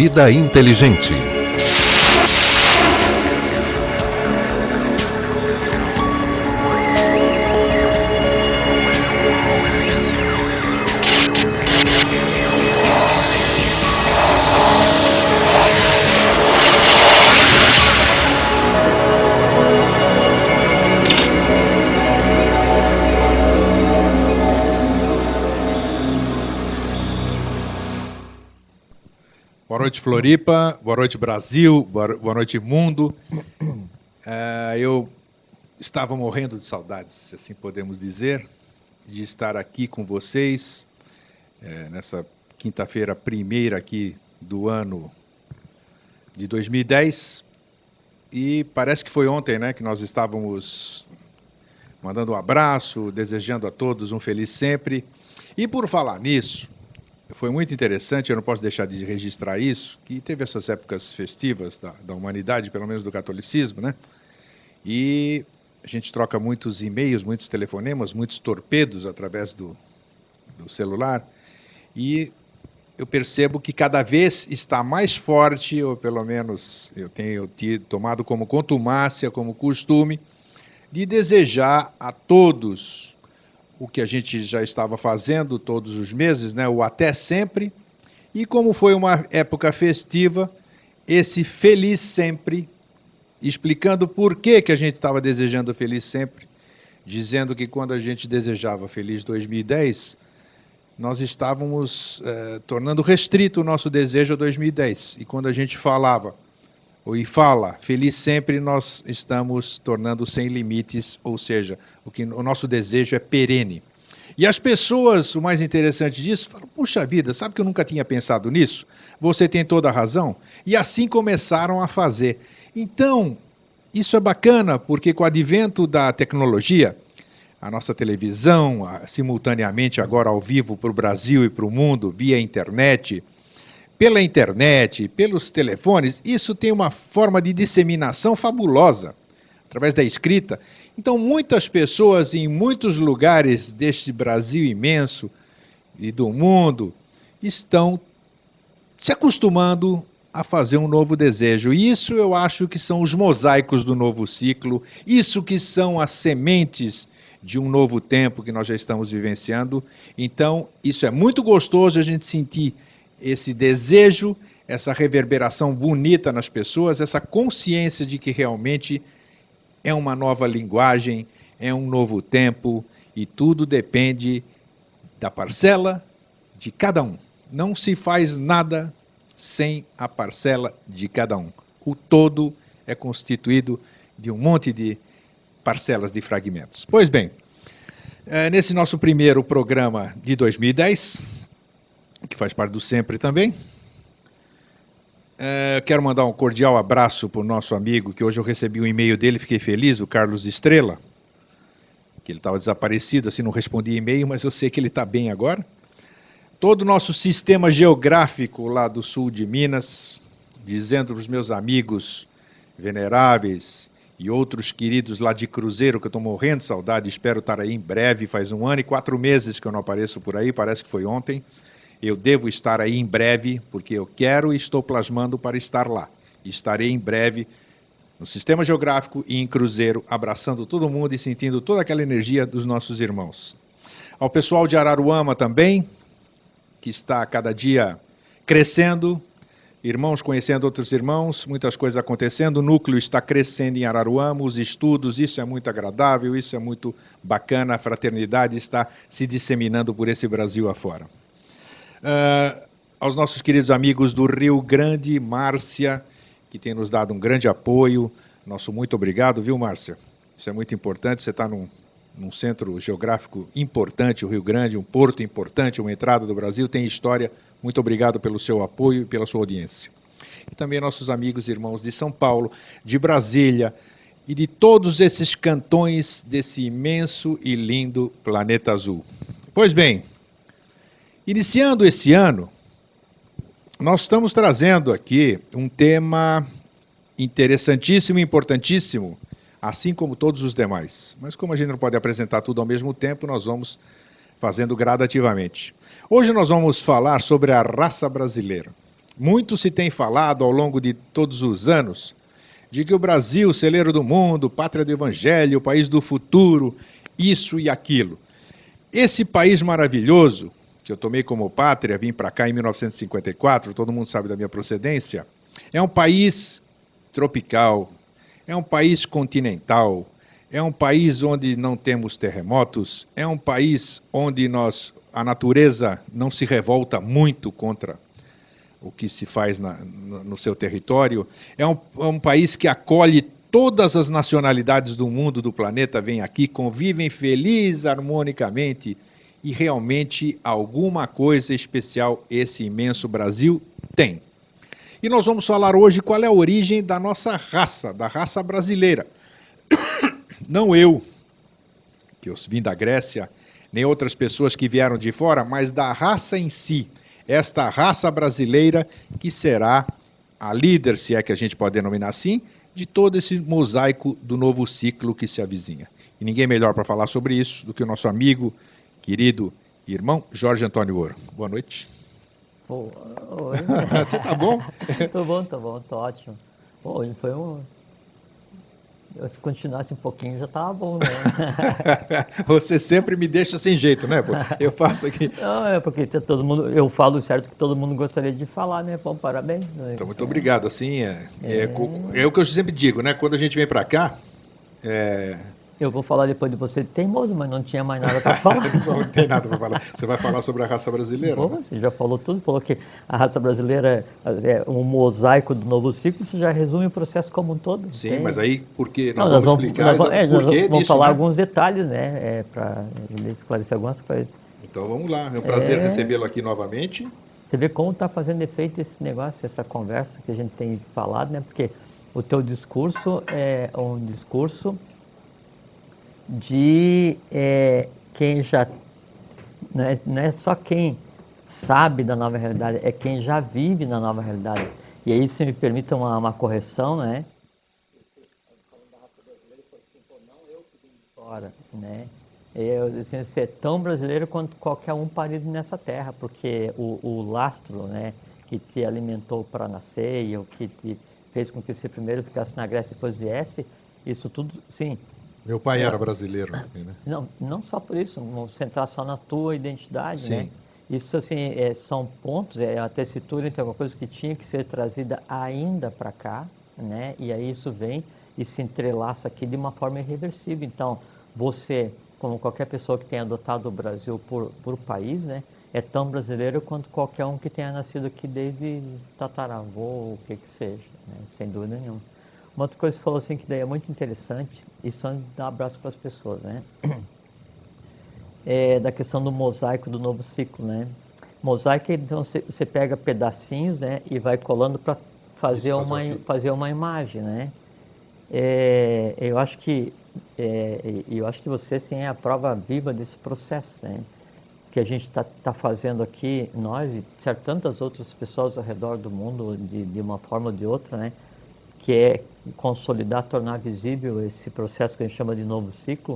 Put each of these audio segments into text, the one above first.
Vida Inteligente. Boa noite, Floripa. Boa noite, Brasil. Boa noite, mundo. Eu estava morrendo de saudades, se assim podemos dizer, de estar aqui com vocês nessa quinta-feira primeira aqui do ano de 2010. E parece que foi ontem, né, que nós estávamos mandando um abraço, desejando a todos um feliz sempre. E por falar nisso, foi muito interessante, eu não posso deixar de registrar isso, que teve essas épocas festivas da humanidade, pelo menos do catolicismo, né? E a gente troca muitos e-mails, muitos telefonemas, muitos torpedos através do celular, e eu percebo que cada vez está mais forte, ou pelo menos eu tenho tomado como contumácia, como costume, de desejar a todos o que a gente já estava fazendo todos os meses, né? O até sempre. E como foi uma época festiva, esse feliz sempre, explicando por que a gente estava desejando feliz sempre, dizendo que quando a gente desejava feliz 2010, nós estávamos tornando restrito o nosso desejo a 2010. E quando a gente falava, e fala feliz sempre, nós estamos tornando sem limites, ou seja, o nosso desejo é perene. E as pessoas, o mais interessante disso, falam, puxa vida, sabe que eu nunca tinha pensado nisso? Você tem toda a razão. E assim começaram a fazer. Então, isso é bacana, porque com o advento da tecnologia, a nossa televisão, simultaneamente agora ao vivo para o Brasil e para o mundo, via internet, pela internet, pelos telefones, isso tem uma forma de disseminação fabulosa, através da escrita. Então, muitas pessoas em muitos lugares deste Brasil imenso e do mundo estão se acostumando a fazer um novo desejo. E isso eu acho que são os mosaicos do novo ciclo, isso que são as sementes de um novo tempo que nós já estamos vivenciando. Então, isso é muito gostoso a gente sentir esse desejo, essa reverberação bonita nas pessoas, essa consciência de que realmente é uma nova linguagem, é um novo tempo, e tudo depende da parcela de cada um. Não se faz nada sem a parcela de cada um. O todo é constituído de um monte de parcelas de fragmentos. Pois bem, nesse nosso primeiro programa de 2010, que faz parte do Sempre também. Quero mandar um cordial abraço para o nosso amigo, que hoje eu recebi um e-mail dele, fiquei feliz, o Carlos Estrela, que ele estava desaparecido, assim, não respondi e-mail, mas eu sei que ele está bem agora. Todo o nosso sistema geográfico lá do sul de Minas, dizendo para os meus amigos veneráveis e outros queridos lá de Cruzeiro, que eu estou morrendo de saudade, espero estar aí em breve, faz 1 ano e 4 meses que eu não apareço por aí, parece que foi ontem. Eu devo estar aí em breve, porque eu quero e estou plasmando para estar lá. Estarei em breve no Sistema Geográfico e em Cruzeiro, abraçando todo mundo e sentindo toda aquela energia dos nossos irmãos. Ao pessoal de Araruama também, que está a cada dia crescendo, irmãos conhecendo outros irmãos, muitas coisas acontecendo, o núcleo está crescendo em Araruama, os estudos, isso é muito agradável, isso é muito bacana, a fraternidade está se disseminando por esse Brasil afora. Aos nossos queridos amigos do Rio Grande, Márcia, que tem nos dado um grande apoio. Nosso muito obrigado, viu, Márcia? Isso é muito importante, você está num centro geográfico importante, o Rio Grande, um porto importante, uma entrada do Brasil, tem história. Muito obrigado pelo seu apoio e pela sua audiência. E também nossos amigos e irmãos de São Paulo, de Brasília e de todos esses cantões desse imenso e lindo planeta azul. Pois bem, iniciando esse ano, nós estamos trazendo aqui um tema interessantíssimo e importantíssimo, assim como todos os demais. Mas como a gente não pode apresentar tudo ao mesmo tempo, nós vamos fazendo gradativamente. Hoje nós vamos falar sobre a raça brasileira. Muito se tem falado ao longo de todos os anos de que o Brasil, celeiro do mundo, pátria do evangelho, país do futuro, isso e aquilo. Esse país maravilhoso, que eu tomei como pátria, vim para cá em 1954, todo mundo sabe da minha procedência, é um país tropical, é um país continental, é um país onde não temos terremotos, é um país onde a natureza não se revolta muito contra o que se faz no seu território. É um país que acolhe todas as nacionalidades do mundo, do planeta, vêm aqui, convivem feliz, harmonicamente, e realmente alguma coisa especial esse imenso Brasil tem. E nós vamos falar hoje qual é a origem da nossa raça, da raça brasileira. Não eu, que eu vim da Grécia, nem outras pessoas que vieram de fora, mas da raça em si. Esta raça brasileira que será a líder, se é que a gente pode denominar assim, de todo esse mosaico do novo ciclo que se avizinha. E ninguém melhor para falar sobre isso do que o nosso amigo, querido irmão Jorge Antônio Ouro. Boa noite. Oi. Você tá bom? Tô bom, tô ótimo. Pô, hoje foi um... Se continuasse um pouquinho já tava bom, né? Você sempre me deixa sem jeito, né? Eu faço aqui. Não, é porque todo mundo, eu falo certo que todo mundo gostaria de falar, né? Bom, parabéns. Então, muito obrigado. Assim, é o que eu sempre digo, né? Quando a gente vem para cá, Eu vou falar depois de você teimoso, mas não tinha mais nada para falar. não tem nada para falar. Você vai falar sobre a raça brasileira? Pô, Né? você já falou tudo, falou que a raça brasileira é um mosaico do novo ciclo, você já resume o processo como um todo. Sim, mas aí porque Não, nós vamos explicar nós por que vamos disso, falar né? alguns detalhes, né? Para esclarecer algumas coisas. Então vamos lá. É um prazer recebê-lo aqui novamente. Você vê como está fazendo efeito esse negócio, essa conversa que a gente tem falado, né? Porque o teu discurso é um discurso de quem já... Não é só quem sabe da nova realidade, é quem já vive na nova realidade. E aí, se me permita uma correção, né? Fora, né? Assim, você é tão brasileiro quanto qualquer um parido nessa terra, porque o lastro, né, que te alimentou para nascer e o que te fez com que você primeiro ficasse na Grécia e depois viesse, isso tudo, sim. Meu pai era brasileiro, né? Não só por isso, vamos centrar só na tua identidade, Sim. né? Isso, assim, são pontos, a tessitura entre alguma coisa que tinha que ser trazida ainda para cá, né? E aí isso vem e se entrelaça aqui de uma forma irreversível. Então, você, como qualquer pessoa que tenha adotado o Brasil por país, né? É tão brasileiro quanto qualquer um que tenha nascido aqui desde tataravô, ou o que seja, né? Sem dúvida nenhuma. Uma outra coisa que você falou assim, que daí é muito interessante, isso antes de dar um abraço para as pessoas, né? Da questão do mosaico do novo ciclo, né? Mosaico, então você pega pedacinhos, né, e vai colando para fazer uma imagem, né? Eu acho que você sim é a prova viva desse processo, né? Que a gente tá fazendo aqui, nós e tantas outras pessoas ao redor do mundo, de uma forma ou de outra, né? Que é consolidar, tornar visível esse processo que a gente chama de novo ciclo.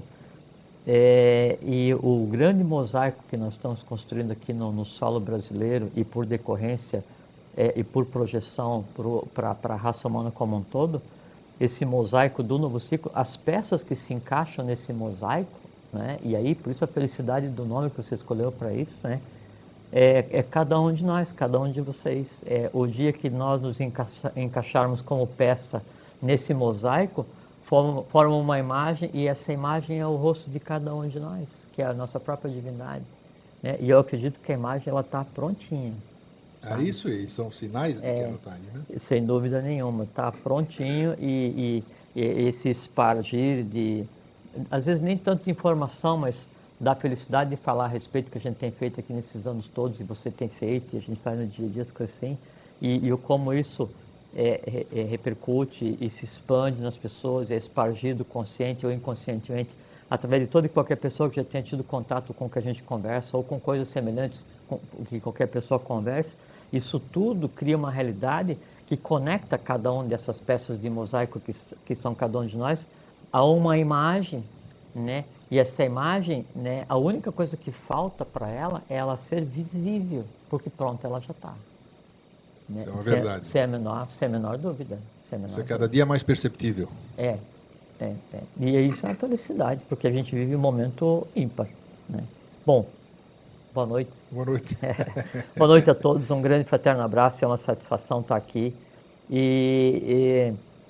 E o grande mosaico que nós estamos construindo aqui no solo brasileiro e por decorrência e por projeção para a raça humana como um todo, esse mosaico do novo ciclo, as peças que se encaixam nesse mosaico, né? E aí por isso a felicidade do nome que você escolheu para isso, né? É cada um de nós, cada um de vocês. O dia que nós nos encaixarmos como peça nesse mosaico, forma uma imagem, e essa imagem é o rosto de cada um de nós, que é a nossa própria divindade, né? E eu acredito que a imagem está prontinha. Tá? Isso aí, são sinais de que ela está aí, né? Sem dúvida nenhuma, está prontinho e esse espargir de, às vezes nem tanto de informação, mas da felicidade de falar a respeito que a gente tem feito aqui nesses anos todos, e você tem feito, e a gente faz no dia a dia as coisas assim, e como isso repercute e se expande nas pessoas, é espargido consciente ou inconscientemente, através de toda e qualquer pessoa que já tenha tido contato com o que a gente conversa, ou com coisas semelhantes com que qualquer pessoa conversa. Isso tudo cria uma realidade que conecta cada uma dessas peças de mosaico que são cada um de nós a uma imagem, né? E essa imagem, né, a única coisa que falta para ela é ela ser visível, porque pronto, ela já está. Né? Isso é uma verdade. Sem a menor dúvida. Isso é cada dia mais perceptível. É. E isso é uma felicidade, porque a gente vive um momento ímpar. Né? Bom, boa noite. Boa noite. Boa noite a todos, um grande fraterno abraço, é uma satisfação estar aqui. E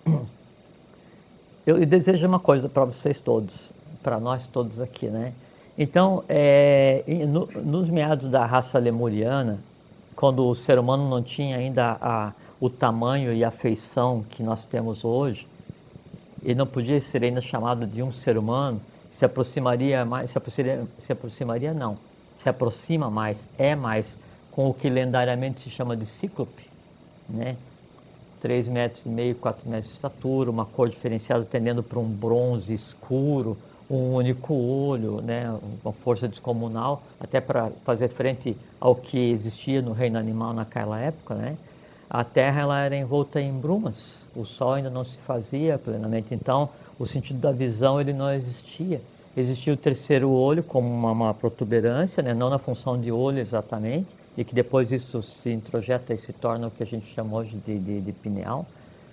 eu desejo uma coisa para vocês todos, para nós todos aqui, né? Então, nos meados da raça lemuriana, quando o ser humano não tinha ainda o tamanho e a feição que nós temos hoje, e não podia ser ainda chamado de um ser humano, se aproximaria mais, se aproxima mais, com o que lendariamente se chama de cíclope, né? 3,5 metros, 4 metros de estatura, uma cor diferenciada tendendo para um bronze escuro, um único olho, né? Uma força descomunal, até para fazer frente ao que existia no reino animal naquela época, né? A Terra ela era envolta em brumas, o Sol ainda não se fazia plenamente, então o sentido da visão ele não existia. Existia o terceiro olho como uma protuberância, né? Não na função de olho exatamente, e que depois isso se introjeta e se torna o que a gente chama hoje de pineal.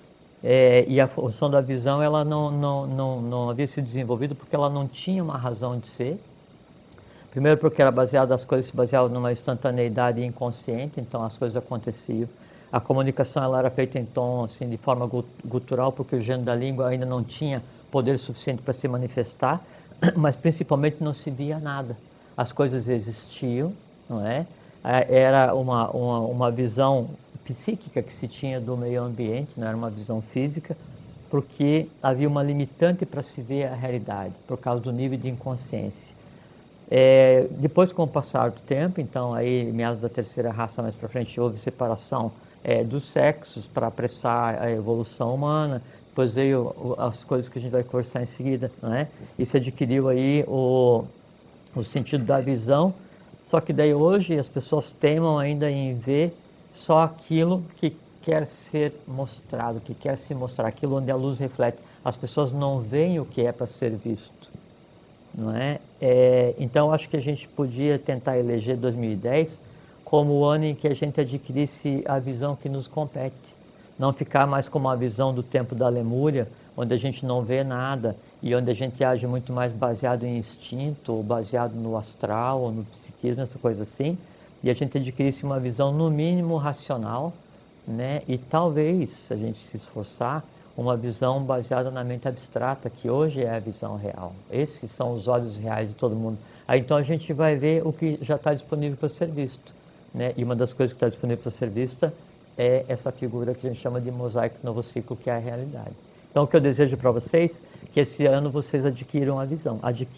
E a função da visão ela não havia se desenvolvido porque ela não tinha uma razão de ser. Primeiro porque as coisas se baseavam numa instantaneidade inconsciente, então as coisas aconteciam. A comunicação ela era feita em tom, assim, de forma gutural, porque o gênero da língua ainda não tinha poder suficiente para se manifestar, mas principalmente não se via nada. As coisas existiam, não é? Era uma visão psíquica que se tinha do meio ambiente, não era uma visão física, porque havia uma limitante para se ver a realidade, por causa do nível de inconsciência. Depois, com o passar do tempo, então, aí, meados da terceira raça mais para frente, houve separação dos sexos para apressar a evolução humana. Depois veio as coisas que a gente vai conversar em seguida, não é? E se adquiriu aí o sentido da visão. Só que daí hoje as pessoas teimam ainda em ver só aquilo que quer ser mostrado, que quer se mostrar, aquilo onde a luz reflete. As pessoas não veem o que é para ser visto, não é? Então acho que a gente podia tentar eleger 2010 como o ano em que a gente adquirisse a visão que nos compete. Não ficar mais como a visão do tempo da Lemúria, onde a gente não vê nada e onde a gente age muito mais baseado em instinto, ou baseado no astral, ou no psiquismo, essa coisa assim, e a gente adquirisse uma visão no mínimo racional, né? E talvez, se a gente se esforçar, uma visão baseada na mente abstrata, que hoje é a visão real. Esses são os olhos reais de todo mundo. Aí então a gente vai ver o que já está disponível para ser visto, né? E uma das coisas que está disponível para ser vista é essa figura que a gente chama de mosaico novo ciclo, que é a realidade. Então o que eu desejo para vocês é que esse ano vocês adquiram a visão.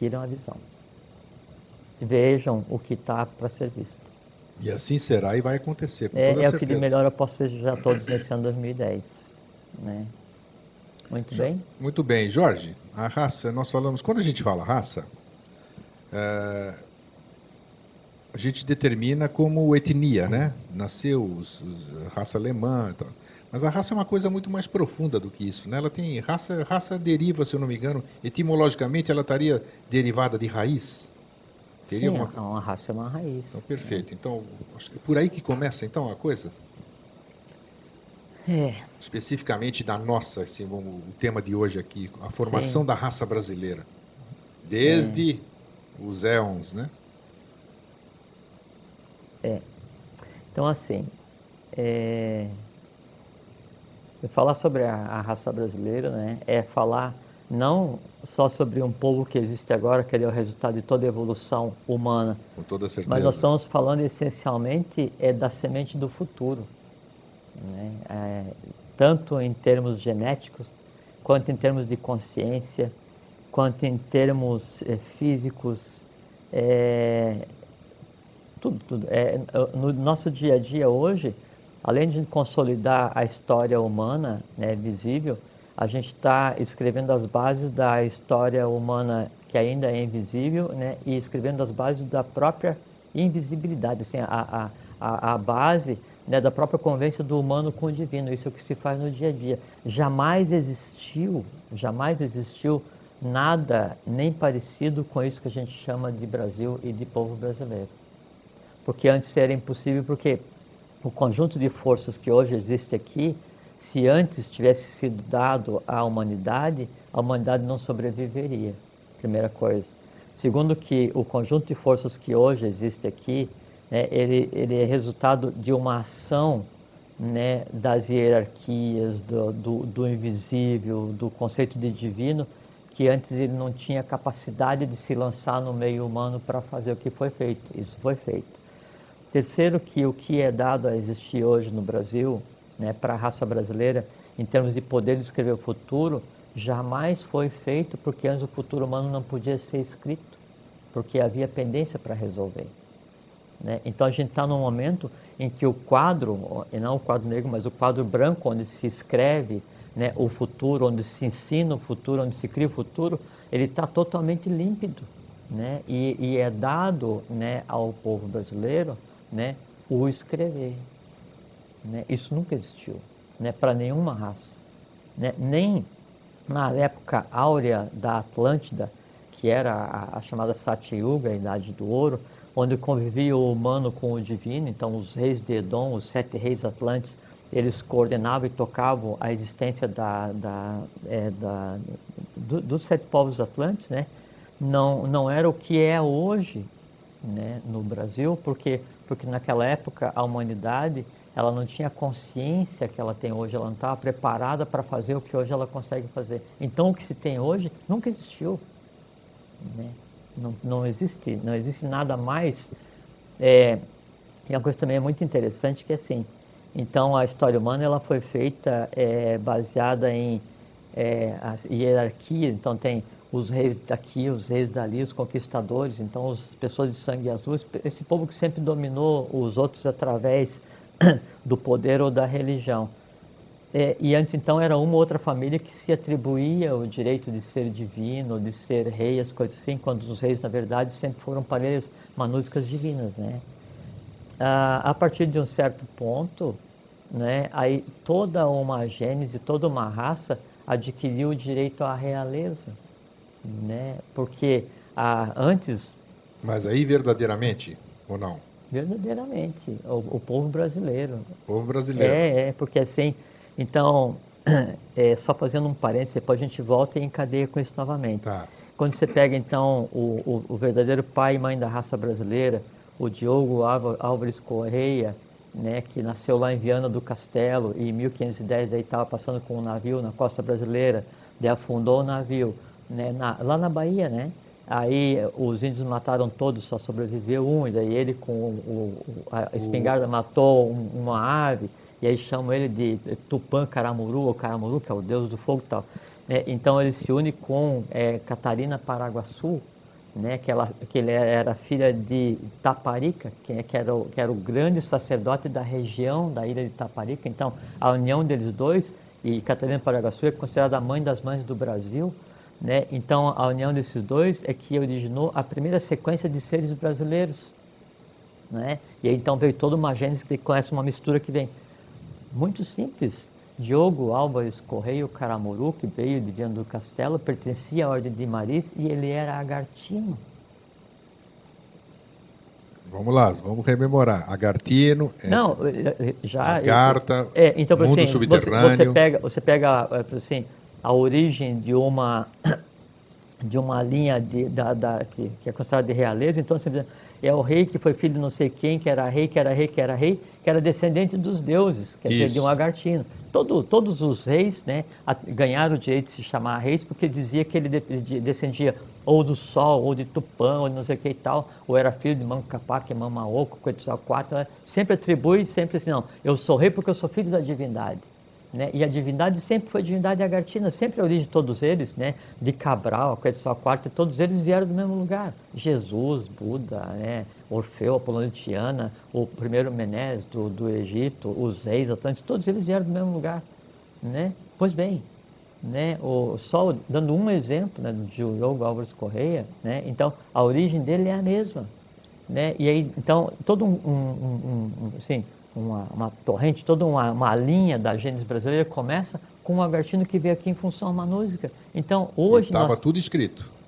Vejam o que está para ser visto. E assim será e vai acontecer, com toda certeza. O que de melhor eu posso desejar a todos nesse ano 2010. Né? Muito bem? Muito bem. Jorge, a raça, nós falamos, quando a gente fala raça, a gente determina como etnia, né? Nasceu a raça alemã e tal. Mas a raça é uma coisa muito mais profunda do que isso, né? Ela tem raça deriva, se eu não me engano, etimologicamente ela estaria derivada de raiz. Teria sim, uma raça é uma raiz. Então, perfeito. Então, acho que é por aí que começa então a coisa? Especificamente da nossa, assim, o tema de hoje aqui, a formação da raça brasileira. Desde os éons, né? Então, assim, falar sobre a raça brasileira, né, é falar não só sobre um povo que existe agora, que é o resultado de toda a evolução humana. Com toda certeza. Mas nós estamos falando essencialmente da semente do futuro. Né? Tanto em termos genéticos, quanto em termos de consciência, quanto em termos físicos, tudo. No nosso dia a dia hoje, além de consolidar a história humana, né, visível, a gente está escrevendo as bases da história humana que ainda é invisível, né, e escrevendo as bases da própria invisibilidade, assim, a base, né, da própria convivência do humano com o divino. Isso é o que se faz no dia a dia. Jamais existiu nada nem parecido com isso que a gente chama de Brasil e de povo brasileiro. Porque antes era impossível, porque o conjunto de forças que hoje existe aqui, se antes tivesse sido dado à humanidade, a humanidade não sobreviveria, primeira coisa. Segundo que o conjunto de forças que hoje existe aqui, né, ele é resultado de uma ação, né, das hierarquias, do invisível, do conceito de divino, que antes ele não tinha capacidade de se lançar no meio humano para fazer o que foi feito. Isso foi feito. Terceiro, que o que é dado a existir hoje no Brasil, né, para a raça brasileira, em termos de poder descrever o futuro, jamais foi feito porque antes o futuro humano não podia ser escrito, porque havia pendência para resolver. Né? Então a gente está num momento em que o quadro, e não o quadro negro, mas o quadro branco, onde se escreve, né, o futuro, onde se ensina o futuro, onde se cria o futuro, ele está totalmente límpido. Né? E é dado, né, ao povo brasileiro, né, o escrever. Né? Isso nunca existiu, né, para nenhuma raça. Né? Nem na época áurea da Atlântida, que era a chamada Satyuga, a Idade do Ouro, onde convivia o humano com o divino. Então os reis de Edom, os 7 reis atlantes, eles coordenavam e tocavam a existência dos 7 povos atlantes, né? Não era o que é hoje, né, no Brasil, porque naquela época a humanidade ela não tinha a consciência que ela tem hoje, ela não estava preparada para fazer o que hoje ela consegue fazer. Então o que se tem hoje nunca existiu. Né? Não existe nada mais. E uma coisa também é muito interessante que é assim, então a história humana ela foi feita baseada em as hierarquias, então tem os reis daqui, os reis dali, os conquistadores, então as pessoas de sangue azul, esse povo que sempre dominou os outros através do poder ou da religião. E antes então era uma ou outra família que se atribuía o direito de ser divino, de ser rei, as coisas assim, quando os reis na verdade sempre foram parelhas manúsicas divinas, né? A partir de um certo ponto, né, aí toda uma gênese, toda uma raça adquiriu o direito à realeza, né? Porque antes... Mas aí verdadeiramente, ou não? Verdadeiramente, o povo brasileiro. O povo brasileiro. Porque assim, então, só fazendo um parênteses, depois a gente volta e encadeia com isso novamente. Tá. Quando você pega então o verdadeiro pai e mãe da raça brasileira, o Diogo Álvares Correia, né, que nasceu lá em Viana do Castelo e em 1510 daí estava passando com um navio na costa brasileira, daí afundou o navio, né, lá na Bahia, né? Aí os índios mataram todos, só sobreviveu um, e daí ele com a espingarda matou uma ave, e aí chamam ele de Tupã Caramuru, ou Caramuru, que é o deus do fogo e tal. Então ele se une com Catarina Paraguaçu, né, que ele era filha de Taparica, que era o grande sacerdote da região da ilha de Taparica. Então a união deles dois, e Catarina Paraguaçu é considerada a mãe das mães do Brasil, né? Então a união desses dois é que originou a primeira sequência de seres brasileiros, né? E aí então veio toda uma gênese que conhece uma mistura que vem muito simples. Diogo Álvares Correia Caramuru, que veio de Viana do Castelo, pertencia à Ordem de Maris e ele era agartino. Vamos lá, vamos rememorar. Agartino, Não, já... Agartha, então, mundo assim, subterrâneo. Você pega assim, a origem de uma linha que é considerada de realeza. Então você é o rei que foi filho de não sei quem, que era rei, que era descendente dos deuses, quer dizer, de um agartino. Todos os reis, né, ganharam o direito de se chamar reis porque dizia que ele descendia ou do sol, ou de Tupã, ou de não sei o que e tal, ou era filho de Mancapaque, Mamaoco, Quetzalcoatl, sempre atribui, sempre assim, não, eu sou rei porque eu sou filho da divindade. Né? E a divindade sempre foi divindade agartina, sempre a origem de todos eles, né? De Cabral, Quetzalcoatl, todos eles vieram do mesmo lugar. Jesus, Buda, né? Orfeu, Apolônio de Tiana, o primeiro Menes do Egito, os reis atlantes, todos eles vieram do mesmo lugar. Né? Pois bem, né? Só dando um exemplo, né, do Diogo Álvares Correia, né? Então a origem dele é a mesma. Né? E aí, então, todo assim, uma torrente, toda uma linha da gênese brasileira começa com um agartino que veio aqui em função manúsica. Então, hoje estava tudo escrito.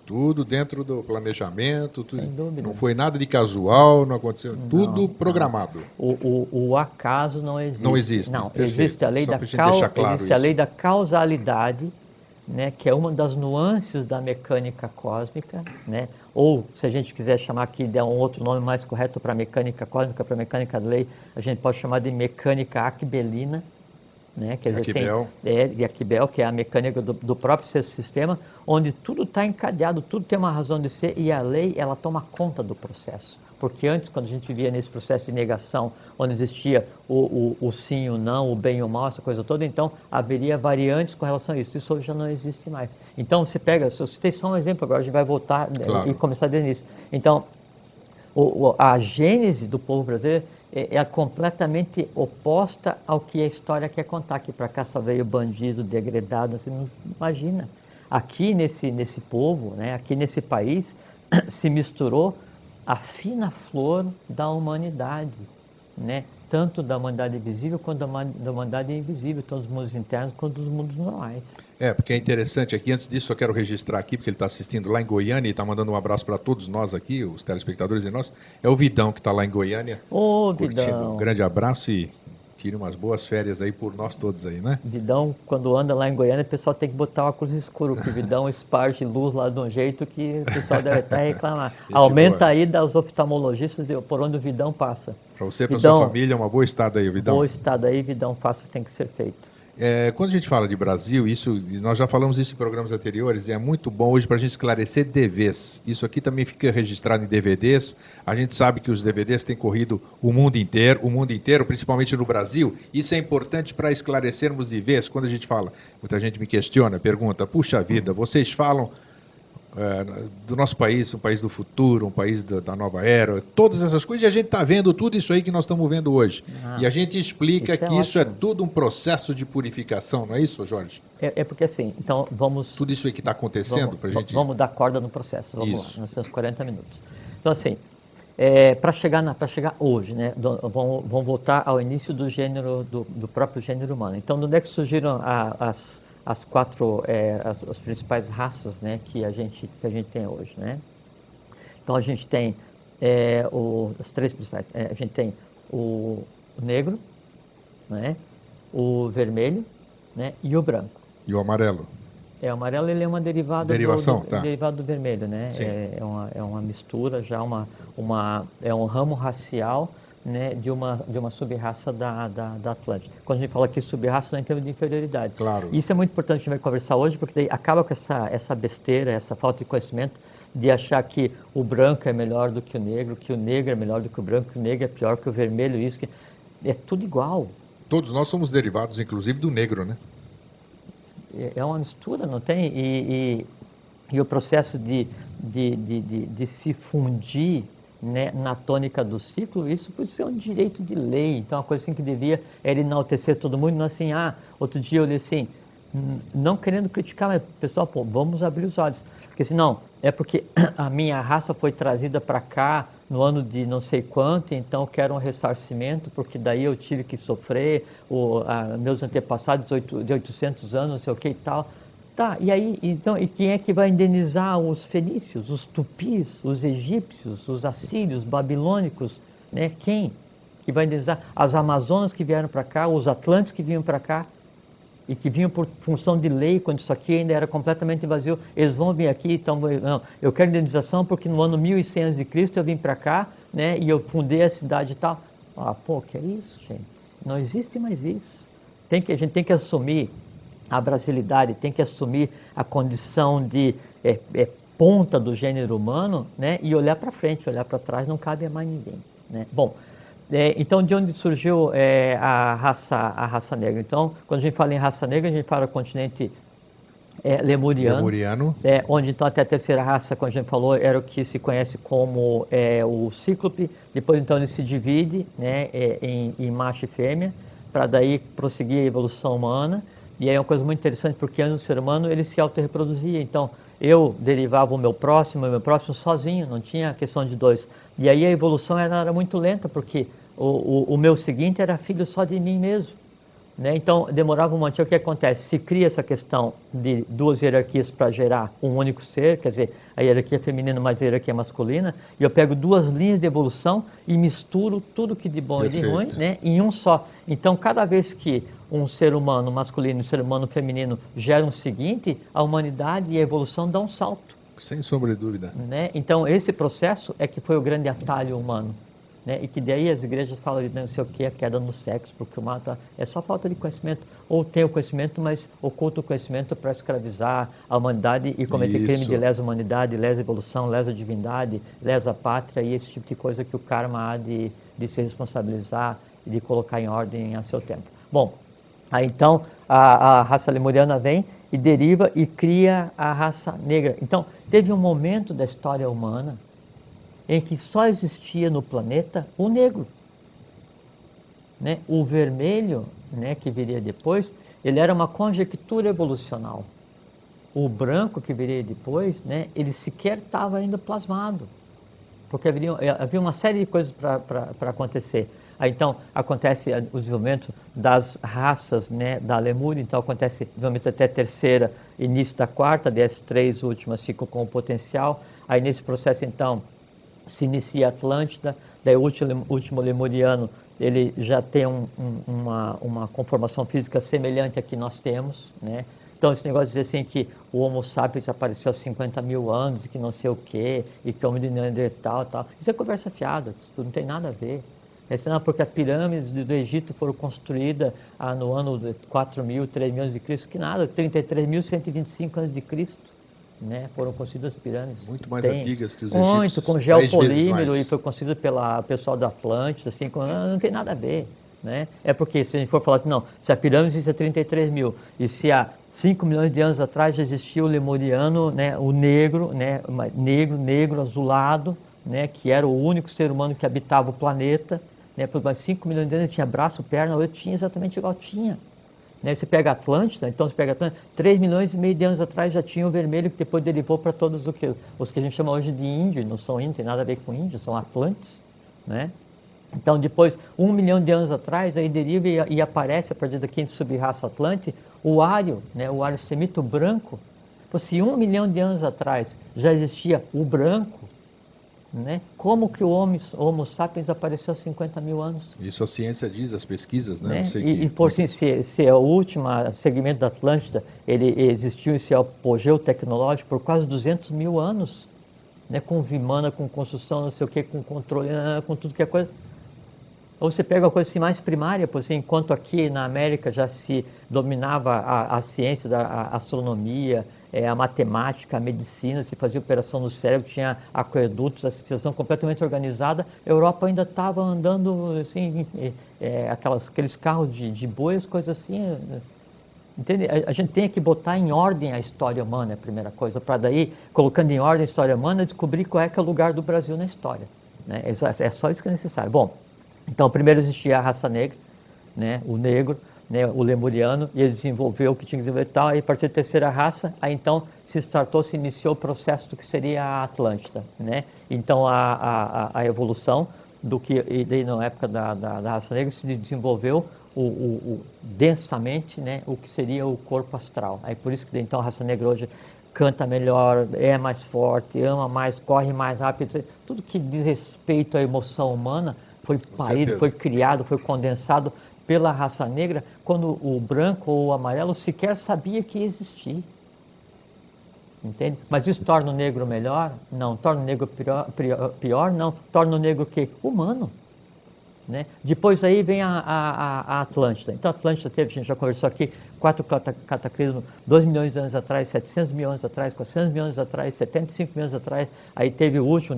Tudo dentro do planejamento, tudo, sem dúvida. não foi nada de casual, não aconteceu, tudo programado. O acaso não existe. Não existe. Não, Perfeito. existe a lei, a lei da causalidade, né, que é uma das nuances da mecânica cósmica, né? Ou, se a gente quiser chamar aqui de um outro nome mais correto para a mecânica cósmica, para a mecânica da lei, a gente pode chamar de mecânica aquibelina, né? Quer dizer, Aquibel, que é a mecânica do próprio sexto sistema, onde tudo está encadeado, tudo tem uma razão de ser, e a lei, ela toma conta do processo. Porque antes, quando a gente via nesse processo de negação, onde existia o sim, o não, o bem e o mal, essa coisa toda, então haveria variantes com relação a isso. Isso hoje já não existe mais. Então, você pega, eu citei só um exemplo, agora a gente vai voltar e começar desde o início. Então, a gênese do povo brasileiro é completamente oposta ao que a história quer contar, que para cá só veio bandido, degradado, assim, não imagina. Aqui nesse povo, né, aqui nesse país, se misturou a fina flor da humanidade, né? Tanto da humanidade visível quanto da humanidade invisível, tanto dos mundos internos quanto dos mundos normais. Porque é interessante aqui, antes disso eu quero registrar aqui, porque ele está assistindo lá em Goiânia e está mandando um abraço para todos nós aqui, os telespectadores e nós, é o Vidão que está lá em Goiânia. Vidão. Um grande abraço e tire umas boas férias aí por nós todos aí, né? Vidão, quando anda lá em Goiânia, o pessoal tem que botar óculos escuros, porque Vidão esparge luz lá de um jeito que o pessoal deve até reclamar. Aumenta aí das oftalmologistas por onde o Vidão passa. Para você e para sua família, uma boa estada aí, Vidão. Boa estada aí, Vidão, faça, tem que ser feito. Quando a gente fala de Brasil, nós já falamos isso em programas anteriores, e é muito bom hoje para a gente esclarecer DVs. Isso aqui também fica registrado em DVDs. A gente sabe que os DVDs têm corrido o mundo inteiro, principalmente no Brasil. Isso é importante para esclarecermos de vez. Quando a gente fala, muita gente me questiona, pergunta, puxa vida, vocês falam do nosso país, um país do futuro, um país da nova era, todas essas coisas, e a gente está vendo tudo isso aí que nós estamos vendo hoje. E a gente explica que isso é tudo um processo de purificação, não é isso, Jorge? É porque assim, então vamos... Tudo isso aí que está acontecendo para a gente... Vamos dar corda no processo, vamos lá, nós temos 40 minutos. Então assim, para chegar hoje, né, vamos voltar ao início do gênero, do próprio gênero humano. Então, onde é que surgiram as principais raças, né, que a gente tem hoje, né? Então a gente tem as três principais. A gente tem o negro, né, o vermelho, né, e o branco. E o amarelo? O amarelo ele é uma derivação derivado do vermelho, né? É uma mistura, já é um ramo racial, né, de uma sub-raça da Atlântida. Quando a gente fala aqui sub-raça, não é em termos de inferioridade. Claro. Isso é muito importante, a gente vai conversar hoje, porque daí acaba com essa besteira, essa falta de conhecimento, de achar que o branco é melhor do que o negro é melhor do que o branco, que o negro é pior que o vermelho, isso que é tudo igual. Todos nós somos derivados, inclusive, do negro, né? É uma mistura, não tem? E o processo de se fundir, né, na tônica do ciclo, isso pode ser um direito de lei. Então, a coisa assim que devia era enaltecer todo mundo, não assim, outro dia eu li assim, não querendo criticar, mas pessoal, vamos abrir os olhos. Porque senão, é porque a minha raça foi trazida para cá no ano de não sei quanto, então eu quero um ressarcimento, porque daí eu tive que sofrer, meus antepassados de 800 anos, não sei o que e tal. Tá, e aí, então, e quem é que vai indenizar os fenícios, os tupis, os egípcios, os assírios, os babilônicos, né? Quem que vai indenizar? As amazonas que vieram para cá, os atlantes que vinham para cá, e que vinham por função de lei, quando isso aqui ainda era completamente vazio, eles vão vir aqui, então, não, eu quero indenização porque no ano 1100 a.C. eu vim para cá, né, e eu fundei a cidade e tal. Que é isso, gente? Não existe mais isso. A gente tem que assumir a brasilidade, tem que assumir a condição de ponta do gênero humano, né, e olhar para frente, olhar para trás, não cabe a mais ninguém, né? Bom, então de onde surgiu a raça negra? Então, quando a gente fala em raça negra, a gente fala do continente lemuriano. Onde então até a terceira raça, como a gente falou, era o que se conhece como o cíclope. Depois então ele se divide, né, em macho e fêmea, para daí prosseguir a evolução humana. E aí é uma coisa muito interessante, porque antes o ser humano ele se autorreproduzia. Então, eu derivava o meu próximo sozinho, não tinha questão de dois. E aí a evolução era muito lenta, porque o meu seguinte era filho só de mim mesmo. né? Então, demorava um monte. O que acontece? Se cria essa questão de duas hierarquias para gerar um único ser, quer dizer, a hierarquia feminina mais a hierarquia masculina, e eu pego duas linhas de evolução e misturo tudo que de bom e de ruim, né, em um só. Então, cada vez que um ser humano masculino e um ser humano feminino geram o seguinte, a humanidade e a evolução dão um salto. Sem sombra de dúvida. Né? Então, esse processo é que foi o grande atalho humano. Né? E que daí as igrejas falam de não sei o que, a queda no sexo, porque o mata é só falta de conhecimento. Ou tem o conhecimento, mas oculta o conhecimento para escravizar a humanidade e cometer crime de lesa humanidade, lesa evolução, lesa divindade, lesa pátria e esse tipo de coisa que o karma há de se responsabilizar e de colocar em ordem a seu tempo. Bom, aí então a raça lemuriana vem e deriva e cria a raça negra. Então, teve um momento da história humana em que só existia no planeta o negro. Né? O vermelho, né, que viria depois, ele era uma conjectura evolucional. O branco, que viria depois, né, ele sequer estava ainda plasmado, porque havia uma série de coisas para acontecer. Aí, então, acontece o desenvolvimento das raças, né, da Lemúria, então acontece desenvolvimento até a terceira, início da quarta, as três últimas ficam com o potencial. Aí, nesse processo, então, se inicia a Atlântida, daí o último lemuriano, ele já tem uma conformação física semelhante à que nós temos, né? Então, esse negócio de dizer assim que o Homo sapiens apareceu há 50 mil anos e que não sei o quê, e que o homem de Neandertal e tal, isso é conversa fiada, isso não tem nada a ver. Não, porque as pirâmides do Egito foram construídas no ano de 4.000, 3.000 anos de Cristo, que nada, 33.125 anos de Cristo. Né, foram construídas as pirâmides. Muito mais antigas que os egípcios. Muito, com geopolímero, e foi construído pelo pessoal da Atlântida, assim, não tem nada a ver. Né? É porque se a gente for falar assim, não, se a pirâmide existe há 33 mil, e se há 5 milhões de anos atrás já existia o lemuriano, né, o negro, né, negro, azulado, né, que era o único ser humano que habitava o planeta, né, por mais 5 milhões de anos ele tinha braço, perna, eu tinha exatamente igual tinha. Né, você pega a Atlântida, então você pega a Atlântida, 3 milhões e meio de anos atrás já tinha o vermelho, que depois derivou para todos os que a gente chama hoje de índio, não são índios, tem nada a ver com índio, são atlantes, né? Então depois, 1 milhão de anos atrás, aí deriva e aparece, a partir da quinta subraça Atlante, o ário, né, o ário semita branco. Então, se 1 milhão de anos atrás já existia o branco, né? Como que o Homo sapiens apareceu há 50 mil anos? Isso a ciência diz, as pesquisas, né? Não sei e por assim, se o último segmento da Atlântida, ele existiu esse apogeu tecnológico por quase 200 mil anos, né? Com vimana, com construção, não sei o que, com controle, com tudo que é coisa. Ou você pega a coisa assim mais primária, por assim, enquanto aqui na América já se dominava a ciência da astronomia, a matemática, a medicina, se fazia operação no cérebro, tinha aquedutos, a situação completamente organizada, a Europa ainda estava andando assim, aqueles carros de boi, as coisas assim. Entende? A gente tem que botar em ordem a história humana, é a primeira coisa, para daí, colocando em ordem a história humana, descobrir qual é que é o lugar do Brasil na história. Né? É só isso que é necessário. Bom, então primeiro existia a raça negra, né? O negro, né, o lemuriano, e ele desenvolveu o que tinha que desenvolver e tal, aí a partir da terceira raça, aí então se iniciou o processo do que seria a Atlântida, né? Então a evolução do que, e daí na época da raça negra se desenvolveu densamente, né, o que seria o corpo astral. Aí por isso que então a raça negra hoje canta melhor, é mais forte, ama mais, corre mais rápido, tudo que diz respeito à emoção humana foi parido, foi criado, foi condensado pela raça negra, quando o branco ou o amarelo sequer sabia que existia. Entende? Mas isso torna o negro melhor? Não. Torna o negro pior? Não. Torna o negro o quê? Humano. Né? Depois aí vem a Atlântida. Então a Atlântida teve, a gente já conversou aqui, 4 cataclismos, 2 milhões de anos atrás, 700 mil anos atrás, 400 mil anos atrás, 75 mil anos atrás. Aí teve o último,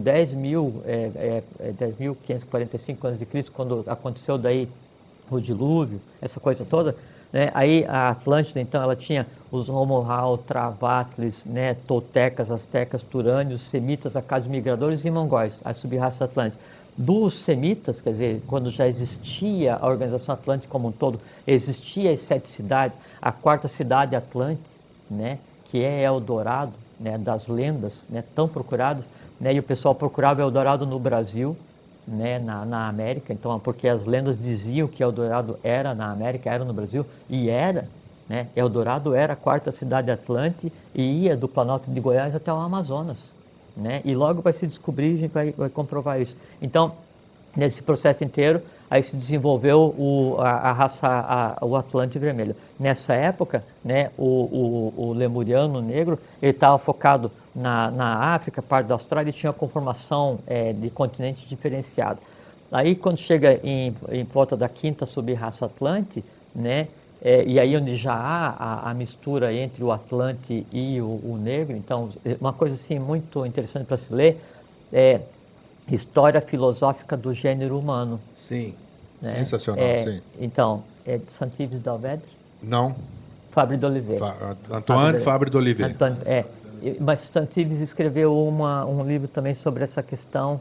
10.545 anos de Cristo, quando aconteceu daí o dilúvio, essa coisa toda, né? Aí a Atlântida, então, ela tinha os Homo-Hau, Travatles, né, Toltecas, Astecas, Turânios, Semitas, Acádios migradores e Mongóis, a sub-raça atlântica. Dos Semitas, quer dizer, quando já existia a organização atlântica como um todo, existia as 7 cidades, a 4ª cidade Atlante, né, que é Eldorado, né, das lendas, né, tão procuradas, né, e o pessoal procurava Eldorado no Brasil, né, na América, então, porque as lendas diziam que Eldorado era na América, era no Brasil, e era, né, Eldorado era a quarta cidade atlante e ia do Planalto de Goiás até o Amazonas, né, e logo vai se descobrir, a gente vai comprovar isso. Então, nesse processo inteiro, aí se desenvolveu a raça, o Atlante vermelho. Nessa época, né, o lemuriano negro, ele estava focado na África, parte da Austrália, e tinha a conformação de continente diferenciado. Aí, quando chega em volta da quinta sub-raça Atlante, né, e aí onde já há a mistura entre o Atlante e o negro, então, uma coisa assim muito interessante para se ler é História Filosófica do Gênero Humano. Sim, Né? sensacional, sim. Então, é de Saint-Yves d'Alvedre? Não, Fabre d'Oliveira. Antoine Fabre d'Oliveira. Mas Saint-Yves escreveu um livro também sobre essa questão.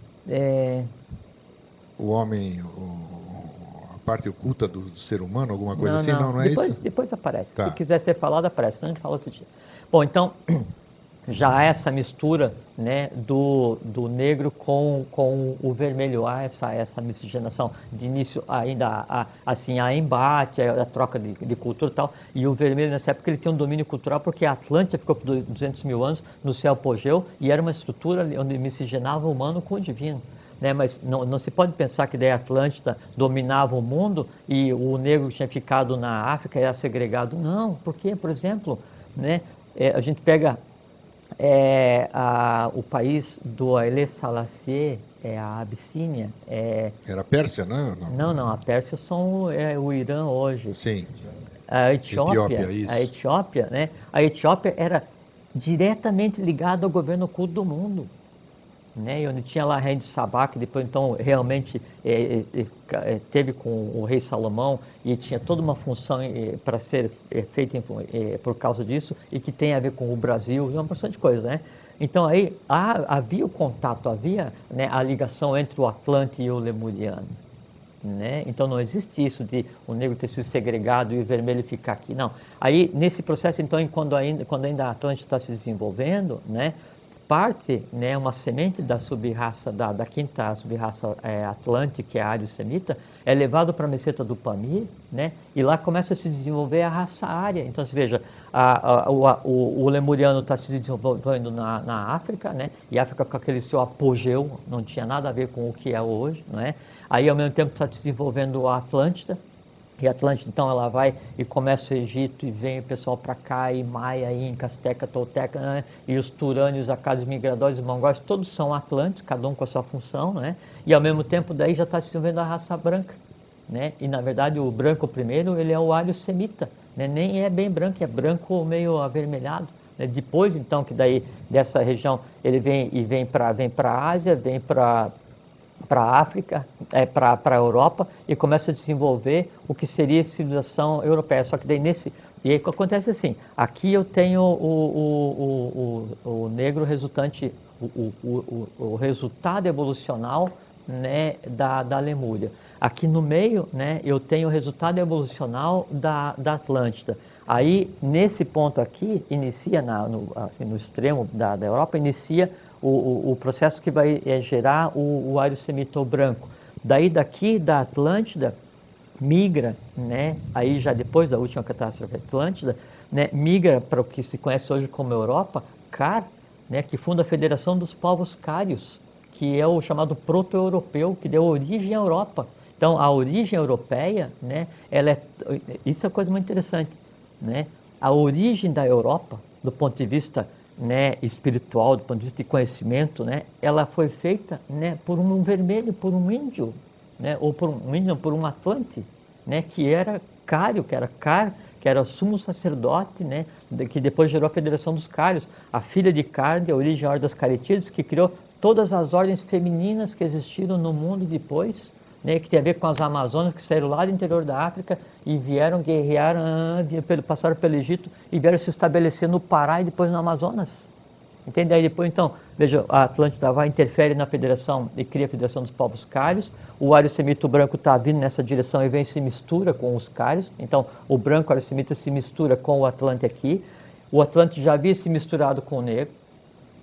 O homem, a parte oculta do ser humano, alguma coisa assim? Não é depois, isso? Depois aparece. Tá. Se quiser ser falado, aparece. Senão a gente fala outro dia. Bom, então, já há essa mistura, né, do negro com o vermelho, há essa miscigenação. De início ainda assim, há embate, a troca de cultura e tal, e o vermelho nessa época ele tem um domínio cultural porque a Atlântida ficou por 200 mil anos no céu apogeu e era uma estrutura onde miscigenava o humano com o divino. Né, mas não se pode pensar que daí a Atlântida dominava o mundo e o negro tinha ficado na África e era segregado. Não, porque, por exemplo, né, a gente pega o país do Haile Selassie, a Abissínia. Era a Pérsia, né? Não, a Pérsia são o Irã hoje. Sim. A Etiópia, isso. a Etiópia, né? A Etiópia era diretamente ligada ao governo oculto do mundo. Né, e onde tinha lá a rainha de Sabá, que depois então realmente teve com o rei Salomão e tinha toda uma função para ser feita por causa disso e que tem a ver com o Brasil e uma porção de coisas, né? Então aí havia o contato, havia, né, a ligação entre o Atlante e o Lemuriano. Né? Então não existe isso de o negro ter sido segregado e o vermelho ficar aqui, não. Aí nesse processo então, quando ainda a Atlântida está se desenvolvendo, né, parte, né, uma semente da sub-raça, da quinta sub-raça atlântica, que é a ário-semita, é levado para a meseta do Pamir, né, e lá começa a se desenvolver a raça ária. Então, você veja, o lemuriano está se desenvolvendo na África, né, e a África com aquele seu apogeu, não tinha nada a ver com o que é hoje, não é? Aí, ao mesmo tempo, está se desenvolvendo a Atlântida, e a Atlântida, então, ela vai e começa o Egito e vem o pessoal para cá, e Maia, Inca, Azteca, Tolteca, né? E os Turânios, Acádios, Migradores, Mongóis, todos são atlantes, cada um com a sua função, né? E ao mesmo tempo daí já está se desenvolvendo a raça branca, né? E na verdade o branco primeiro, ele é o ário-semita, né? Nem é bem branco, é branco meio avermelhado, né? Depois então que daí dessa região ele vem para a Ásia, vem para a África, para a Europa e começa a desenvolver o que seria a civilização europeia. Só que daí e aí acontece assim, aqui eu tenho o negro resultante, o resultado evolucional, né, da Lemúria. Aqui no meio, né, eu tenho o resultado evolucional da Atlântida. Aí, nesse ponto aqui, inicia, no extremo da Europa, inicia o processo que vai gerar o ário-semita branco. Daí, daqui da Atlântida, migra, né, aí já depois da última catástrofe Atlântida, né, migra para o que se conhece hoje como Europa, Car, né, que funda a Federação dos Povos Cários, que é o chamado proto-europeu, que deu origem à Europa. Então, a origem europeia, né, isso é uma coisa muito interessante, né? A origem da Europa, do ponto de vista, né, espiritual, do ponto de vista de conhecimento, né, ela foi feita, né, por um vermelho, por um índio, né, ou por um índio, por um Atlante, né, que era Cário, que era o sumo sacerdote, né, que depois gerou a Federação dos Cários, a filha de Car, de origem Ordem das Caretídeas, que criou todas as ordens femininas que existiram no mundo depois, né, que tem a ver com as Amazonas, que saíram lá do interior da África e vieram, guerrearam, passaram pelo Egito e vieram se estabelecer no Pará e depois no Amazonas. Entende? Aí depois, então, veja, a Atlântida interfere na federação e cria a Federação dos Povos Cários. O ário-semita branco está vindo nessa direção e vem e se mistura com os cários. Então, o branco ário-semita se mistura com o Atlante aqui. O Atlante já havia se misturado com o negro.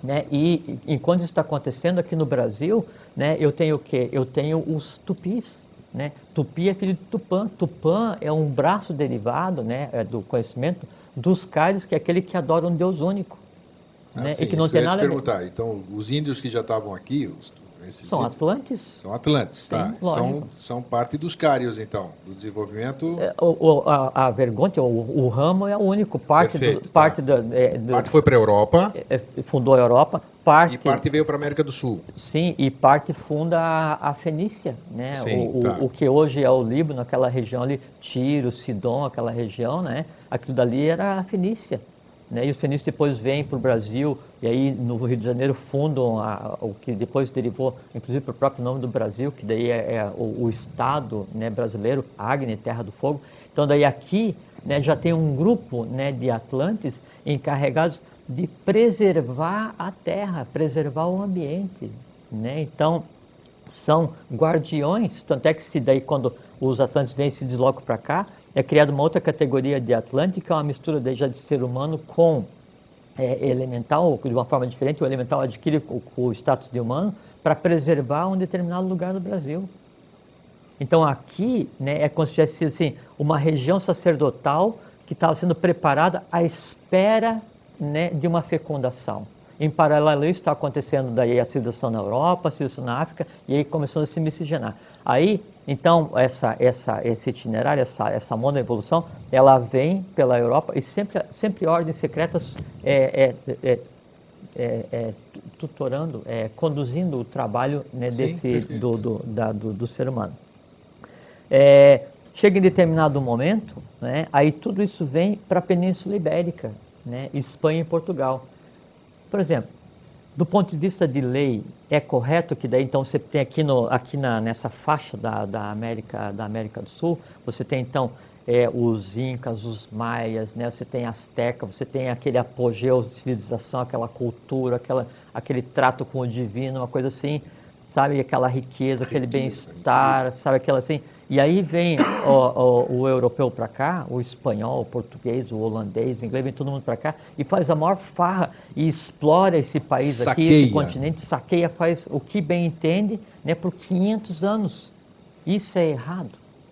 né? E enquanto isso está acontecendo aqui no Brasil, né, eu tenho o quê? Eu tenho os tupis, né? Tupi é filho de Tupã. Tupã é um braço derivado, né, do conhecimento dos Caios, que é aquele que adora um Deus único, né? Sim, E que não isso que eu tem ia te nada a ver. perguntar. Então, os índios que já estavam aqui, esses São índios, Atlantes. são atlantes, tá? Sim, lógico. São parte dos cários, então, do desenvolvimento. A vergonha, o ramo é o único. Parte Perfeito, parte tá. do, Parte foi para a Europa fundou a Europa, e parte veio para a América do Sul. sim, e parte funda a Fenícia, né? Sim, tá. O que hoje é o Líbano, aquela região ali, Tiro, Sidom, aquela região, né? Aquilo dali era a Fenícia, né? E os fenícios depois vêm para o Brasil, e aí no Rio de Janeiro fundam o que depois derivou, inclusive, para o próprio nome do Brasil, que daí é o Estado, né, brasileiro, Agni, Terra do Fogo. Então daí aqui, né, já tem um grupo, né, de atlantes encarregados de preservar a terra, preservar o ambiente, né? Então, são guardiões, tanto é que se daí quando os atlantes vêm e se deslocam para cá, é criada uma outra categoria de atlante, que é uma mistura já de ser humano com elemental, de uma forma diferente. O elemental adquire o status de humano para preservar um determinado lugar do Brasil. Então aqui, né, é como se tivesse sido assim, uma região sacerdotal que estava sendo preparada à espera, né, de uma fecundação. Em paralelo, isso está acontecendo daí a civilização na Europa, a civilização na África, e aí começou a se miscigenar. Aí, então, esse itinerário, essa mão da evolução, ela vem pela Europa e sempre ordens secretas tutorando, conduzindo o trabalho, né, Sim, do ser humano. Chega em determinado momento, né, aí tudo isso vem para a Península Ibérica, né, Espanha e Portugal. Por exemplo, do ponto de vista de lei, é correto que daí então você tem nessa faixa da América do Sul, você tem então os incas, os maias, né, você tem astecas, você tem aquele apogeu de civilização, aquela cultura, aquele trato com o divino, uma coisa assim, sabe, aquela riqueza, aquele bem-estar, sabe, aquela assim. E aí vem o europeu para cá, o espanhol, o português, o holandês, o inglês, vem todo mundo para cá e faz a maior farra e explora esse país aqui, esse continente, saqueia, faz o que bem entende, né, por 500 anos. Isso é errado.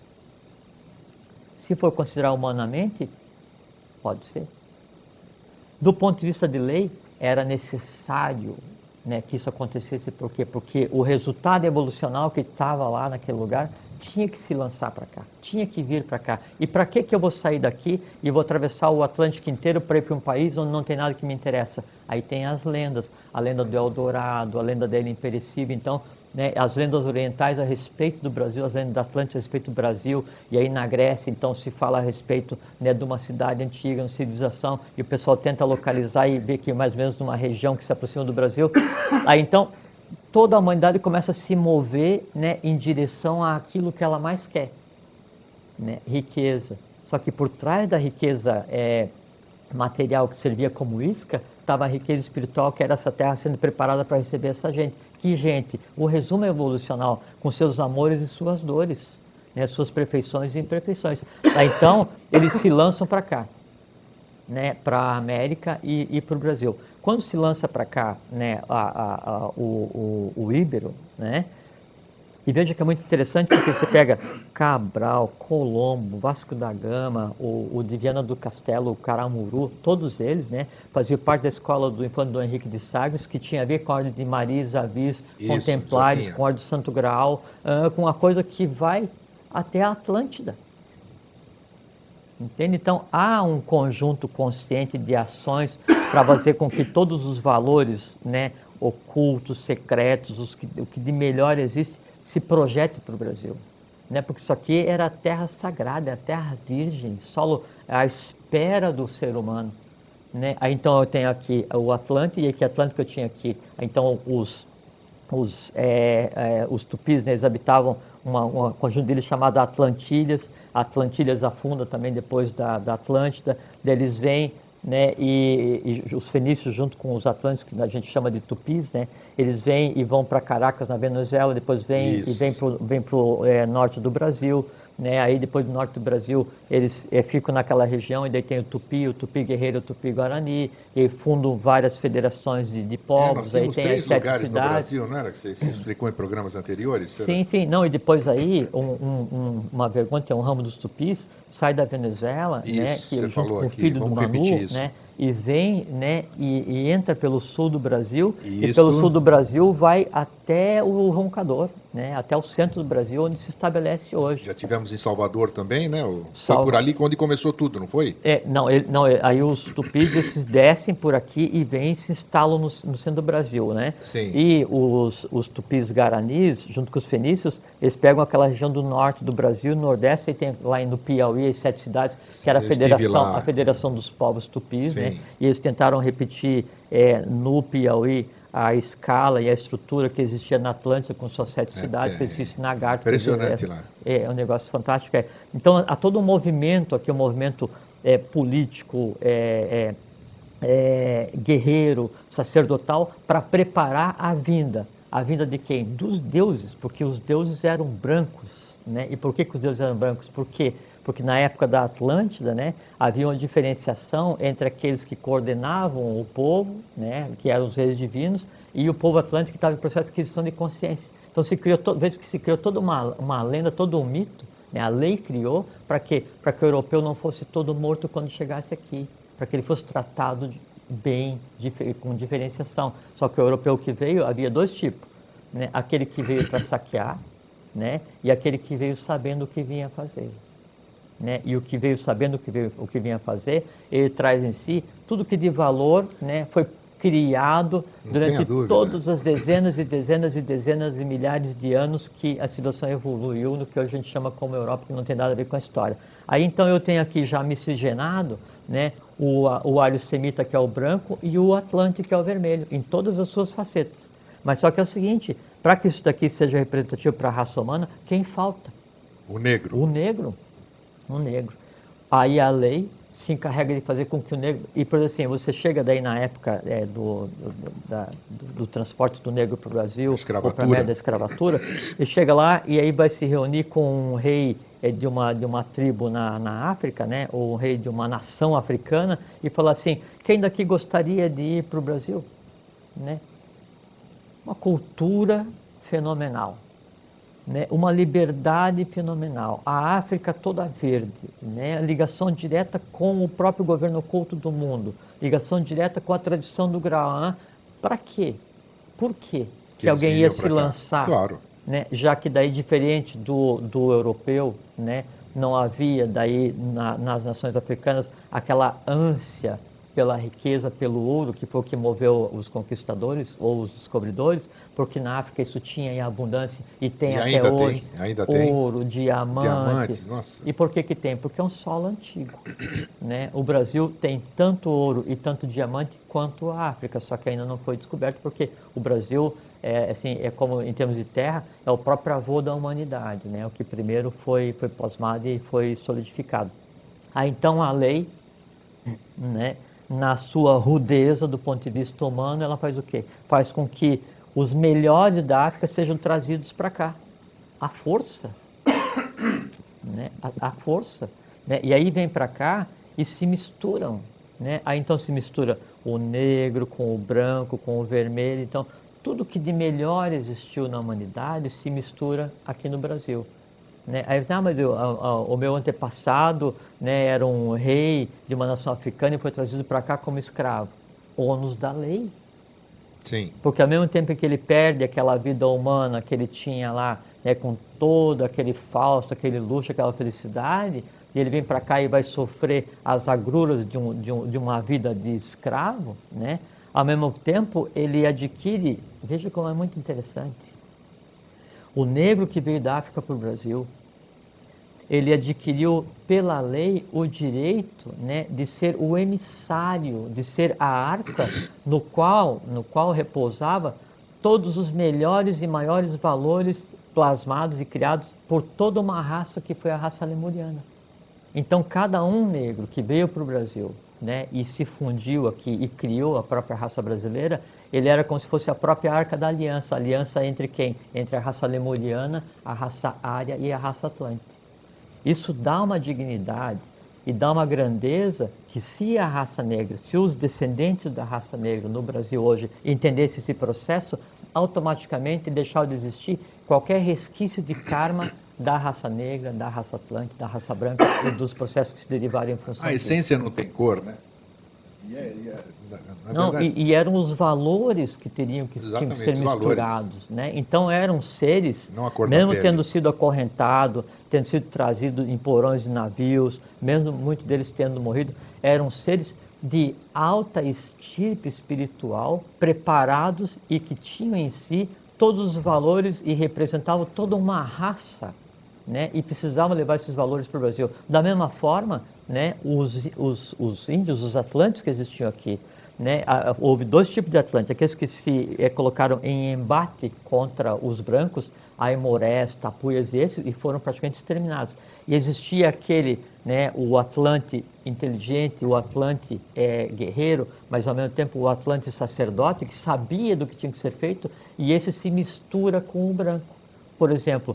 Se for considerar humanamente, pode ser. Do ponto de vista de lei, era necessário, né, que isso acontecesse. Por quê? Porque o resultado evolucional que estava lá naquele lugar tinha que se lançar para cá, tinha que vir para cá. E para que eu vou sair daqui e vou atravessar o Atlântico inteiro para ir para um país onde não tem nada que me interessa? Aí tem as lendas, a lenda do Eldorado, a lenda da Ilha Imperecível. Então, né, as lendas orientais a respeito do Brasil, as lendas da Atlântida a respeito do Brasil, e aí na Grécia, então, se fala a respeito, né, de uma cidade antiga, uma civilização, e o pessoal tenta localizar e ver que mais ou menos numa região que se aproxima do Brasil. Aí, então, toda a humanidade começa a se mover, né, em direção àquilo que ela mais quer, né, riqueza. Só que por trás da riqueza material que servia como isca, estava a riqueza espiritual, que era essa terra sendo preparada para receber essa gente. Que gente? O resumo evolucional, com seus amores e suas dores, né, suas perfeições e imperfeições. Aí, então, eles se lançam para cá, né, para a América e para o Brasil. Quando se lança para cá, né, o Íbero, né, e veja que é muito interessante porque você pega Cabral, Colombo, Vasco da Gama, o de Viana do Castelo, o Caramuru, todos eles, né, faziam parte da escola do Infante Dom Henrique de Sagres, que tinha a ver com a ordem de Maria Isavis, com Templários, com a ordem do Santo Graal, com uma coisa que vai até a Atlântida. Entende? Então, há um conjunto consciente de ações para fazer com que todos os valores, né, ocultos, secretos, o que de melhor existe, se projete para o Brasil. Né? Porque isso aqui era a terra sagrada, a terra virgem, solo à espera do ser humano. Né? Aí, então, eu tenho aqui o Atlântico, e aqui Atlântico eu tinha aqui. Então, os tupis, né, eles habitavam um conjunto deles chamado Atlantilhas. Atlantilhas afunda também depois da Atlântida. Daí eles vêm, né, e os fenícios junto com os atlânticos, que a gente chama de tupis, né, eles vêm e vão para Caracas, na Venezuela, depois vêm para o norte do Brasil, né? Aí depois do norte do Brasil eles ficam naquela região e daí tem o Tupi Guerreiro, o Tupi Guarani, e fundam várias federações de povos. Nós tínhamos aí tem 3 as 7 lugares cidades. no Brasil, não era? Que você explicou em programas anteriores? Sim, sim. Não, e depois aí, uma vergonha, tem um ramo dos Tupis, sai da Venezuela, Isso, né, você que junto falou com o aqui. filho do Vamos Manu, repetir isso. né, e vem, né, e entra pelo sul do Brasil, e Isto. pelo sul do Brasil vai até o Roncador, né, até o centro do Brasil, onde se estabelece hoje. Já tivemos em Salvador também, né? Foi Salva- por ali onde começou tudo, não foi? Aí os Tupis esses descem por aqui e vêm e se instalam no centro do Brasil, né? Sim. E os Tupis Guaranis, junto com os fenícios, eles pegam aquela região do norte do Brasil, nordeste, e tem lá no Piauí as 7 cidades, que era Eu estive lá. a Federação dos Povos Tupis, Sim. né? E eles tentaram repetir no Piauí a escala e a estrutura que existia na Atlântida, com suas 7 cidades, que existe na Garta. Impressionante lá. É um negócio fantástico. Então, há todo um movimento aqui, um movimento político, guerreiro, sacerdotal, para preparar a vinda. A vinda de quem? Dos deuses, porque os deuses eram brancos, né? E por que os deuses eram brancos? Por quê? Porque na época da Atlântida, né, havia uma diferenciação entre aqueles que coordenavam o povo, né, que eram os reis divinos, e o povo atlântico que estava em processo de aquisição de consciência. Então veja que se criou toda uma lenda, todo um mito, né, a lei criou para quê? Para que o europeu não fosse todo morto quando chegasse aqui, para que ele fosse tratado bem, com diferenciação. Só que o europeu que veio, havia 2 tipos, né, aquele que veio para saquear, né, e aquele que veio sabendo o que vinha fazer. Né, e o que veio sabendo o que vinha fazer, ele traz em si tudo que de valor, né, foi criado durante todas as dezenas e dezenas e dezenas de milhares de anos que a situação evoluiu no que hoje a gente chama como Europa, que não tem nada a ver com a história. Aí então eu tenho aqui já miscigenado, né, o alho semita, que é o branco, e o atlântico, que é o vermelho, em todas as suas facetas. Mas só que é o seguinte, para que isso daqui seja representativo para a raça humana, quem falta? O negro. O negro. O negro. Aí a lei se encarrega de fazer com que o negro... E, por exemplo, assim, você chega daí na época do transporte do negro para o Brasil, ou para a merda da escravatura, e chega lá e aí vai se reunir com um rei de uma tribo na África, né, ou um rei de uma nação africana, e falar assim, quem daqui gostaria de ir para o Brasil? Né? Uma cultura fenomenal. Né, uma liberdade fenomenal, a África toda verde, né, ligação direta com o próprio governo oculto do mundo, ligação direta com a tradição do Graã. Para quê? Por quê que alguém ia se lançar? Claro. Né, já que daí, diferente do europeu, né, não havia daí nas nações africanas aquela ânsia pela riqueza, pelo ouro, que foi o que moveu os conquistadores ou os descobridores, porque na África isso tinha em abundância e tem até hoje ouro, diamantes. Nossa. E por que tem? Porque é um solo antigo. Né? O Brasil tem tanto ouro e tanto diamante quanto a África, só que ainda não foi descoberto, porque o Brasil, é como em termos de terra, é o próprio avô da humanidade, né? O que primeiro foi plasmado e foi solidificado. Aí então a lei, né, na sua rudeza do ponto de vista humano, ela faz o quê? Faz com que os melhores da África sejam trazidos para cá. A força. Né? A força. Né? E aí vem para cá e se misturam. Né? Aí então se mistura o negro com o branco, com o vermelho. Então, tudo que de melhor existiu na humanidade se mistura aqui no Brasil. Né? Aí, mas o meu antepassado, né, era um rei de uma nação africana e foi trazido para cá como escravo. Ônus da lei. Sim. Porque ao mesmo tempo que ele perde aquela vida humana que ele tinha lá, né, com todo aquele fausto, aquele luxo, aquela felicidade, e ele vem para cá e vai sofrer as agruras de uma vida de escravo, né? Ao mesmo tempo ele adquire, veja como é muito interessante, o negro que veio da África para o Brasil, ele adquiriu pela lei o direito, né, de ser o emissário, de ser a arca no qual repousava todos os melhores e maiores valores plasmados e criados por toda uma raça que foi a raça lemuriana. Então cada um negro que veio para o Brasil, né, e se fundiu aqui e criou a própria raça brasileira, ele era como se fosse a própria Arca da Aliança. A aliança entre quem? Entre a raça lemuriana, a raça ária e a raça atlântica. Isso dá uma dignidade e dá uma grandeza que, se a raça negra, se os descendentes da raça negra no Brasil hoje entendessem esse processo, automaticamente deixar de existir qualquer resquício de karma da raça negra, da raça atlântica, da raça branca e dos processos que se derivaram em função A essência não tem cor, né? Não, e eram os valores que tinham que ser misturados, né? Então eram seres, mesmo tendo sido acorrentados, tendo sido trazidos em porões de navios, mesmo muitos deles tendo morrido, eram seres de alta estirpe espiritual, preparados e que tinham em si todos os valores e representavam toda uma raça, né? E precisavam levar esses valores para o Brasil. Da mesma forma, né, os índios, os atlânticos que existiam aqui, né, houve dois tipos de atlânticos, aqueles que se colocaram em embate contra os brancos, aimorés, tapuias e foram praticamente exterminados. E existia aquele, né, o Atlante inteligente, o Atlante guerreiro, mas ao mesmo tempo o Atlante sacerdote, que sabia do que tinha que ser feito, e esse se mistura com o branco. Por exemplo,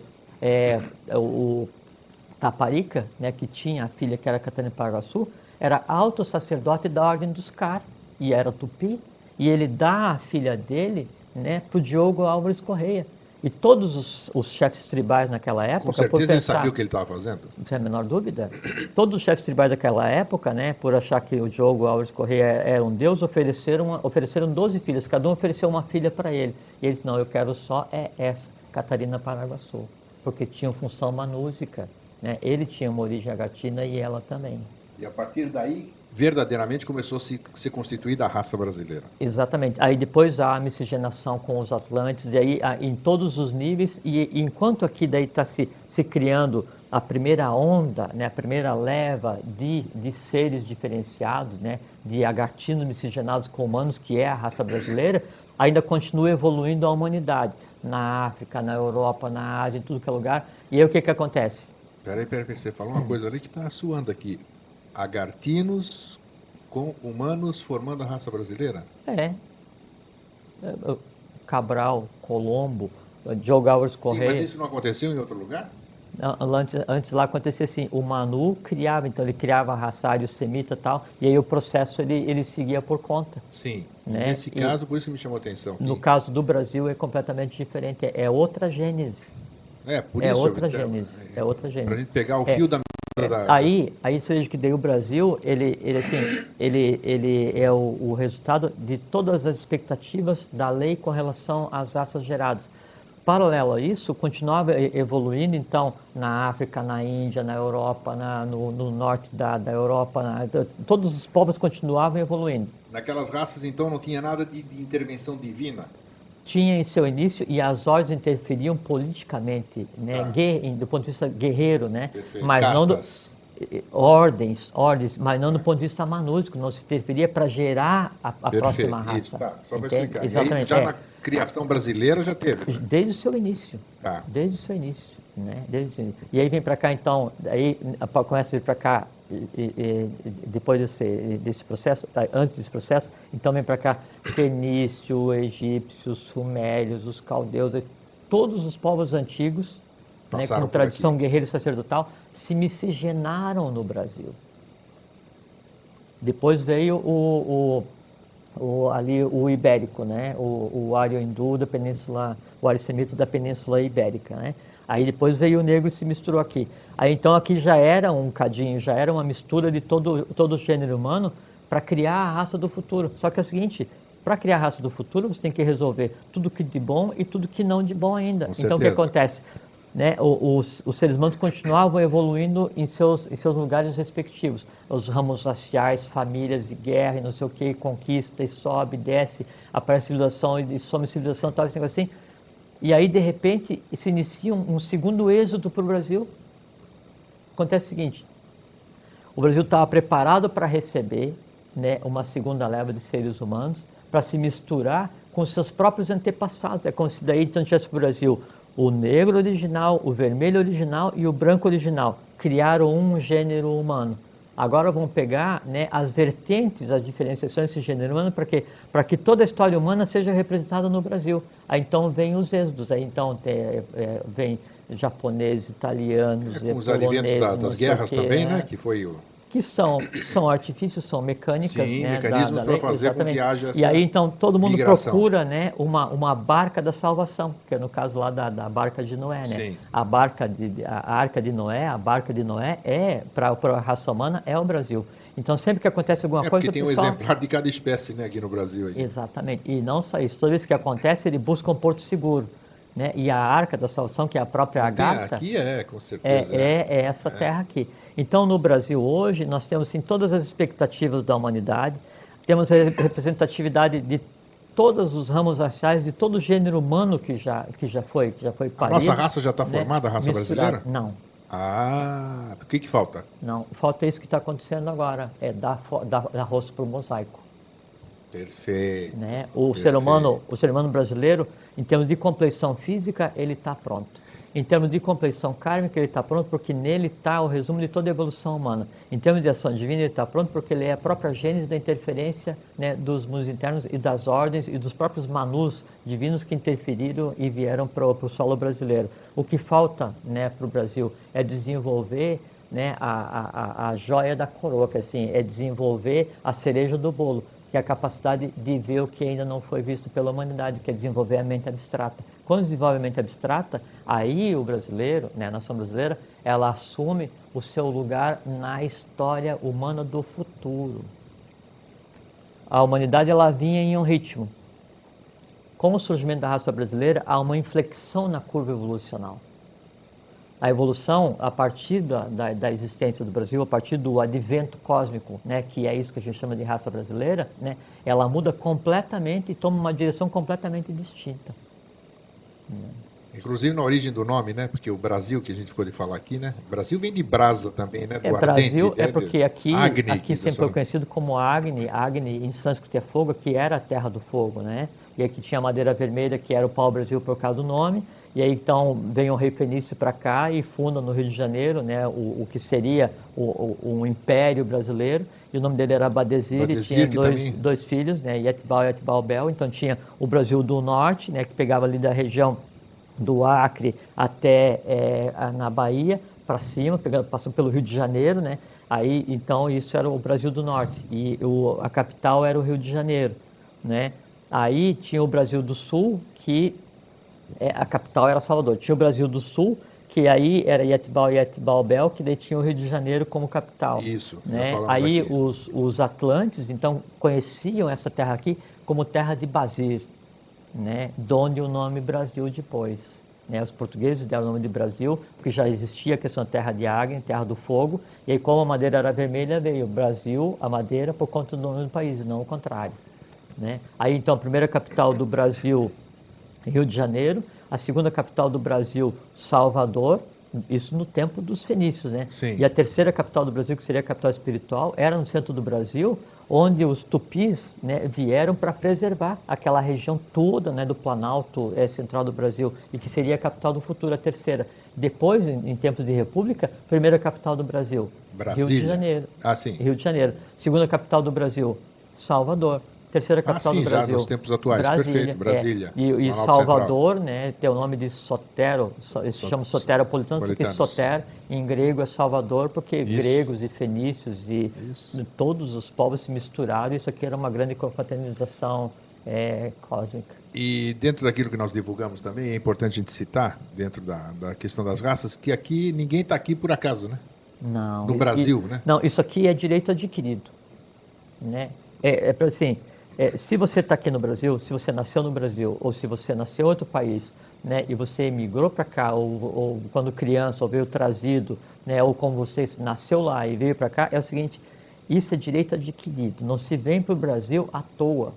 o Taparica, né, que tinha a filha que era Catarina Paraguaçu, era alto sacerdote da Ordem dos Car, e era tupi, e ele dá a filha dele, né, para o Diogo Álvares Correia. E todos os chefes tribais naquela época... Com certeza ele sabia o que ele estava fazendo. Sem a menor dúvida. Todos os chefes tribais daquela época, né, por achar que o Diogo Álvares Correia era um deus, ofereceram 12 filhas, cada um ofereceu uma filha para ele. E ele disse, não, eu quero só essa, Catarina Paraguaçu, porque tinha função manúsica, né? Ele tinha uma origem agatina e ela também. E a partir daí, verdadeiramente começou a se constituir a raça brasileira. Exatamente. Aí depois há a miscigenação com os Atlantes, e aí em todos os níveis, e enquanto aqui daí está se criando a primeira onda, né, a primeira leva de seres diferenciados, né, de agartinos miscigenados com humanos, que é a raça brasileira, ainda continua evoluindo a humanidade. Na África, na Europa, na Ásia, em tudo que é lugar. E aí o que acontece? Peraí, você falou uma coisa ali que está suando aqui. Agartinos com humanos formando a raça brasileira? Cabral, Colombo, Diogo Álvares Correia. Sim, mas isso não aconteceu em outro lugar? Antes lá acontecia assim, o Manu criava, então ele criava a raça ário-semita e tal, e aí o processo ele seguia por conta. Sim, né? Nesse caso, por isso que me chamou a atenção. No caso do Brasil é completamente diferente, é outra gênese. Por isso. Outra gênese, é outra gênese. Para a gente pegar o fio da... Aí seja que daí o Brasil, ele é o resultado de todas as expectativas da lei com relação às raças geradas. Paralelo a isso, continuava evoluindo, então, na África, na Índia, na Europa, no norte da Europa, todos os povos continuavam evoluindo. Naquelas raças, então, não tinha nada de intervenção divina? Tinha em seu início, e as ordens interferiam politicamente, né, do ponto de vista guerreiro, né? Mas castas. Ordens, mas não do ponto de vista manúsico, não se interferia para gerar a próxima raça. Isso, só para explicar. Exatamente. E aí, já na criação brasileira já teve? Né? Desde o seu início. Desde o seu início. Né? E aí vem para cá, então, aí começa a vir para cá, depois desse processo, antes desse processo, então vem para cá fenício, egípcios, sumérios, os caldeus, todos os povos antigos, né, com tradição guerreira e sacerdotal, se miscigenaram no Brasil. Depois veio ali o ibérico, né, o ário-hindu da península, o ário-semita da península ibérica, né? Aí depois veio o negro e se misturou aqui. Aí então aqui já era um cadinho, já era uma mistura de todo o gênero humano para criar a raça do futuro. Só que é o seguinte, para criar a raça do futuro você tem que resolver tudo que de bom e tudo que não de bom ainda. Então o que acontece? Né, os seres humanos continuavam evoluindo em seus lugares respectivos. Os ramos raciais, famílias e guerra e não sei o que, conquista e sobe, desce, aparece civilização e some civilização, tal, assim, assim. E aí, de repente, se inicia um segundo êxodo para o Brasil. Acontece o seguinte, o Brasil estava preparado para receber, né, uma segunda leva de seres humanos, para se misturar com seus próprios antepassados. É como se daí então tivesse o Brasil o negro original, o vermelho original e o branco original. Criaram um gênero humano. Agora vão pegar, né, as vertentes, as diferenciações desse gênero humano para que toda a história humana seja representada no Brasil. Aí então vem os êxodos, aí então vem japoneses, italianos, com os adventos das guerras também, né? Que foi o... Que são artifícios, são mecânicas, sim, né, mecanismos para fazer com que haja essa E aí então todo mundo migração. procura, né, uma barca da salvação, que é no caso lá da barca de Noé, né? Sim. A arca de Noé, a barca de Noé para a raça humana é o Brasil. Então sempre que acontece alguma coisa, porque tem um exemplar de cada espécie, né, aqui no Brasil. Aí. Exatamente. E não só isso, toda vez que acontece, ele busca um porto seguro. Né? E a Arca da Salvação, que é a própria Agatha, aqui com certeza. É essa terra aqui. Então, no Brasil hoje, nós temos sim, todas as expectativas da humanidade, temos a representatividade de todos os ramos raciais, de todo o gênero humano que já foi parido. A nossa raça já está formada, né? a raça brasileira? Não. Ah, o que falta? Não, falta isso que está acontecendo agora, é dar rosto para o mosaico. Perfeito. Né? O ser humano brasileiro, em termos de compleição física, ele está pronto. Em termos de compleição kármica, ele está pronto porque nele está o resumo de toda a evolução humana. Em termos de ação divina, ele está pronto porque ele é a própria gênese da interferência, né, dos mundos internos e das ordens e dos próprios manus divinos que interferiram e vieram para o solo brasileiro. O que falta, né, para o Brasil é desenvolver, né, a joia da coroa, que assim, é desenvolver a cereja do bolo, que é a capacidade de ver o que ainda não foi visto pela humanidade, que é desenvolver a mente abstrata. Quando desenvolve a mente abstrata, aí o brasileiro, né, a nação brasileira, ela assume o seu lugar na história humana do futuro. A humanidade ela vinha em um ritmo. Com o surgimento da raça brasileira, há uma inflexão na curva evolucional. A evolução, a partir da existência do Brasil, a partir do advento cósmico, né, que é isso que a gente chama de raça brasileira, né, ela muda completamente e toma uma direção completamente distinta. Inclusive na origem do nome, né? Porque o Brasil, que a gente ficou de falar aqui, né? O Brasil vem de brasa também, né? Do Brasil ardente, é porque aqui sempre foi só... conhecido como Agni. Agni em sânscrito é fogo, que era a terra do fogo, né? E aqui tinha a madeira vermelha, que era o pau-brasil por causa do nome. E aí então vem o rei Fenício para cá e funda no Rio de Janeiro, né, o que seria um império brasileiro. E o nome dele era Badesir, e tinha dois filhos, né, Yetibal e Yetibal Bel. Então tinha o Brasil do Norte, né, que pegava ali da região do Acre até na Bahia, para cima, passando pelo Rio de Janeiro, né? Aí então isso era o Brasil do Norte e a capital era o Rio de Janeiro, né? Aí tinha o Brasil do Sul, que a capital era Salvador. Tinha o Brasil do Sul, que aí era Yetibal e Yetibal Bel, que daí tinha o Rio de Janeiro como capital. Isso, né? Aí os Atlantes, então, conheciam essa terra aqui como terra de Basir, né? De onde o nome Brasil depois. Né? Os portugueses deram o nome de Brasil, porque já existia a questão da terra de Agni, terra do fogo, e aí como a madeira era vermelha, veio Brasil, a madeira, por conta do nome do país, e não o contrário. Né? Aí então a primeira capital do Brasil, Rio de Janeiro, a segunda capital do Brasil, Salvador, isso no tempo dos fenícios, né? Sim. E a terceira capital do Brasil, que seria a capital espiritual, era no centro do Brasil, onde os tupis, né, vieram para preservar aquela região toda, né, do Planalto central do Brasil, e que seria a capital do futuro, a terceira. Depois, em tempos de república, primeira capital do Brasil, Brasília. Rio de Janeiro. Ah, sim. Rio de Janeiro. Segunda capital do Brasil, Salvador. Terceira capital do Brasil. Já nos tempos atuais, Brasília, perfeito, Brasília. E Salvador, né, tem o nome de Sotero, se chama Soteropolitano, porque Soter em grego é Salvador, porque gregos e fenícios e todos os povos se misturaram, isso aqui era uma grande confraternização cósmica. E dentro daquilo que nós divulgamos também, é importante a gente citar, dentro da questão das raças, que aqui ninguém está aqui por acaso, né? Não. No Brasil, né? Não, isso aqui é direito adquirido, né? Assim, se você está aqui no Brasil, se você nasceu no Brasil, ou se você nasceu em outro país, né, e você emigrou para cá, ou quando criança, ou veio trazido, né, ou como você nasceu lá e veio para cá, é o seguinte, isso é direito adquirido, não se vem para o Brasil à toa,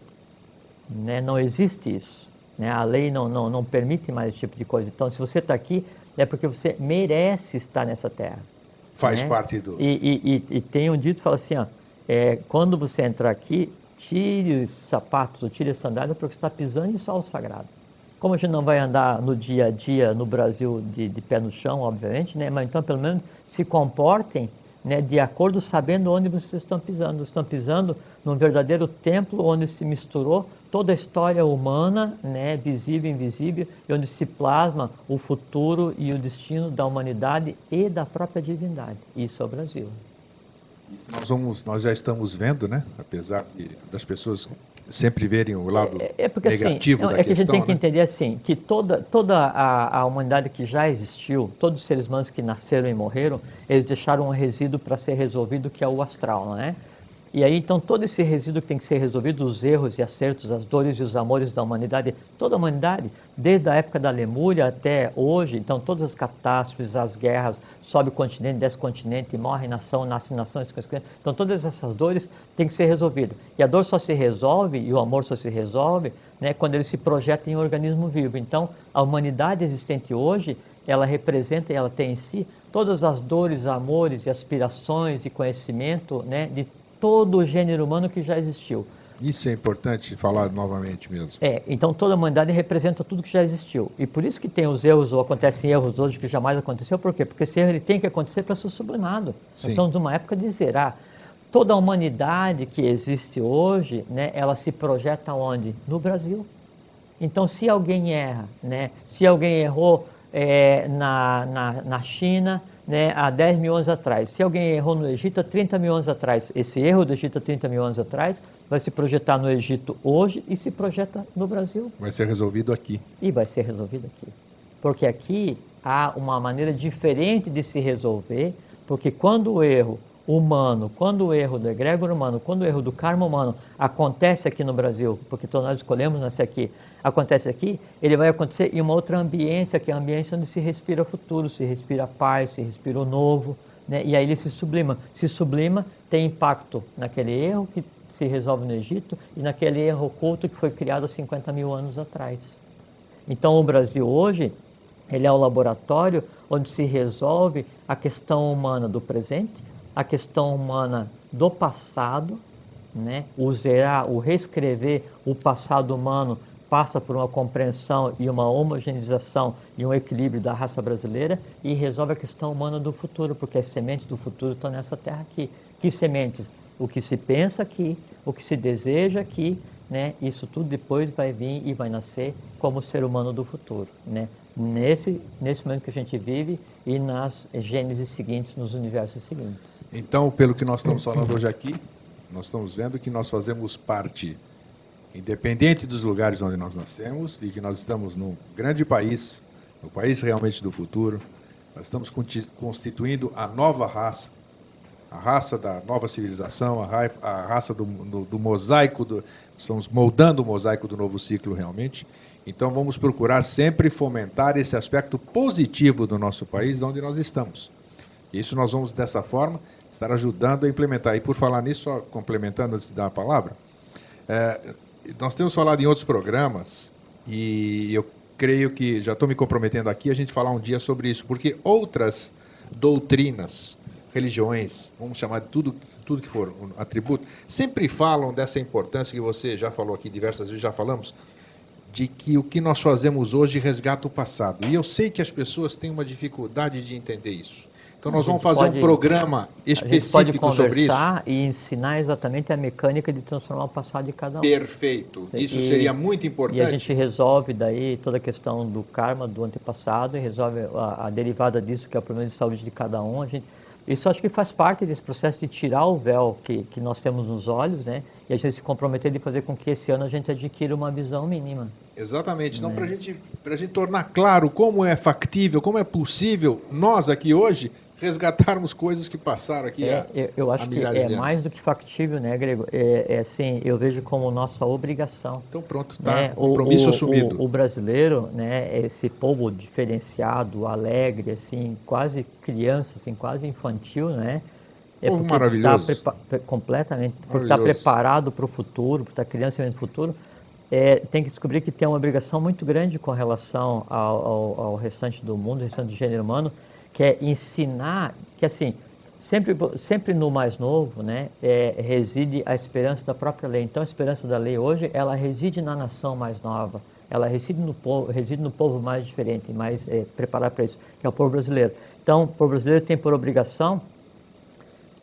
né, não existe isso, né, a lei não permite mais esse tipo de coisa. Então, se você está aqui, é porque você merece estar nessa terra. Faz né? parte do... E tem um dito, fala assim, ó, quando você entrar aqui, tire os sapatos ou tire as sandálias porque você está pisando em solo sagrado. Como a gente não vai andar no dia a dia no Brasil de pé no chão, obviamente, né? Mas então pelo menos se comportem, né, de acordo, sabendo onde vocês estão pisando. Vocês estão pisando num verdadeiro templo onde se misturou toda a história humana, né, visível e invisível, e onde se plasma o futuro e o destino da humanidade e da própria divindade. Isso é o Brasil. Nós já estamos vendo, né, apesar das pessoas sempre verem o lado porque, negativo assim, da é que a gente tem que né? entender assim, que toda a humanidade que já existiu, todos os seres humanos que nasceram e morreram, eles deixaram um resíduo para ser resolvido, que é o astral, não é? E aí, então, todo esse resíduo que tem que ser resolvido, os erros e acertos, as dores e os amores da humanidade, toda a humanidade, desde a época da Lemúria até hoje, então, todas as catástrofes, as guerras, sobe o continente, desce o continente, morre nação, nasce nação, então, todas essas dores têm que ser resolvidas. E a dor só se resolve, e o amor só se resolve, né, quando ele se projeta em um organismo vivo. Então, a humanidade existente hoje, ela representa e ela tem em si todas as dores, amores e aspirações e conhecimento, né, de todo o gênero humano que já existiu. Isso é importante falar novamente mesmo. Então toda a humanidade representa tudo que já existiu. E por isso que tem os erros, ou acontecem erros hoje que jamais aconteceu. Por quê? Porque esse erro ele tem que acontecer para ser sublimado. Sim. Nós estamos numa época de zerar. Toda a humanidade que existe hoje, né, ela se projeta onde? No Brasil. Então se alguém erra, né, se alguém errou na China, né, há 10 mil anos atrás. Se alguém errou no Egito há 30 mil anos atrás, esse erro do Egito há 30 mil anos atrás vai se projetar no Egito hoje e se projeta no Brasil. Vai ser resolvido aqui. E vai ser resolvido aqui. Porque aqui há uma maneira diferente de se resolver, porque quando o erro humano, quando o erro do egrégor humano, quando o erro do karma humano acontece aqui no Brasil, porque todos nós escolhemos nascer aqui, acontece aqui, ele vai acontecer em uma outra ambiência, que é a ambiência onde se respira futuro, se respira paz, se respira o novo, né? E aí ele se sublima. Se sublima, tem impacto naquele erro que se resolve no Egito e naquele erro oculto que foi criado há 50 mil anos atrás. Então o Brasil hoje, ele é o laboratório onde se resolve a questão humana do presente, a questão humana do passado, né? O zerar, o reescrever o passado humano passa por uma compreensão e uma homogeneização e um equilíbrio da raça brasileira e resolve a questão humana do futuro, porque as sementes do futuro estão nessa terra aqui. Que sementes? O que se pensa aqui, o que se deseja aqui, né? Isso tudo depois vai vir e vai nascer como ser humano do futuro, né? Nesse momento que a gente vive e nas gênesis seguintes, nos universos seguintes. Então, pelo que nós estamos falando hoje aqui, nós estamos vendo que nós fazemos parte, independente dos lugares onde nós nascemos, e que nós estamos num grande país, no país realmente do futuro. Nós estamos constituindo a nova raça, a raça da nova civilização, a raça do mosaico, estamos moldando o mosaico do novo ciclo realmente. Então vamos procurar sempre fomentar esse aspecto positivo do nosso país, onde nós estamos. Isso nós vamos, dessa forma, estar ajudando a implementar. E por falar nisso, só complementando antes de dar a palavra, nós temos falado em outros programas, e eu creio que, já estou me comprometendo aqui, a gente falar um dia sobre isso, porque outras doutrinas, religiões, vamos chamar de tudo que for um atributo, sempre falam dessa importância que você já falou aqui diversas vezes, já falamos, de que o que nós fazemos hoje resgata o passado. E eu sei que as pessoas têm uma dificuldade de entender isso. Então nós vamos fazer um programa específico sobre isso. A gente pode conversar e ensinar exatamente a mecânica de transformar o passado de cada um. Perfeito. Isso seria muito importante. E a gente resolve daí toda a questão do karma do antepassado e resolve a derivada disso, que é o problema de saúde de cada um. Isso acho que faz parte desse processo de tirar o véu que nós temos nos olhos, né? E a gente se comprometer de fazer com que esse ano a gente adquira uma visão mínima. Exatamente. Então, para a gente tornar claro como é factível, como é possível, nós aqui hoje resgatarmos coisas que passaram aqui eu acho que é mais do que factível, né, Grego? Assim, eu vejo como nossa obrigação. Então pronto, tá, né? Compromisso assumido. O brasileiro, né, esse povo diferenciado, alegre, assim, quase criança, assim, quase infantil, né? Povo maravilhoso. Completamente, porque está preparado para o futuro, para estar criança no futuro. Tem que descobrir que tem uma obrigação muito grande com relação ao restante do mundo, ao restante do gênero humano, que é ensinar, que assim, sempre no mais novo, né, reside a esperança da própria lei. Então a esperança da lei hoje, ela reside na nação mais nova, ela reside no povo mais diferente, mais preparado para isso, que é o povo brasileiro. Então o povo brasileiro tem por obrigação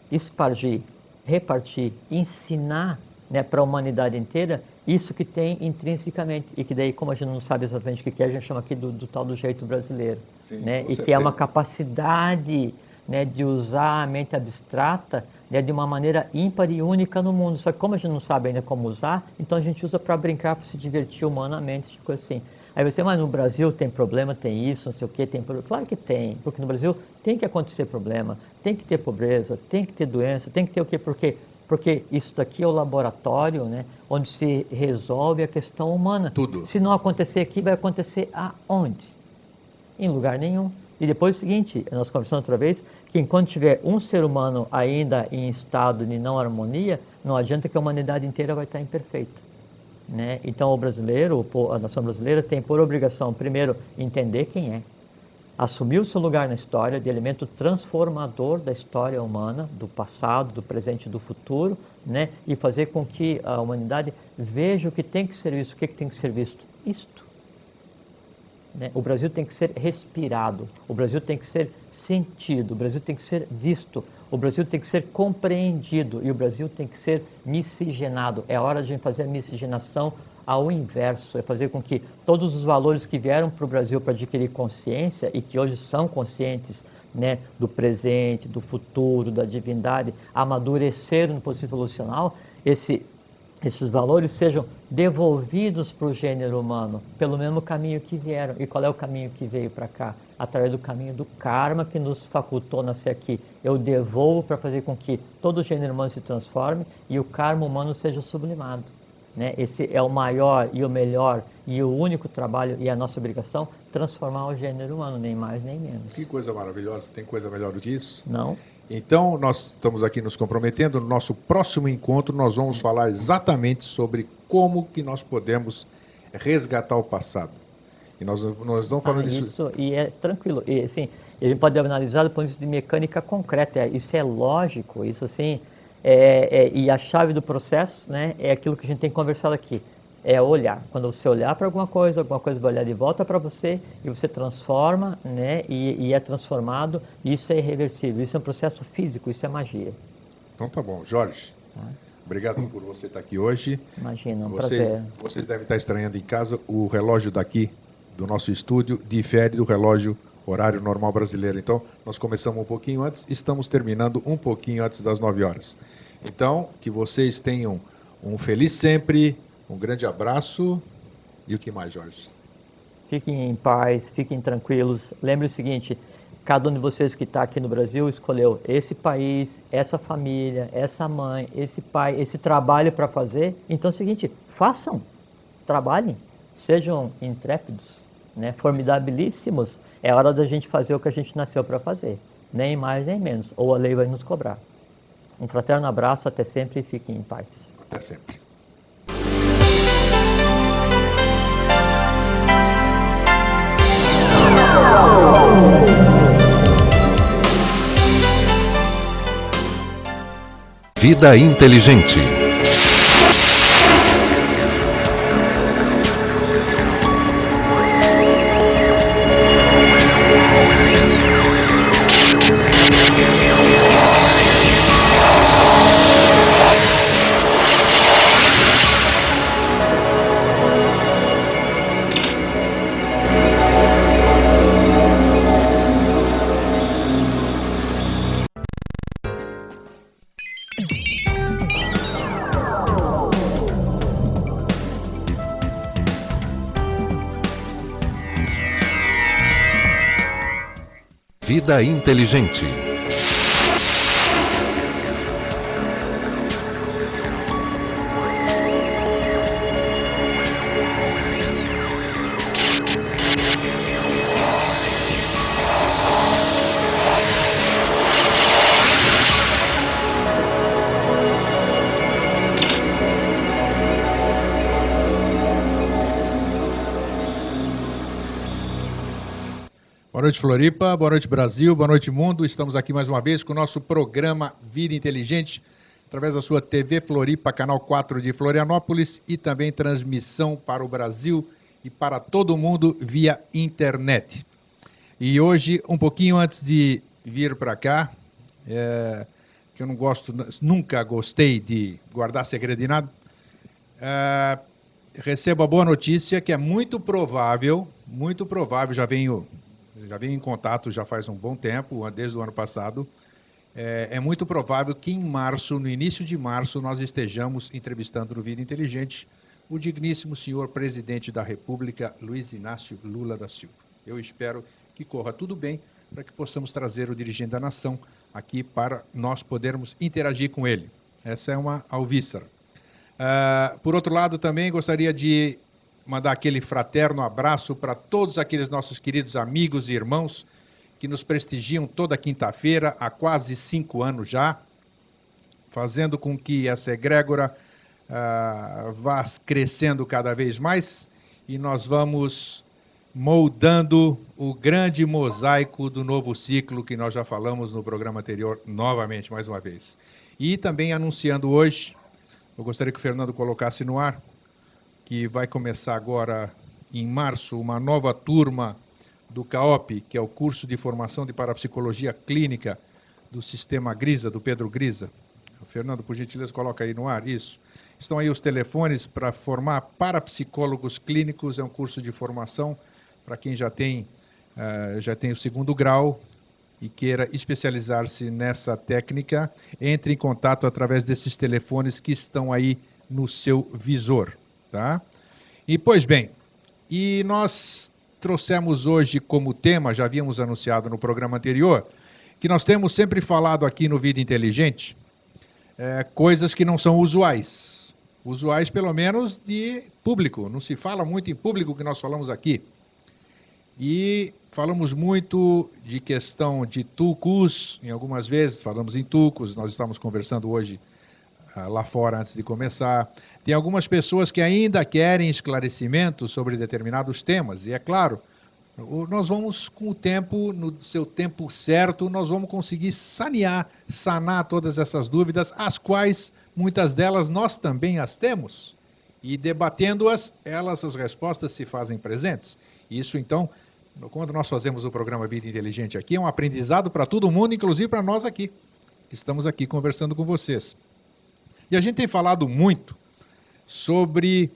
espargir, repartir, ensinar, né, para a humanidade inteira isso que tem intrinsecamente. E que daí, como a gente não sabe exatamente o que é, a gente chama aqui do tal do jeito brasileiro. Sim, né? com E certeza. que é uma capacidade, né, de usar a mente abstrata, né, de uma maneira ímpar e única no mundo. Só que como a gente não sabe ainda como usar, então a gente usa para brincar, para se divertir humanamente, tipo assim. Aí você, mas no Brasil tem problema, tem isso, não sei o que, tem problema. Claro que tem, porque no Brasil tem que acontecer problema, tem que ter pobreza, tem que ter doença, tem que ter o quê? Porque isso daqui é o laboratório, né, onde se resolve a questão humana. Tudo. Se não acontecer aqui, vai acontecer aonde? Em lugar nenhum. E depois é o seguinte, nós conversamos outra vez, que enquanto tiver um ser humano ainda em estado de não harmonia, não adianta que a humanidade inteira vai estar imperfeita. Né? Então o brasileiro, a nação brasileira tem por obrigação, primeiro, entender quem é, assumir o seu lugar na história de elemento transformador da história humana, do passado, do presente e do futuro, né? E fazer com que a humanidade veja o que tem que ser visto. O que tem que ser visto? Isto. Né? O Brasil tem que ser respirado, o Brasil tem que ser sentido, o Brasil tem que ser visto, o Brasil tem que ser compreendido e o Brasil tem que ser miscigenado. É hora de fazer a miscigenação ao inverso, é fazer com que todos os valores que vieram para o Brasil para adquirir consciência e que hoje são conscientes, né, do presente, do futuro, da divindade, amadureceram no processo evolucional, esses valores sejam devolvidos para o gênero humano pelo mesmo caminho que vieram. E qual é o caminho que veio para cá? Através do caminho do karma que nos facultou nascer aqui. Eu devolvo para fazer com que todo o gênero humano se transforme e o karma humano seja sublimado. Né? Esse é o maior e o melhor e o único trabalho e a nossa obrigação, transformar o gênero humano, nem mais nem menos. Que coisa maravilhosa, tem coisa melhor do que isso? Não. Então, nós estamos aqui nos comprometendo. No nosso próximo encontro, nós vamos falar exatamente sobre como que nós podemos resgatar o passado. E nós estamos falando disso. Isso, e é tranquilo. E, assim, a gente pode analisar do ponto de vista de mecânica concreta. Isso é lógico, isso assim... e a chave do processo, né, é aquilo que a gente tem conversado aqui. É olhar. Quando você olhar para alguma coisa vai olhar de volta para você e você transforma, né, e é transformado. Isso é irreversível. Isso é um processo físico, isso é magia. Então tá bom. Jorge, obrigado por você estar aqui hoje. Imagina, prazer. Vocês devem estar estranhando em casa, o relógio daqui do nosso estúdio difere do relógio horário normal brasileiro. Então, nós começamos um pouquinho antes, estamos terminando um pouquinho antes das 9 horas. Então, que vocês tenham um feliz sempre, um grande abraço. E o que mais, Jorge? Fiquem em paz, fiquem tranquilos. Lembre o seguinte, cada um de vocês que está aqui no Brasil escolheu esse país, essa família, essa mãe, esse pai, esse trabalho para fazer. Então é o seguinte, façam, trabalhem, sejam intrépidos, né, formidabilíssimos. É hora da gente fazer o que a gente nasceu para fazer, nem mais nem menos, ou a lei vai nos cobrar. Um fraterno abraço, até sempre e fiquem em paz. Até sempre. Vida inteligente. Vida inteligente. Boa noite, Floripa. Boa noite, Brasil. Boa noite, mundo. Estamos aqui mais uma vez com o nosso programa Vida Inteligente, através da sua TV Floripa, canal 4 de Florianópolis, e também transmissão para o Brasil e para todo o mundo via internet. E hoje, um pouquinho antes de vir para cá, que eu não gosto, nunca gostei de guardar segredo de nada, recebo a boa notícia que é muito provável, já venho em contato já faz um bom tempo, desde o ano passado, é muito provável que em março, no início de março, nós estejamos entrevistando no Vida Inteligente o digníssimo senhor presidente da República, Luiz Inácio Lula da Silva. Eu espero que corra tudo bem para que possamos trazer o dirigente da nação aqui para nós podermos interagir com ele. Essa é uma alvíssara. Por outro lado, também gostaria de mandar aquele fraterno abraço para todos aqueles nossos queridos amigos e irmãos que nos prestigiam toda quinta-feira, há quase 5 anos já, fazendo com que essa egrégora vá crescendo cada vez mais e nós vamos moldando o grande mosaico do novo ciclo que nós já falamos no programa anterior, novamente, mais uma vez. E também anunciando hoje, eu gostaria que o Fernando colocasse no ar, que vai começar agora, em março, uma nova turma do CAOP, que é o curso de formação de parapsicologia clínica do Sistema Grisa, do Pedro Grisa. Fernando, por gentileza, coloca aí no ar, isso. Estão aí os telefones para formar parapsicólogos clínicos, é um curso de formação para quem já tem o 2º grau e queira especializar-se nessa técnica, entre em contato através desses telefones que estão aí no seu visor. Tá? E, pois bem, e nós trouxemos hoje como tema, já havíamos anunciado no programa anterior, que nós temos sempre falado aqui no Vida Inteligente, coisas que não são usuais. Usuais, pelo menos, de público. Não se fala muito em público que nós falamos aqui. E falamos muito de questão de tucos, em algumas vezes falamos em tucos, nós estamos conversando hoje lá fora antes de começar. Tem algumas pessoas que ainda querem esclarecimento sobre determinados temas, e é claro, nós vamos com o tempo, no seu tempo certo, nós vamos conseguir sanar todas essas dúvidas, as quais muitas delas nós também as temos, e debatendo-as, as respostas se fazem presentes. Isso, então, quando nós fazemos o programa Vida Inteligente aqui, é um aprendizado para todo mundo, inclusive para nós aqui, que estamos aqui conversando com vocês. E a gente tem falado muito sobre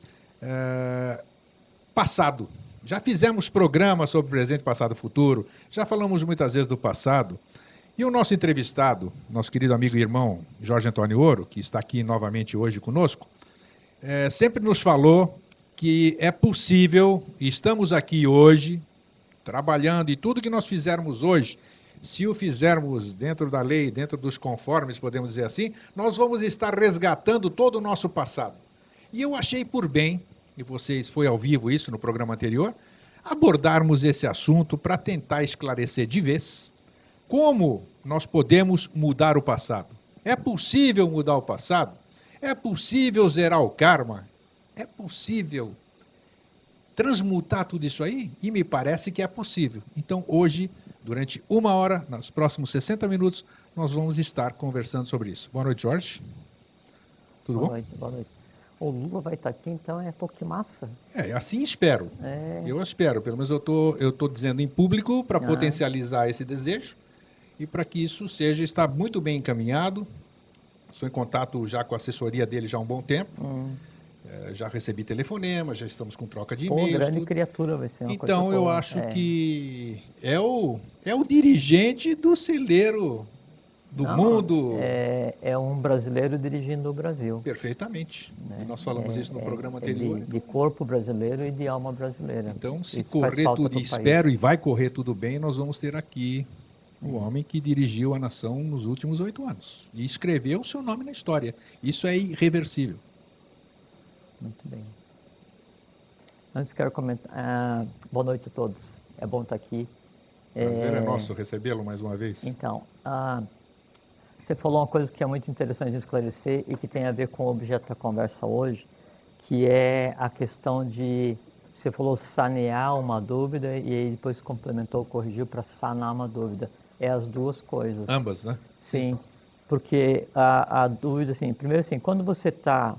passado. Já fizemos programas sobre presente, passado e futuro, já falamos muitas vezes do passado. E o nosso entrevistado, nosso querido amigo e irmão Jorge Antônio Ouro, que está aqui novamente hoje conosco, sempre nos falou que é possível, e estamos aqui hoje, trabalhando, e tudo que nós fizermos hoje, se o fizermos dentro da lei, dentro dos conformes, podemos dizer assim, nós vamos estar resgatando todo o nosso passado. E eu achei por bem, e foi ao vivo isso no programa anterior, abordarmos esse assunto para tentar esclarecer de vez como nós podemos mudar o passado. É possível mudar o passado? É possível zerar o karma? É possível transmutar tudo isso aí? E me parece que é possível. Então, hoje, durante 1 hora, nos próximos 60 minutos, nós vamos estar conversando sobre isso. Boa noite, Jorge. Tudo bom? Boa noite, boa noite. O Lula vai estar aqui, então é pouco massa. Assim espero. Eu espero. Pelo menos eu tô dizendo em público para potencializar esse desejo e para que isso está muito bem encaminhado. Estou em contato já com a assessoria dele já há um bom tempo. Já recebi telefonema, já estamos com troca de e-mails. Grande tudo. Criatura vai ser uma coisa então, eu acho que é o dirigente do celeiro do mundo. É um brasileiro dirigindo o Brasil. Perfeitamente. Né? Nós falamos isso no programa anterior. De corpo brasileiro e de alma brasileira. Então, se correr tudo, e espero, e vai correr tudo bem, nós vamos ter aqui o homem que dirigiu a nação nos últimos 8 anos. E escreveu o seu nome na história. Isso é irreversível. Muito bem. Antes quero comentar. Boa noite a todos. É bom estar aqui. Prazer é nosso recebê-lo mais uma vez. Então, você falou uma coisa que é muito interessante de esclarecer e que tem a ver com o objeto da conversa hoje, que é a questão de, você falou sanear uma dúvida e aí depois complementou, corrigiu para sanar uma dúvida. É as duas coisas. Ambas, né? Sim, porque a dúvida, assim, primeiro assim, quando você está,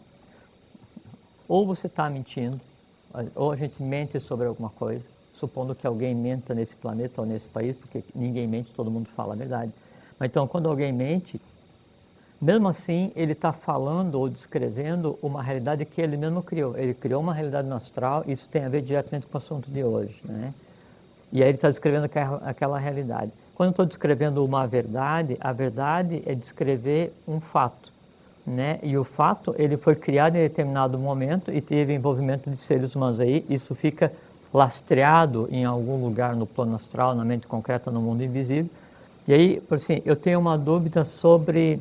ou você está mentindo, ou a gente mente sobre alguma coisa, supondo que alguém menta nesse planeta ou nesse país, porque ninguém mente, todo mundo fala a verdade. Mas então, quando alguém mente, mesmo assim ele está falando ou descrevendo uma realidade que ele mesmo criou. Ele criou uma realidade no astral, isso tem a ver diretamente com o assunto de hoje, né? E aí ele está descrevendo aquela realidade. Quando eu estou descrevendo uma verdade, a verdade é descrever um fato, né? E o fato, ele foi criado em determinado momento e teve envolvimento de seres humanos aí, isso fica lastreado em algum lugar no plano astral, na mente concreta, no mundo invisível. E aí, por assim, eu tenho uma dúvida sobre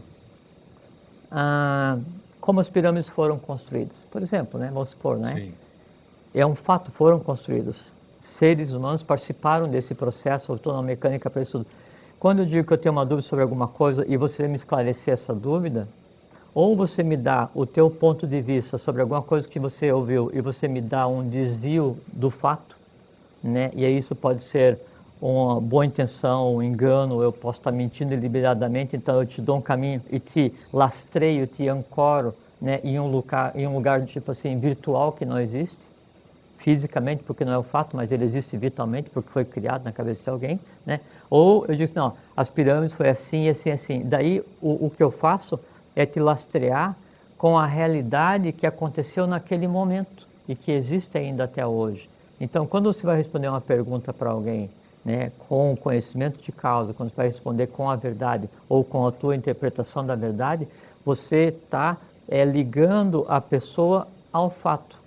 como as pirâmides foram construídas. Por exemplo, né? Vamos supor, né? Sim. É um fato, foram construídos. Seres humanos participaram desse processo, estou na mecânica para isso tudo. Quando eu digo que eu tenho uma dúvida sobre alguma coisa e você me esclarecer essa dúvida, ou você me dá o teu ponto de vista sobre alguma coisa que você ouviu e você me dá um desvio do fato, né? E aí isso pode ser uma boa intenção, um engano, eu posso estar mentindo deliberadamente, então eu te dou um caminho e te lastreio, te ancoro, né? Em um lugar tipo assim, virtual que não existe, fisicamente, porque não é o fato, mas ele existe virtualmente, porque foi criado na cabeça de alguém, né? Ou eu digo, não, as pirâmides foi assim, assim, assim. Daí o que eu faço é te lastrear com a realidade que aconteceu naquele momento e que existe ainda até hoje. Então, quando você vai responder uma pergunta para alguém, né, com conhecimento de causa, quando você vai responder com a verdade ou com a tua interpretação da verdade, você está ligando a pessoa ao fato.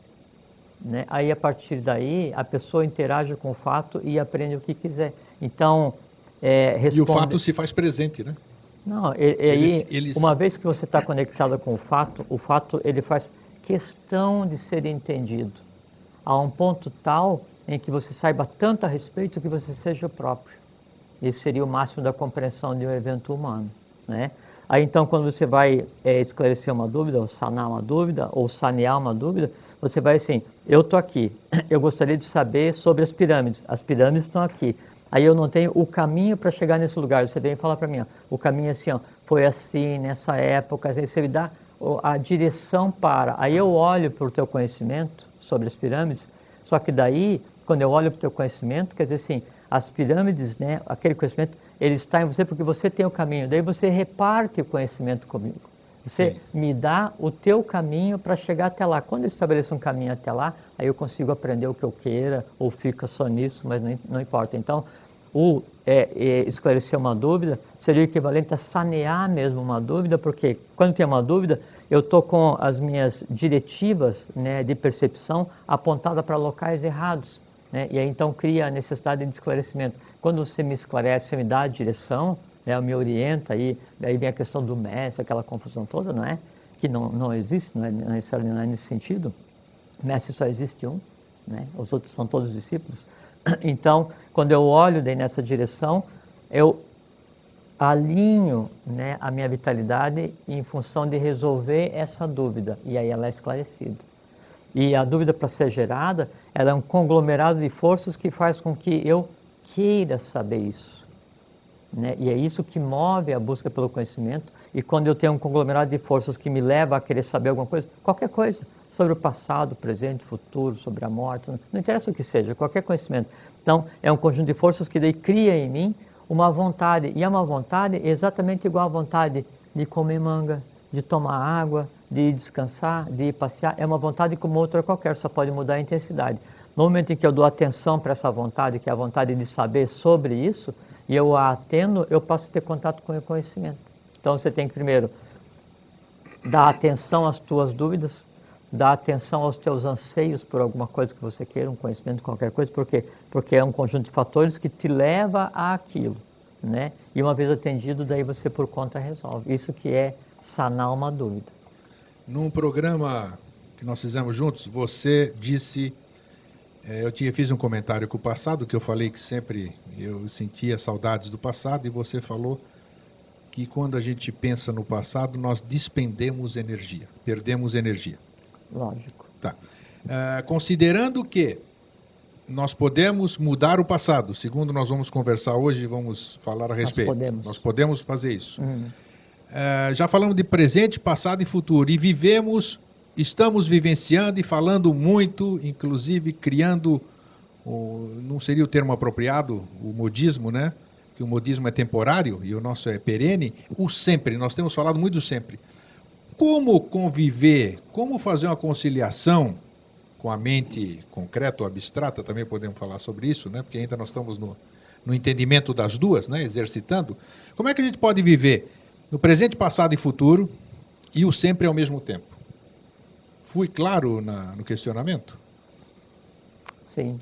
Né? Aí, a partir daí, a pessoa interage com o fato e aprende o que quiser. Então, responde... E o fato se faz presente, né? Não, Eles... uma vez que você está conectado com o fato ele faz questão de ser entendido. A um ponto tal em que você saiba tanto a respeito que você seja o próprio. Esse seria o máximo da compreensão de um evento humano, né? Aí, então, quando você vai esclarecer uma dúvida, ou sanar uma dúvida, ou sanear uma dúvida, você vai assim, eu estou aqui, eu gostaria de saber sobre as pirâmides estão aqui. Aí eu não tenho o caminho para chegar nesse lugar. Você vem e fala para mim, ó, o caminho assim, ó, foi assim, nessa época, aí você me dá a direção para. Aí eu olho para o teu conhecimento sobre as pirâmides, só que daí, quando eu olho para o teu conhecimento, quer dizer assim, as pirâmides, né, aquele conhecimento, ele está em você porque você tem o caminho. Daí você reparte o conhecimento comigo. Você me dá o teu caminho para chegar até lá. Quando eu estabeleço um caminho até lá, aí eu consigo aprender o que eu queira, ou fica só nisso, mas não importa. Então, esclarecer uma dúvida seria o equivalente a sanear mesmo uma dúvida, porque quando tem uma dúvida, eu estou com as minhas diretivas, né, de percepção apontadas para locais errados, né, e aí então cria a necessidade de esclarecimento. Quando você me esclarece, você me dá a direção, né, me orienta, aí vem a questão do mestre, aquela confusão toda, não é? Que não existe, não é nesse sentido. Mestre só existe um, né? Os outros são todos discípulos. Então, quando eu olho daí nessa direção, eu alinho, né, a minha vitalidade em função de resolver essa dúvida, e aí ela é esclarecida. E a dúvida, para ser gerada, ela é um conglomerado de forças que faz com que eu queira saber isso. Né? E é isso que move a busca pelo conhecimento. E quando eu tenho um conglomerado de forças que me leva a querer saber alguma coisa, qualquer coisa, sobre o passado, presente, futuro, sobre a morte, não interessa o que seja, qualquer conhecimento. Então, é um conjunto de forças que daí cria em mim uma vontade. E é uma vontade exatamente igual à vontade de comer manga, de tomar água, de ir descansar, de ir passear. É uma vontade como outra qualquer, só pode mudar a intensidade. No momento em que eu dou atenção para essa vontade, que é a vontade de saber sobre isso, e eu a atendo, eu passo a ter contato com o conhecimento. Então você tem que primeiro dar atenção às tuas dúvidas, dar atenção aos teus anseios por alguma coisa que você queira, um conhecimento, qualquer coisa, por quê? Porque é um conjunto de fatores que te leva àquilo, né? E uma vez atendido, daí você por conta resolve. Isso que é sanar uma dúvida. Num programa que nós fizemos juntos, você disse... fiz um comentário com o passado, que eu falei que sempre eu sentia saudades do passado, e você falou que quando a gente pensa no passado, nós despendemos energia, perdemos energia. Lógico. Tá. Considerando que nós podemos mudar o passado, segundo nós vamos conversar hoje, vamos falar a respeito. Nós podemos fazer isso. Já falamos de presente, passado e futuro, e estamos vivenciando e falando muito, inclusive criando, não seria o termo apropriado, o modismo, né? que o modismo é temporário e o nosso é perene, o sempre, nós temos falado muito do sempre. Como conviver, como fazer uma conciliação com a mente concreta ou abstrata, também podemos falar sobre isso, né? Porque ainda nós estamos no entendimento das duas, né? Exercitando. Como é que a gente pode viver no presente, passado e futuro e o sempre ao mesmo tempo? Fui claro no questionamento? Sim.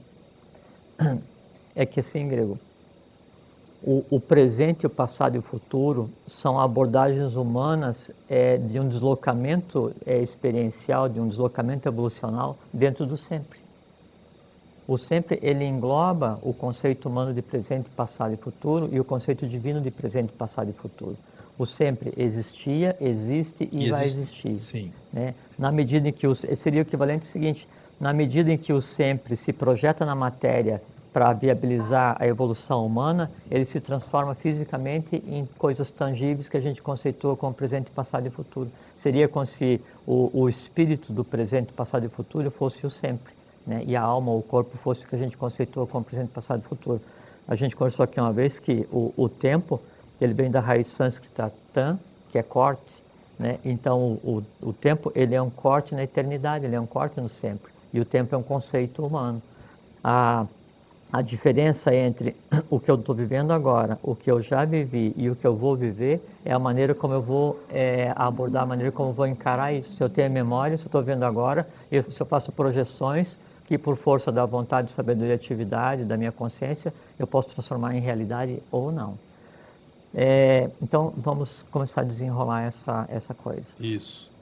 É que assim, Grego, o presente, o passado e o futuro são abordagens humanas de um deslocamento experiencial, de um deslocamento evolucional dentro do sempre. O sempre, ele engloba o conceito humano de presente, passado e futuro e o conceito divino de presente, passado e futuro. O sempre existia, existe e vai existir. Sim. Né? Na medida em que seria o equivalente ao seguinte: na medida em que o sempre se projeta na matéria para viabilizar a evolução humana, ele se transforma fisicamente em coisas tangíveis que a gente conceitua como presente, passado e futuro. Seria como se o espírito do presente, passado e futuro fosse o sempre, né? E a alma, o corpo, fosse o que a gente conceitua como presente, passado e futuro. A gente conversou aqui uma vez que o tempo, ele vem da raiz sânscrita tan, que é corte, né? Então o tempo, ele é um corte na eternidade, ele é um corte no sempre. E o tempo é um conceito humano. A diferença entre o que eu estou vivendo agora, o que eu já vivi e o que eu vou viver é a maneira como eu vou abordar, a maneira como eu vou encarar isso. Se eu tenho memória, se eu estou vendo agora, se eu faço projeções que por força da vontade, sabedoria e atividade, da minha consciência, eu posso transformar em realidade ou não. Então, vamos começar a desenrolar essa coisa. Isso.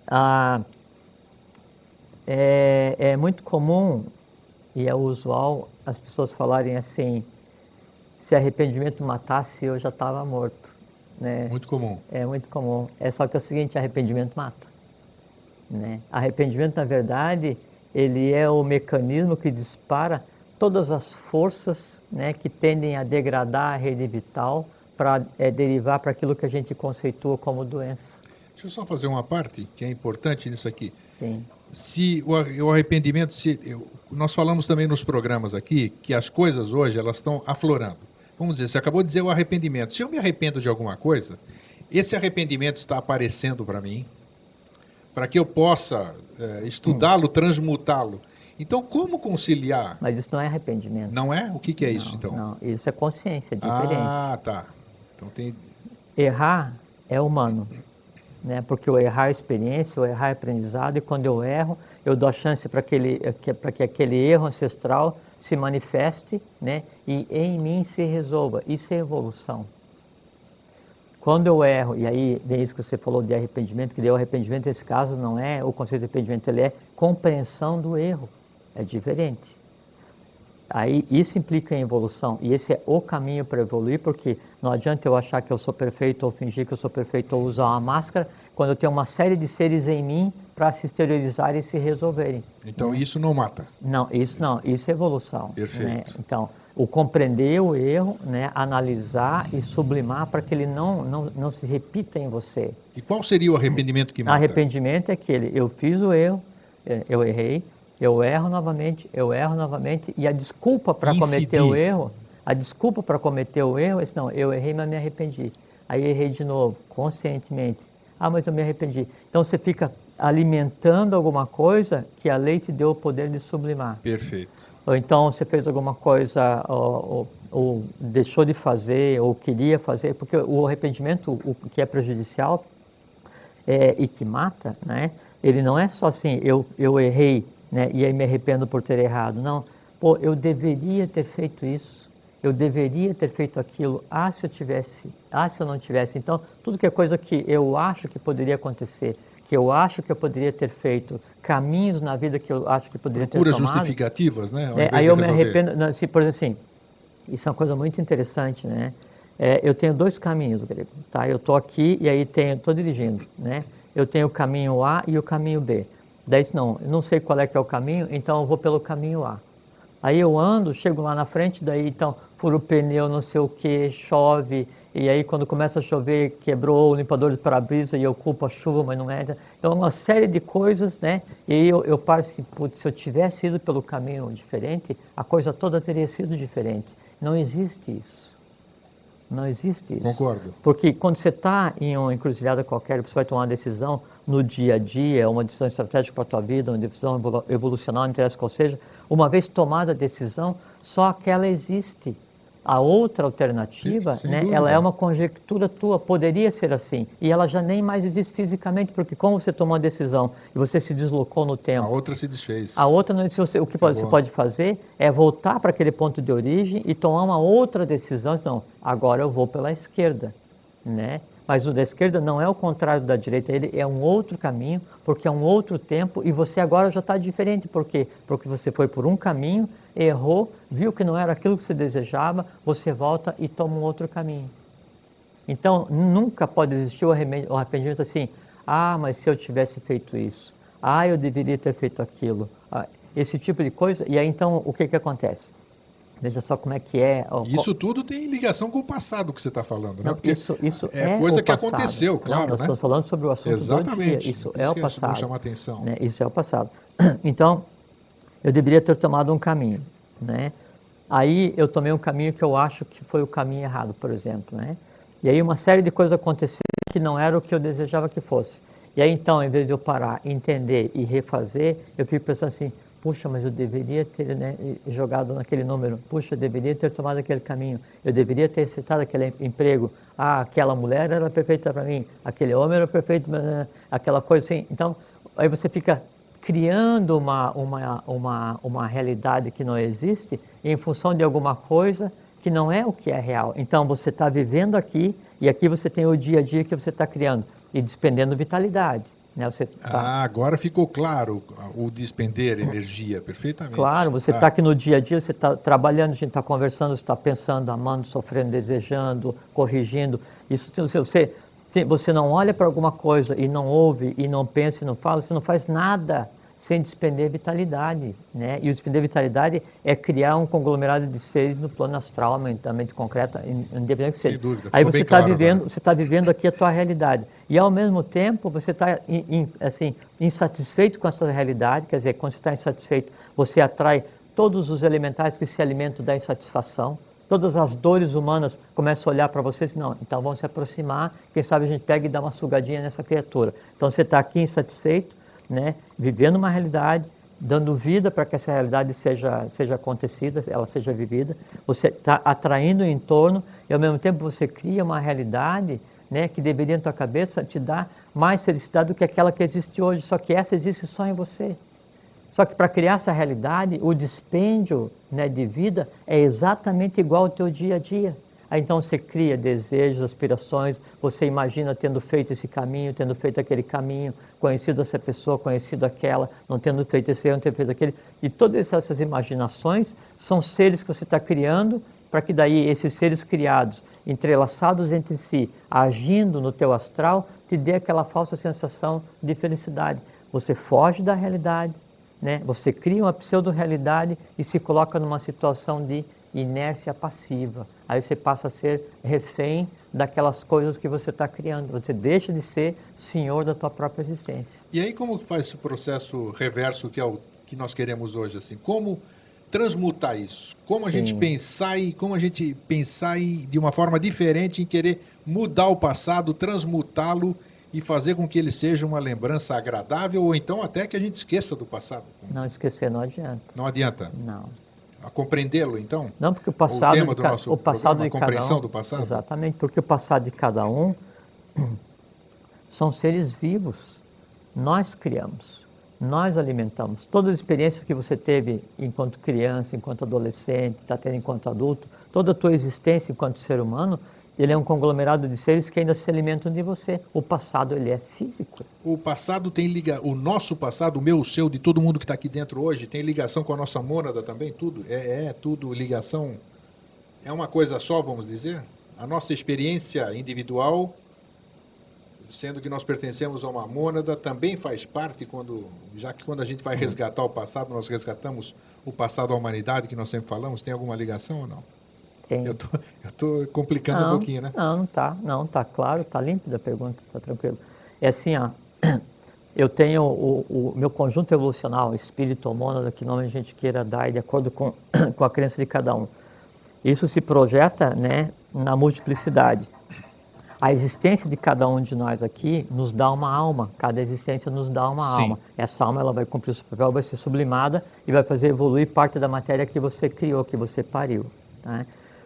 É muito comum e é usual as pessoas falarem assim: se arrependimento matasse, eu já estava morto. Né? Muito comum. É muito comum. Só que é o seguinte: arrependimento mata. Né? Arrependimento, na verdade, ele é o mecanismo que dispara todas as forças, né, que tendem a degradar a rede vital para derivar para aquilo que a gente conceitua como doença. Deixa eu só fazer uma parte que é importante nisso aqui. Sim. Se o arrependimento, nós falamos também nos programas aqui que as coisas hoje elas estão aflorando. Vamos dizer, você acabou de dizer o arrependimento. Se eu me arrependo de alguma coisa, esse arrependimento está aparecendo para mim, para que eu possa estudá-lo, transmutá-lo. Então, como conciliar? Mas isso não é arrependimento. Não é? O que é isso, então? Não, isso é consciência, é diferente. Ah, tá. Então tem... Errar é humano. Né? Porque o errar é experiência, o errar é aprendizado, e quando eu erro, eu dou a chance para que aquele erro ancestral se manifeste, né? E em mim se resolva. Isso é evolução. Quando eu erro, e aí vem isso que você falou de arrependimento, que o arrependimento nesse caso não é o conceito de arrependimento, ele é compreensão do erro. É diferente. Aí isso implica em evolução, e esse é o caminho para evoluir, porque não adianta eu achar que eu sou perfeito ou fingir que eu sou perfeito ou usar uma máscara, quando eu tenho uma série de seres em mim para se exteriorizarem e se resolverem. Então né? isso não mata? Não, isso é evolução. Perfeito. Né? Então, o compreender o erro, né? Analisar e sublimar para que ele não se repita em você. E qual seria o arrependimento que mata? Arrependimento é aquele: eu fiz o erro, eu errei, eu erro novamente, e a desculpa para cometer o erro, é assim: não, eu errei, mas me arrependi. Aí errei de novo, conscientemente. Ah, mas eu me arrependi. Então você fica alimentando alguma coisa que a lei te deu o poder de sublimar. Perfeito. Ou então você fez alguma coisa, ou deixou de fazer, ou queria fazer, porque o arrependimento, o que é prejudicial e que mata, né? Ele não é só assim: eu errei, né, e aí me arrependo por ter errado. Não, pô, eu deveria ter feito isso, eu deveria ter feito aquilo, se eu tivesse, se eu não tivesse. Então, tudo que é coisa que eu acho que poderia acontecer, que eu acho que eu poderia ter feito, caminhos na vida que eu acho que poderia ter tomado. Justificativas, né? Aí eu me arrependo, por exemplo, assim, isso é uma coisa muito interessante, né? Eu tenho dois caminhos, Grego, tá? Eu estou aqui e aí estou dirigindo, né? Eu tenho o caminho A e o caminho B. Daí, não, eu não sei qual é que é o caminho, então eu vou pelo caminho A. Aí eu ando, chego lá na frente, daí então furo o pneu, não sei o que, chove, e aí quando começa a chover, quebrou o limpador de para-brisa e eu culpo a chuva, mas não é. Então, uma série de coisas, né? E aí eu paro assim: putz, se eu tivesse ido pelo caminho diferente, a coisa toda teria sido diferente. Não existe isso. Não existe isso. Concordo. Porque quando você está em uma encruzilhada qualquer, você vai tomar uma decisão no dia a dia, uma decisão estratégica para a tua vida, uma decisão evolucional, não interessa qual seja, uma vez tomada a decisão, só aquela existe. A outra alternativa, Sem né, dúvida. ela é uma conjectura tua, poderia ser assim. E ela já nem mais existe fisicamente, porque como você tomou a decisão e você se deslocou no tempo, A outra se desfez. a outra, o que você pode fazer é voltar para aquele ponto de origem e tomar uma outra decisão. Não, agora eu vou pela esquerda, né? Mas o da esquerda não é o contrário da direita, ele é um outro caminho, porque é um outro tempo e você agora já está diferente. Por quê? Porque você foi por um caminho, errou, viu que não era aquilo que você desejava, você volta e toma um outro caminho. Então, nunca pode existir o arrependimento assim, mas se eu tivesse feito isso, eu deveria ter feito aquilo, esse tipo de coisa. E aí, então, o que acontece? Veja só como é que é. Isso tudo tem ligação com o passado que você está falando, né? Não, Porque isso é coisa o que passado. aconteceu, claro, nós né? estamos falando sobre o assunto Exatamente. do dia. Isso é o passado. Vamos chamar a atenção. Né? Isso é o passado. Então, eu deveria ter tomado um caminho, né? Aí eu tomei um caminho que eu acho que foi o caminho errado, por exemplo, né? E aí uma série de coisas aconteceram que não era o que eu desejava que fosse. E aí então, em vez de eu parar, entender e refazer, eu fico pensando assim, puxa, mas eu deveria ter, né, jogado naquele número, puxa, eu deveria ter tomado aquele caminho, eu deveria ter aceitado aquele emprego, aquela mulher era perfeita para mim, aquele homem era perfeito, aquela coisa assim. Então, aí você fica criando uma realidade que não existe em função de alguma coisa que não é o que é real. Então, você está vivendo aqui e aqui você tem o dia a dia que você está criando e despendendo vitalidade. Né? Você tá... Agora ficou claro o despender energia, perfeitamente. Claro, você está aqui no dia a dia, você está trabalhando, a gente está conversando, você está pensando, amando, sofrendo, desejando, corrigindo. Isso, você não olha para alguma coisa e não ouve, e não pensa e não fala, você não faz nada sem despender vitalidade. Né? E o despender vitalidade é criar um conglomerado de seres no plano astral, na mente concreta, independente que seja. Sem dúvida. Aí você está vivendo aqui a tua realidade. E ao mesmo tempo você está assim, insatisfeito com a sua realidade, quer dizer, quando você está insatisfeito, você atrai todos os elementais que se alimentam da insatisfação. Todas as dores humanas começam a olhar para você e dizer, não, então vamos se aproximar, quem sabe a gente pega e dá uma sugadinha nessa criatura. Então você está aqui insatisfeito, né, vivendo uma realidade, dando vida para que essa realidade seja acontecida, ela seja vivida. Você está atraindo o entorno e ao mesmo tempo você cria uma realidade, né, que deveria na tua cabeça te dar mais felicidade do que aquela que existe hoje, só que essa existe só em você. Só que para criar essa realidade, o dispêndio, né, de vida é exatamente igual ao teu dia a dia. Aí então você cria desejos, aspirações, você imagina tendo feito esse caminho, tendo feito aquele caminho, conhecido essa pessoa, conhecido aquela, não tendo feito esse, não tendo feito aquele. E todas essas imaginações são seres que você está criando para que daí esses seres criados, entrelaçados entre si, agindo no teu astral, te dê aquela falsa sensação de felicidade. Você foge da realidade, né? Você cria uma pseudo-realidade e se coloca numa situação de inércia passiva. Aí você passa a ser refém daquelas coisas que você está criando. Você deixa de ser senhor da tua própria existência. E aí como faz esse processo reverso que é o que nós queremos hoje, assim? Como transmutar isso? Como a gente pensar de uma forma diferente em querer mudar o passado, transmutá-lo e fazer com que ele seja uma lembrança agradável ou então até que a gente esqueça do passado? Não esquecer não adianta. Não adianta? Não. A compreendê-lo, então? Não, porque o passado, o tema do nosso programa, de a compreensão cada um, do passado? Exatamente, porque o passado de cada um são seres vivos. Nós criamos, nós alimentamos. Todas as experiências que você teve enquanto criança, enquanto adolescente, está tendo enquanto adulto, toda a tua existência enquanto ser humano, ele é um conglomerado de seres que ainda se alimentam de você. O passado, ele é físico. O passado tem o nosso passado, o meu, o seu, de todo mundo que está aqui dentro hoje, tem ligação com a nossa mônada também, tudo? É tudo ligação, é uma coisa só, vamos dizer? A nossa experiência individual, sendo que nós pertencemos a uma mônada, também faz parte, já que quando a gente vai resgatar o passado, nós resgatamos o passado da humanidade, que nós sempre falamos, tem alguma ligação ou não? Tem. Eu tô complicando um pouquinho, né? Não, tá claro, tá límpida a pergunta, tá tranquilo. É assim, eu tenho o meu conjunto evolucional, espírito ou mônada, que nome a gente queira dar, de acordo com a crença de cada um. Isso se projeta, né, na multiplicidade. A existência de cada um de nós aqui nos dá uma alma, cada existência nos dá uma Sim. alma. Essa alma ela vai cumprir o seu papel, vai ser sublimada e vai fazer evoluir parte da matéria que você criou, que você pariu. Tá?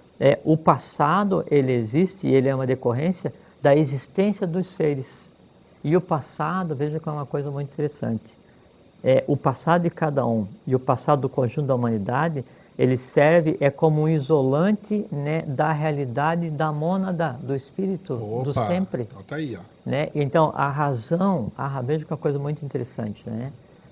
O passado, ele existe e ele é uma decorrência da existência dos seres. E o passado, veja que é uma coisa muito interessante. O passado de cada um e o passado do conjunto da humanidade, ele serve como um isolante, né, da realidade da mônada, do espírito, do sempre. Então tá aí, ó. Né? Então, a razão, veja que é uma coisa muito interessante, né?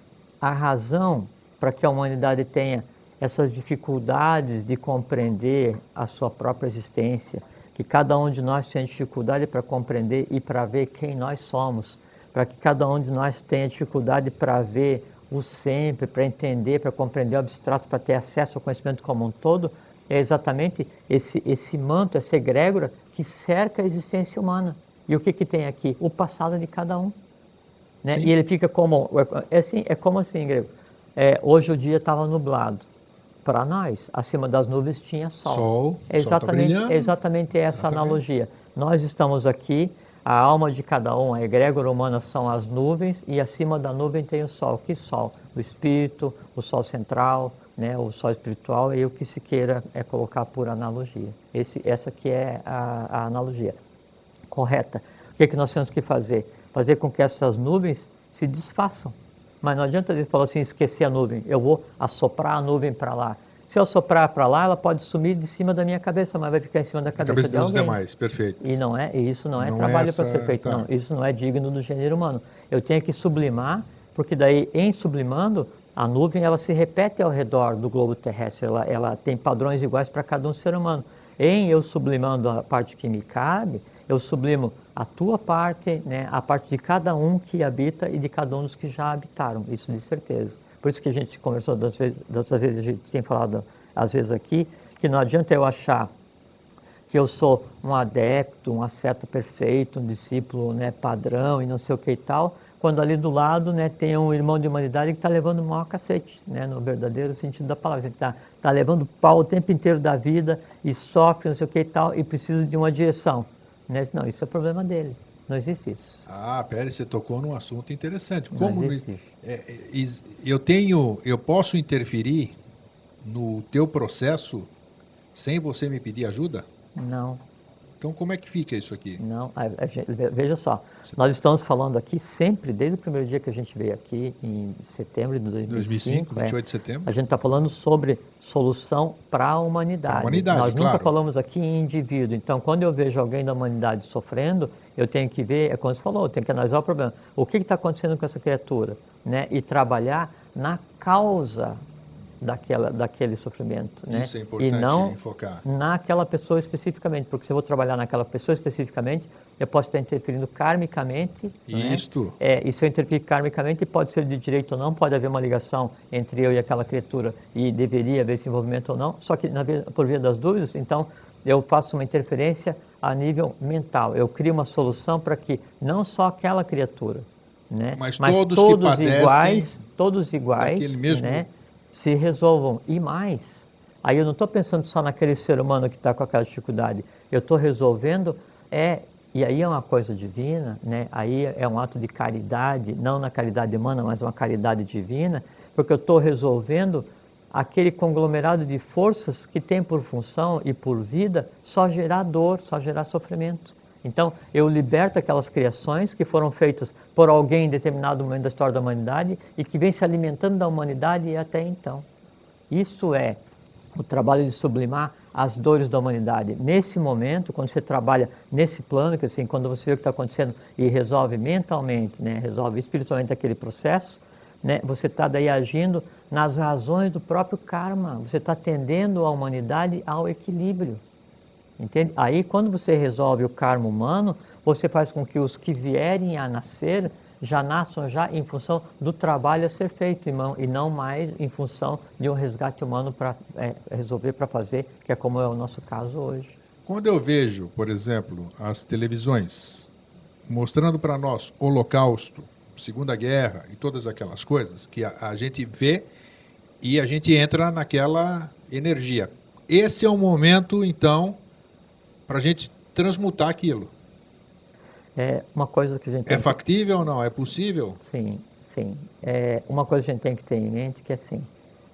A razão para que a humanidade tenha essas dificuldades de compreender a sua própria existência, que cada um de nós tenha dificuldade para compreender e para ver quem nós somos, para que cada um de nós tenha dificuldade para ver o sempre, para entender, para compreender o abstrato, para ter acesso ao conhecimento como um todo, é exatamente esse manto, essa egrégora que cerca a existência humana. E o que tem aqui? O passado de cada um. Né? E ele fica como... É como assim, grego? Hoje o dia estava nublado. Para nós, acima das nuvens tinha sol. Exatamente essa analogia. Nós estamos aqui, a alma de cada um, a egrégora humana são as nuvens e acima da nuvem tem o sol. Que sol? O espírito, o sol central, né? O sol espiritual e o que se queira colocar por analogia. Essa aqui é a analogia correta. O que nós temos que fazer? Fazer com que essas nuvens se desfaçam. Mas não adianta eles falar assim, esquecer a nuvem. Eu vou assoprar a nuvem para lá. Se eu soprar para lá, ela pode sumir de cima da minha cabeça, mas vai ficar em cima da cabeça de alguém. Demais, perfeito. E isso não é trabalho para ser feito, não. Isso não é digno do gênero humano. Eu tenho que sublimar, porque daí, em sublimando, a nuvem ela se repete ao redor do globo terrestre. Ela tem padrões iguais para cada um ser humano. Em eu sublimando a parte que me cabe, eu sublimo a tua parte, né, a parte de cada um que habita e de cada um dos que já habitaram, isso de certeza. Por isso que a gente conversou das outras vezes, a gente tem falado às vezes aqui, que não adianta eu achar que eu sou um adepto, um asceta perfeito, um discípulo, né, padrão e não sei o que e tal, quando ali do lado, né, tem um irmão de humanidade que está levando o maior cacete, né, no verdadeiro sentido da palavra. Ele está levando pau o tempo inteiro da vida e sofre, não sei o que e tal, e precisa de uma direção. Não, isso é problema dele. Não existe isso. Pera, você tocou num assunto interessante. Eu posso interferir no teu processo sem você me pedir ajuda? Não. Então como é que fica isso aqui? Não, veja só, nós estamos falando aqui sempre, desde o primeiro dia que a gente veio aqui, em setembro de 2005, 28 de setembro. A gente está falando sobre solução para a humanidade. Nós nunca falamos aqui em indivíduo. Então, quando eu vejo alguém da humanidade sofrendo, eu tenho que ver, como você falou, eu tenho que analisar o problema. O que está acontecendo com essa criatura? Né? E trabalhar na causa daquele sofrimento. Né? Isso é importante, e não enfocar. Naquela pessoa especificamente, porque se eu vou trabalhar naquela pessoa especificamente, eu posso estar interferindo karmicamente. Isto. Né? E se eu interferir karmicamente, pode ser de direito ou não, pode haver uma ligação entre eu e aquela criatura e deveria haver esse envolvimento ou não, só que por via das dúvidas, então eu faço uma interferência a nível mental. Eu crio uma solução para que não só aquela criatura, né? mas todos iguais, mesmo... né? Se resolvam. E mais, aí eu não estou pensando só naquele ser humano que está com aquela dificuldade, eu estou resolvendo, e aí é uma coisa divina, né? Aí é um ato de caridade, não na caridade humana, mas uma caridade divina, porque eu estou resolvendo aquele conglomerado de forças que tem por função e por vida só gerar dor, só gerar sofrimento. Então, eu liberto aquelas criações que foram feitas por alguém em determinado momento da história da humanidade e que vem se alimentando da humanidade até então. Isso é o trabalho de sublimar as dores da humanidade. Nesse momento, quando você trabalha nesse plano, que assim, quando você vê o que está acontecendo e resolve mentalmente, né, resolve espiritualmente aquele processo, né, você está daí agindo nas razões do próprio karma. Você está tendendo a humanidade ao equilíbrio. Entende? Aí, quando você resolve o karma humano, você faz com que os que vierem a nascer já nasçam já em função do trabalho a ser feito, irmão, e não mais em função de um resgate humano para resolver, para fazer, que é como é o nosso caso hoje. Quando eu vejo, por exemplo, as televisões mostrando para nós Holocausto, Segunda Guerra e todas aquelas coisas que a gente vê e a gente entra naquela energia. esse é o momento, então, para a gente transmutar aquilo. É uma coisa que a gente É factível ou não? É possível? Sim, sim. É uma coisa que a gente tem que ter em mente que, assim,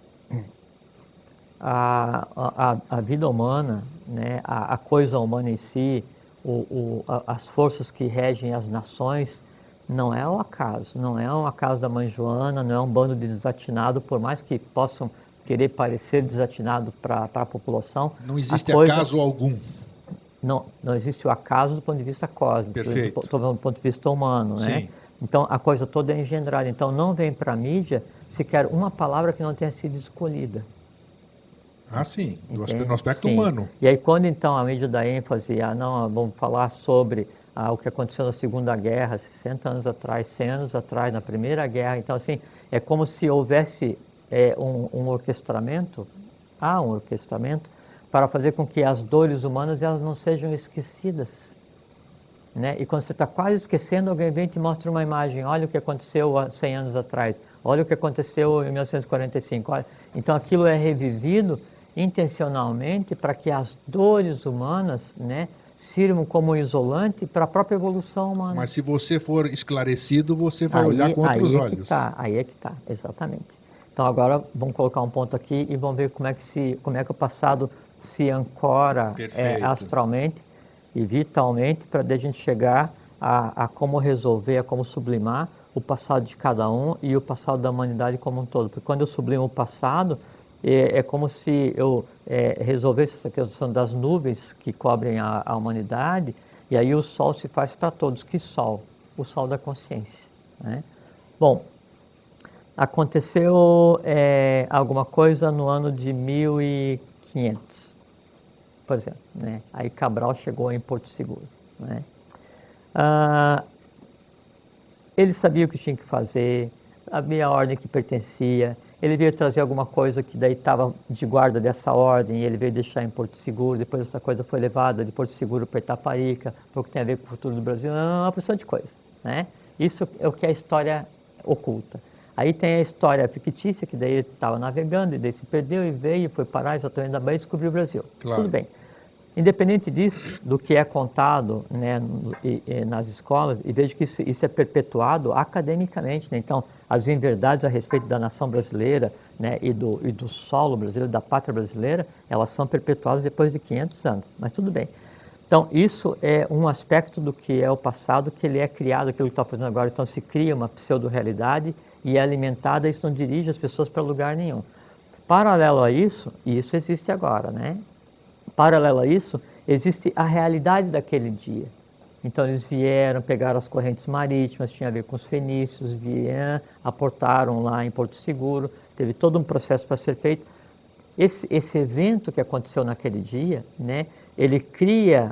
a vida humana, né, a coisa humana em si, as forças que regem as nações, não é o acaso, não é um acaso da mãe Joana, não é um bando de desatinado, por mais que possam querer parecer desatinado para a população. Não existe acaso algum. Não existe o acaso do ponto de vista cósmico, Perfeito. do ponto de vista humano, né? Sim. Então a coisa toda é engendrada. Então não vem para a mídia sequer uma palavra que não tenha sido escolhida. Ah, sim, no Entende? aspecto Sim. humano. E aí quando então a mídia dá ênfase, não, vamos falar sobre o que aconteceu na Segunda Guerra, 60 anos atrás, 100 anos atrás, na Primeira Guerra, então assim, é como se houvesse um orquestramento, há um orquestramento, para fazer com que as dores humanas elas não sejam esquecidas. Né? E quando você está quase esquecendo, alguém vem e te mostra uma imagem, olha o que aconteceu há 100 anos atrás, olha o que aconteceu em 1945. Olha. Então aquilo é revivido intencionalmente para que as dores humanas, né, sirvam como isolante para a própria evolução humana. Mas se você for esclarecido, você vai olhar com outros olhos. Aí é que está, exatamente. Então agora vamos colocar um ponto aqui e vamos ver como é que o passado se ancora astralmente e vitalmente para a gente chegar a como resolver, a como sublimar o passado de cada um e o passado da humanidade como um todo. Porque quando eu sublimo o passado, é como se eu resolvesse essa questão das nuvens que cobrem a humanidade, e aí o sol se faz para todos. Que sol? O sol da consciência. Né? Bom, aconteceu alguma coisa no ano de 1500, por exemplo. Né? Aí Cabral chegou em Porto Seguro. Né? Ele sabia o que tinha que fazer, sabia a ordem que pertencia. Ele veio trazer alguma coisa que daí estava de guarda dessa ordem, e ele veio deixar em Porto Seguro, depois essa coisa foi levada de Porto Seguro para Itaparica, porque tem a ver com o futuro do Brasil, uma porção de coisa. Né? Isso é o que a história oculta. Aí tem a história fictícia, que daí ele estava navegando, e daí se perdeu e veio, foi parar exatamente na Bahia e descobriu o Brasil. Claro. Tudo bem. Independente disso, do que é contado, né, nas escolas, e vejo que isso é perpetuado academicamente. Né? Então, as inverdades a respeito da nação brasileira, né, e do solo brasileiro, da pátria brasileira, elas são perpetuadas depois de 500 anos. Mas tudo bem. Então, isso é um aspecto do que é o passado, que ele é criado, aquilo que está fazendo agora. Então, se cria uma pseudo-realidade e é alimentada, isso não dirige as pessoas para lugar nenhum. Paralelo a isso, e isso existe agora, né? Paralelo a isso, existe a realidade daquele dia. Então eles vieram, pegaram as correntes marítimas, tinha a ver com os fenícios, vieram, aportaram lá em Porto Seguro, teve todo um processo para ser feito. Esse evento que aconteceu naquele dia, né, ele cria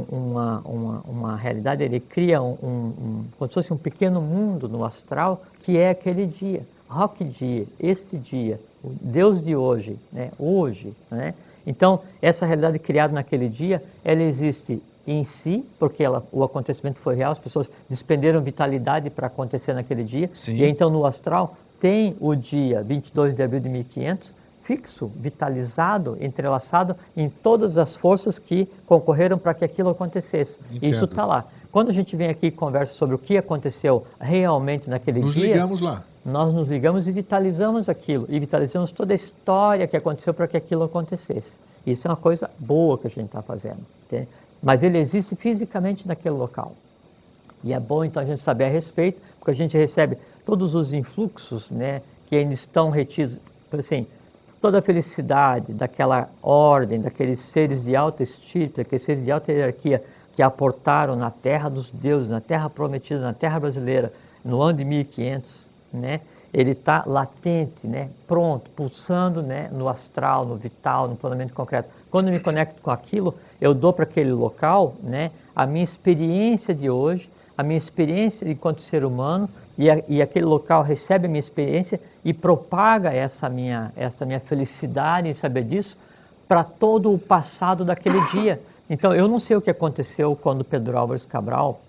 uma realidade, ele cria como se fosse um pequeno mundo no astral, que é aquele dia. Que dia, este dia, o Deus de hoje, né, hoje, né? Então, essa realidade criada naquele dia, ela existe em si, porque o acontecimento foi real, as pessoas despenderam vitalidade para acontecer naquele dia. Sim. E então, no astral, tem o dia 22 de abril de 1500, fixo, vitalizado, entrelaçado em todas as forças que concorreram para que aquilo acontecesse. Entendo. Isso está lá. Quando a gente vem aqui e conversa sobre o que aconteceu realmente naquele dia... Nos ligamos lá. Nós nos ligamos e vitalizamos aquilo, e vitalizamos toda a história que aconteceu para que aquilo acontecesse. Isso é uma coisa boa que a gente está fazendo. Entende? Mas ele existe fisicamente naquele local. E é bom então a gente saber a respeito, porque a gente recebe todos os influxos, né, que ainda estão retidos, assim, toda a felicidade daquela ordem, daqueles seres de alta estirpe, aqueles seres de alta hierarquia que aportaram na terra dos deuses, na terra prometida, na terra brasileira, no ano de 1500, né? Ele está latente, né? Pronto, pulsando, né? No astral, no vital, no planejamento concreto. Quando eu me conecto com aquilo, eu dou para aquele local, né, a minha experiência de hoje, a minha experiência enquanto ser humano, e aquele local recebe a minha experiência e propaga essa minha felicidade em saber disso para todo o passado daquele dia. Então, eu não sei o que aconteceu quando Pedro Álvares Cabral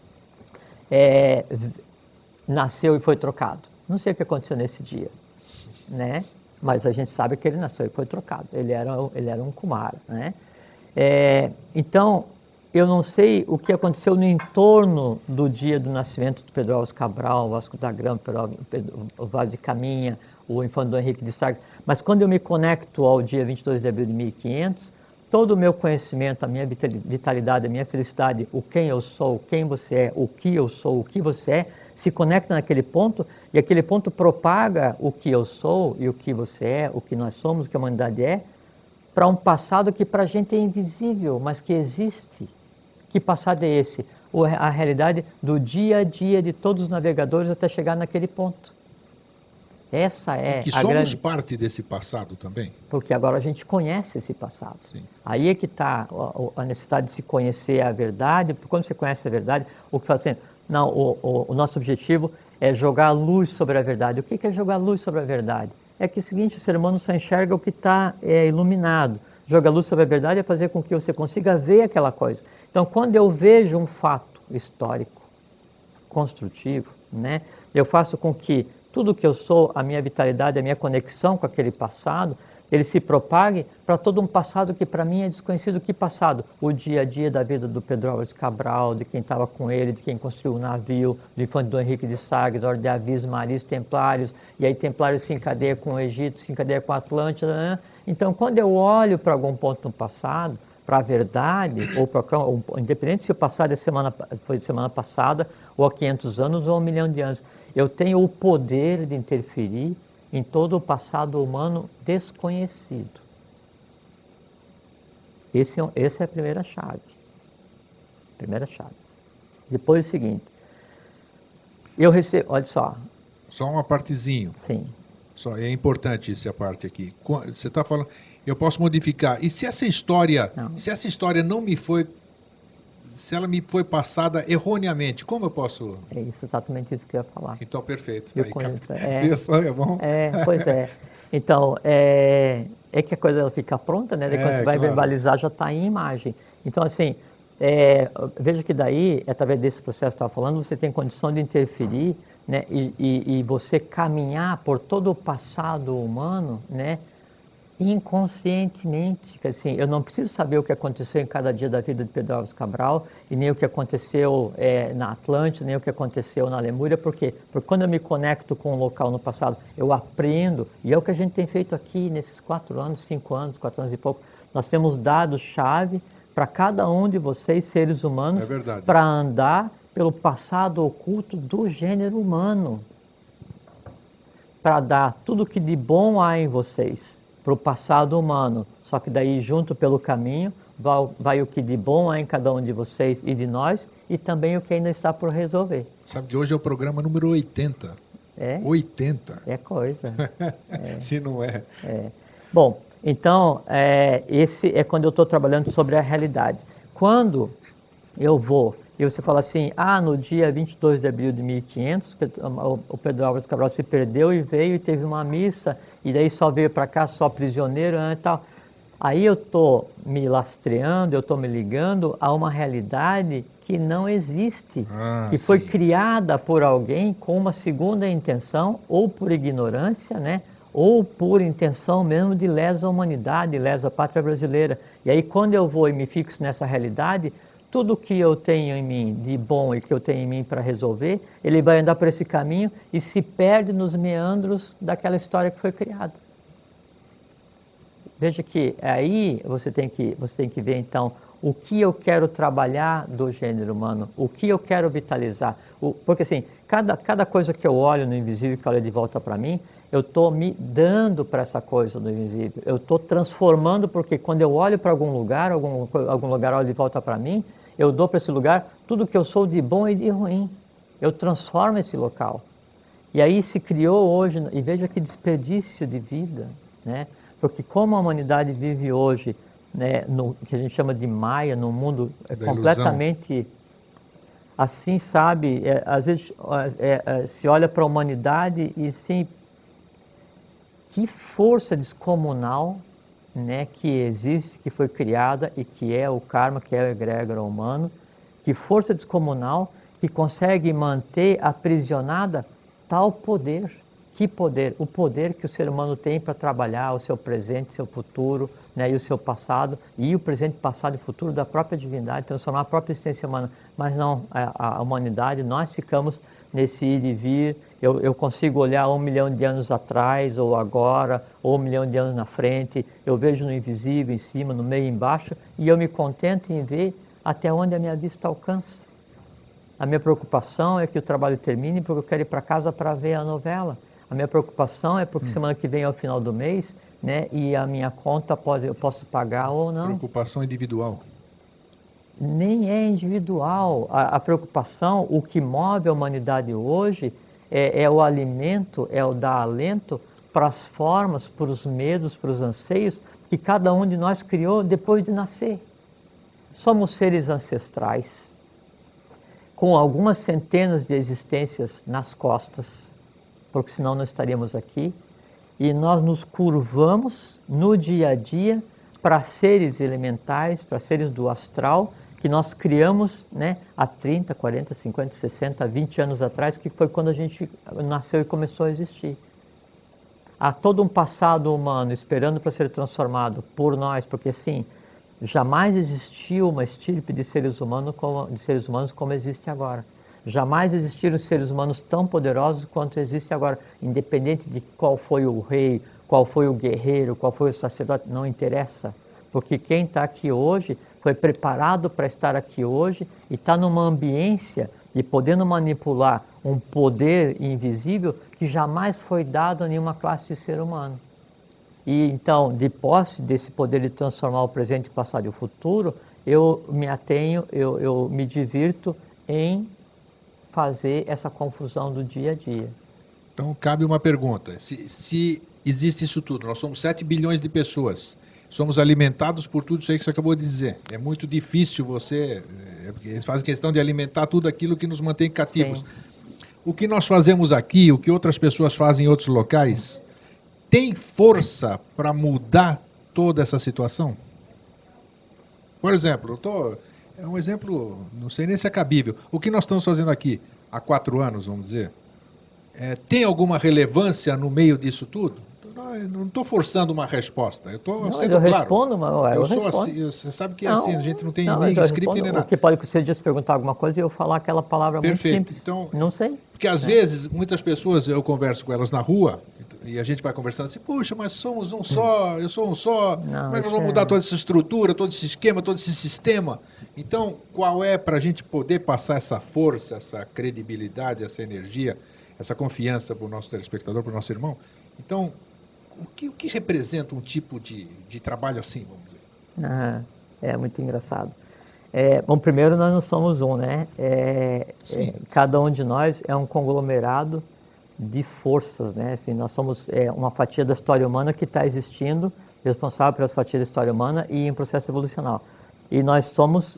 nasceu e foi trocado. Não sei o que aconteceu nesse dia, né? Mas a gente sabe que ele nasceu e foi trocado. Ele era um Kumara, né? Então, eu não sei o que aconteceu no entorno do dia do nascimento do Pedro Álvares Cabral, Vasco da Gama, o Vale de Caminha, o Infante Dom Henrique de Sagres, mas quando eu me conecto ao dia 22 de abril de 1500, todo o meu conhecimento, a minha vitalidade, a minha felicidade, o quem eu sou, quem você é, o que eu sou, o que você é, se conecta naquele ponto e aquele ponto propaga o que eu sou e o que você é, o que nós somos, o que a humanidade é, para um passado que para a gente é invisível, mas que existe. Que passado é esse? A realidade do dia a dia de todos os navegadores até chegar naquele ponto. Essa é que a somos grande... parte desse passado também. Porque agora a gente conhece esse passado. Sim. Aí é que está a necessidade de se conhecer a verdade, porque quando você conhece a verdade, o que faz assim, não, o nosso objetivo é jogar luz sobre a verdade. O que é jogar luz sobre a verdade? É que o seguinte, o ser humano só enxerga o que está iluminado. Jogar luz sobre a verdade é fazer com que você consiga ver aquela coisa. Então, quando eu vejo um fato histórico, construtivo, né, eu faço com que tudo que eu sou, a minha vitalidade, a minha conexão com aquele passado, ele se propague para todo um passado que para mim é desconhecido. Que passado? O dia a dia da vida do Pedro Álvares Cabral, de quem estava com ele, de quem construiu o navio, do Infante Dom Henrique de Sagres, Ordem de Avisos, Maris, Templários, e aí Templários se encadeia com o Egito, se encadeia com a Atlântida, né? Então, quando eu olho para algum ponto no passado, para a verdade, ou independente se o passado foi de semana passada, ou há 500 anos, ou há 1 milhão de anos, eu tenho o poder de interferir em todo o passado humano desconhecido. Essa é a primeira chave. Primeira chave. Depois o seguinte, eu recebo, olha só. Só uma partezinho. Sim. Só é importante essa parte aqui. Você está falando, eu posso modificar. E se essa história, não me foi, se ela me foi passada erroneamente, como eu posso? É isso, exatamente isso que eu ia falar. Então, perfeito. Eu Tá conheço, isso é bom. Pois é. Então, é que a coisa ela fica pronta, né? Quando você vai verbalizar, já está em imagem. Então, assim, veja que daí, através desse processo que eu estava falando, você tem condição de interferir, né? E você caminhar por todo o passado humano, né? Inconscientemente, assim, eu não preciso saber o que aconteceu em cada dia da vida de Pedro Álvares Cabral, e nem o que aconteceu na Atlântida, nem o que aconteceu na Lemúria, por quê? Porque quando eu me conecto com um local no passado, eu aprendo, e é o que a gente tem feito aqui nesses 4 anos, 5 anos, 4 anos e pouco, nós temos dados-chave para cada um de vocês, seres humanos, para andar pelo passado oculto do gênero humano, para dar tudo que de bom há em vocês, para o passado humano, só que daí junto pelo caminho vai o que de bom há em cada um de vocês e de nós, e também o que ainda está por resolver. Sabe que hoje é o programa número 80. 80. É coisa. Se não é. Bom, então, esse é quando eu estou trabalhando sobre a realidade. Quando eu vou, e você fala assim, no dia 22 de abril de 1500, o Pedro Álvares Cabral se perdeu e veio e teve uma missa, e daí só veio para cá, só prisioneiro, né, e tal. Aí eu estou me lastreando, eu estou me ligando a uma realidade que não existe, que foi criada por alguém com uma segunda intenção, ou por ignorância, né, ou por intenção mesmo de lesa humanidade, lesa pátria brasileira. E aí quando eu vou e me fixo nessa realidade, tudo que eu tenho em mim de bom e que eu tenho em mim para resolver, ele vai andar por esse caminho e se perde nos meandros daquela história que foi criada. Veja que aí você tem que ver então o que eu quero trabalhar do gênero humano, o que eu quero vitalizar. Porque assim, cada coisa que eu olho no invisível que olha de volta para mim, eu estou me dando para essa coisa do invisível. Eu estou transformando, porque quando eu olho para algum lugar olha de volta para mim, eu dou para esse lugar tudo que eu sou de bom e de ruim. Eu transformo esse local. E aí se criou hoje, e veja que desperdício de vida, né? Porque como a humanidade vive hoje, né, no que a gente chama de Maia, num mundo completamente assim, sabe? Às vezes se olha para a humanidade e assim, que força descomunal, né, que existe, que foi criada e que é o karma, que é o egrégor humano, que força descomunal que consegue manter aprisionada tal poder, Que poder? O poder que o ser humano tem para trabalhar o seu presente, seu futuro, né, e o seu passado, e o presente, passado e futuro da própria divindade, transformar a própria existência humana. Mas não, a humanidade, nós ficamos nesse ir e vir. Eu consigo olhar 1 milhão de anos atrás, ou agora, ou 1 milhão de anos na frente. Eu vejo no invisível, em cima, no meio, embaixo, e eu me contento em ver até onde a minha vista alcança. A minha preocupação é que o trabalho termine, porque eu quero ir para casa para ver a novela. A minha preocupação é porque semana que vem é o final do mês, né, e a minha conta eu posso pagar ou não. Preocupação individual. Nem é individual. A preocupação, o que move a humanidade hoje é o alimento, é o dar alento para as formas, para os medos, para os anseios que cada um de nós criou depois de nascer. Somos seres ancestrais, com algumas centenas de existências nas costas, porque senão não estaríamos aqui, e nós nos curvamos no dia a dia para seres elementais, para seres do astral, que nós criamos, né, há 30, 40, 50, 60, 20 anos atrás, que foi quando a gente nasceu e começou a existir. Há todo um passado humano esperando para ser transformado por nós, porque sim, jamais existiu uma estirpe de seres humanos como existe agora. Jamais existiram seres humanos tão poderosos quanto existe agora, independente de qual foi o rei, qual foi o guerreiro, qual foi o sacerdote, não interessa. Porque quem está aqui hoje foi preparado para estar aqui hoje e está numa ambiência e podendo manipular um poder invisível que jamais foi dado a nenhuma classe de ser humano. E então, de posse desse poder de transformar o presente, o passado e o futuro, eu me atenho, eu me divirto em fazer essa confusão do dia a dia. Então, cabe uma pergunta. Se existe isso tudo, nós somos 7 bilhões de pessoas, somos alimentados por tudo isso aí que você acabou de dizer. É muito difícil porque eles fazem questão de alimentar tudo aquilo que nos mantém cativos. Sim. O que nós fazemos aqui, o que outras pessoas fazem em outros locais, tem força para mudar toda essa situação? Por exemplo, é um exemplo, não sei nem se é cabível. O que nós estamos fazendo aqui há 4 anos, vamos dizer, tem alguma relevância no meio disso tudo? Não estou forçando uma resposta, eu estou sendo claro. Respondo, mas eu sou assim, você sabe que é assim, a gente não tem nem script nem nada. O que pode ser de perguntar alguma coisa e eu falar aquela palavra Perfeito. Muito simples. Então, não sei. Porque às vezes, muitas pessoas, eu converso com elas na rua, e a gente vai conversando assim, puxa, mas somos um só, eu sou um só, como é que nós vamos mudar toda essa estrutura, todo esse esquema, todo esse sistema? Então, qual é para a gente poder passar essa força, essa credibilidade, essa energia, essa confiança para o nosso telespectador, para o nosso irmão? Então, o que representa um tipo de trabalho assim, vamos dizer? É muito engraçado. Bom, primeiro nós não somos um, né? Cada um de nós é um conglomerado de forças, né? Assim, nós somos uma fatia da história humana que está existindo, responsável pelas fatias da história humana e em processo evolucional. E nós somos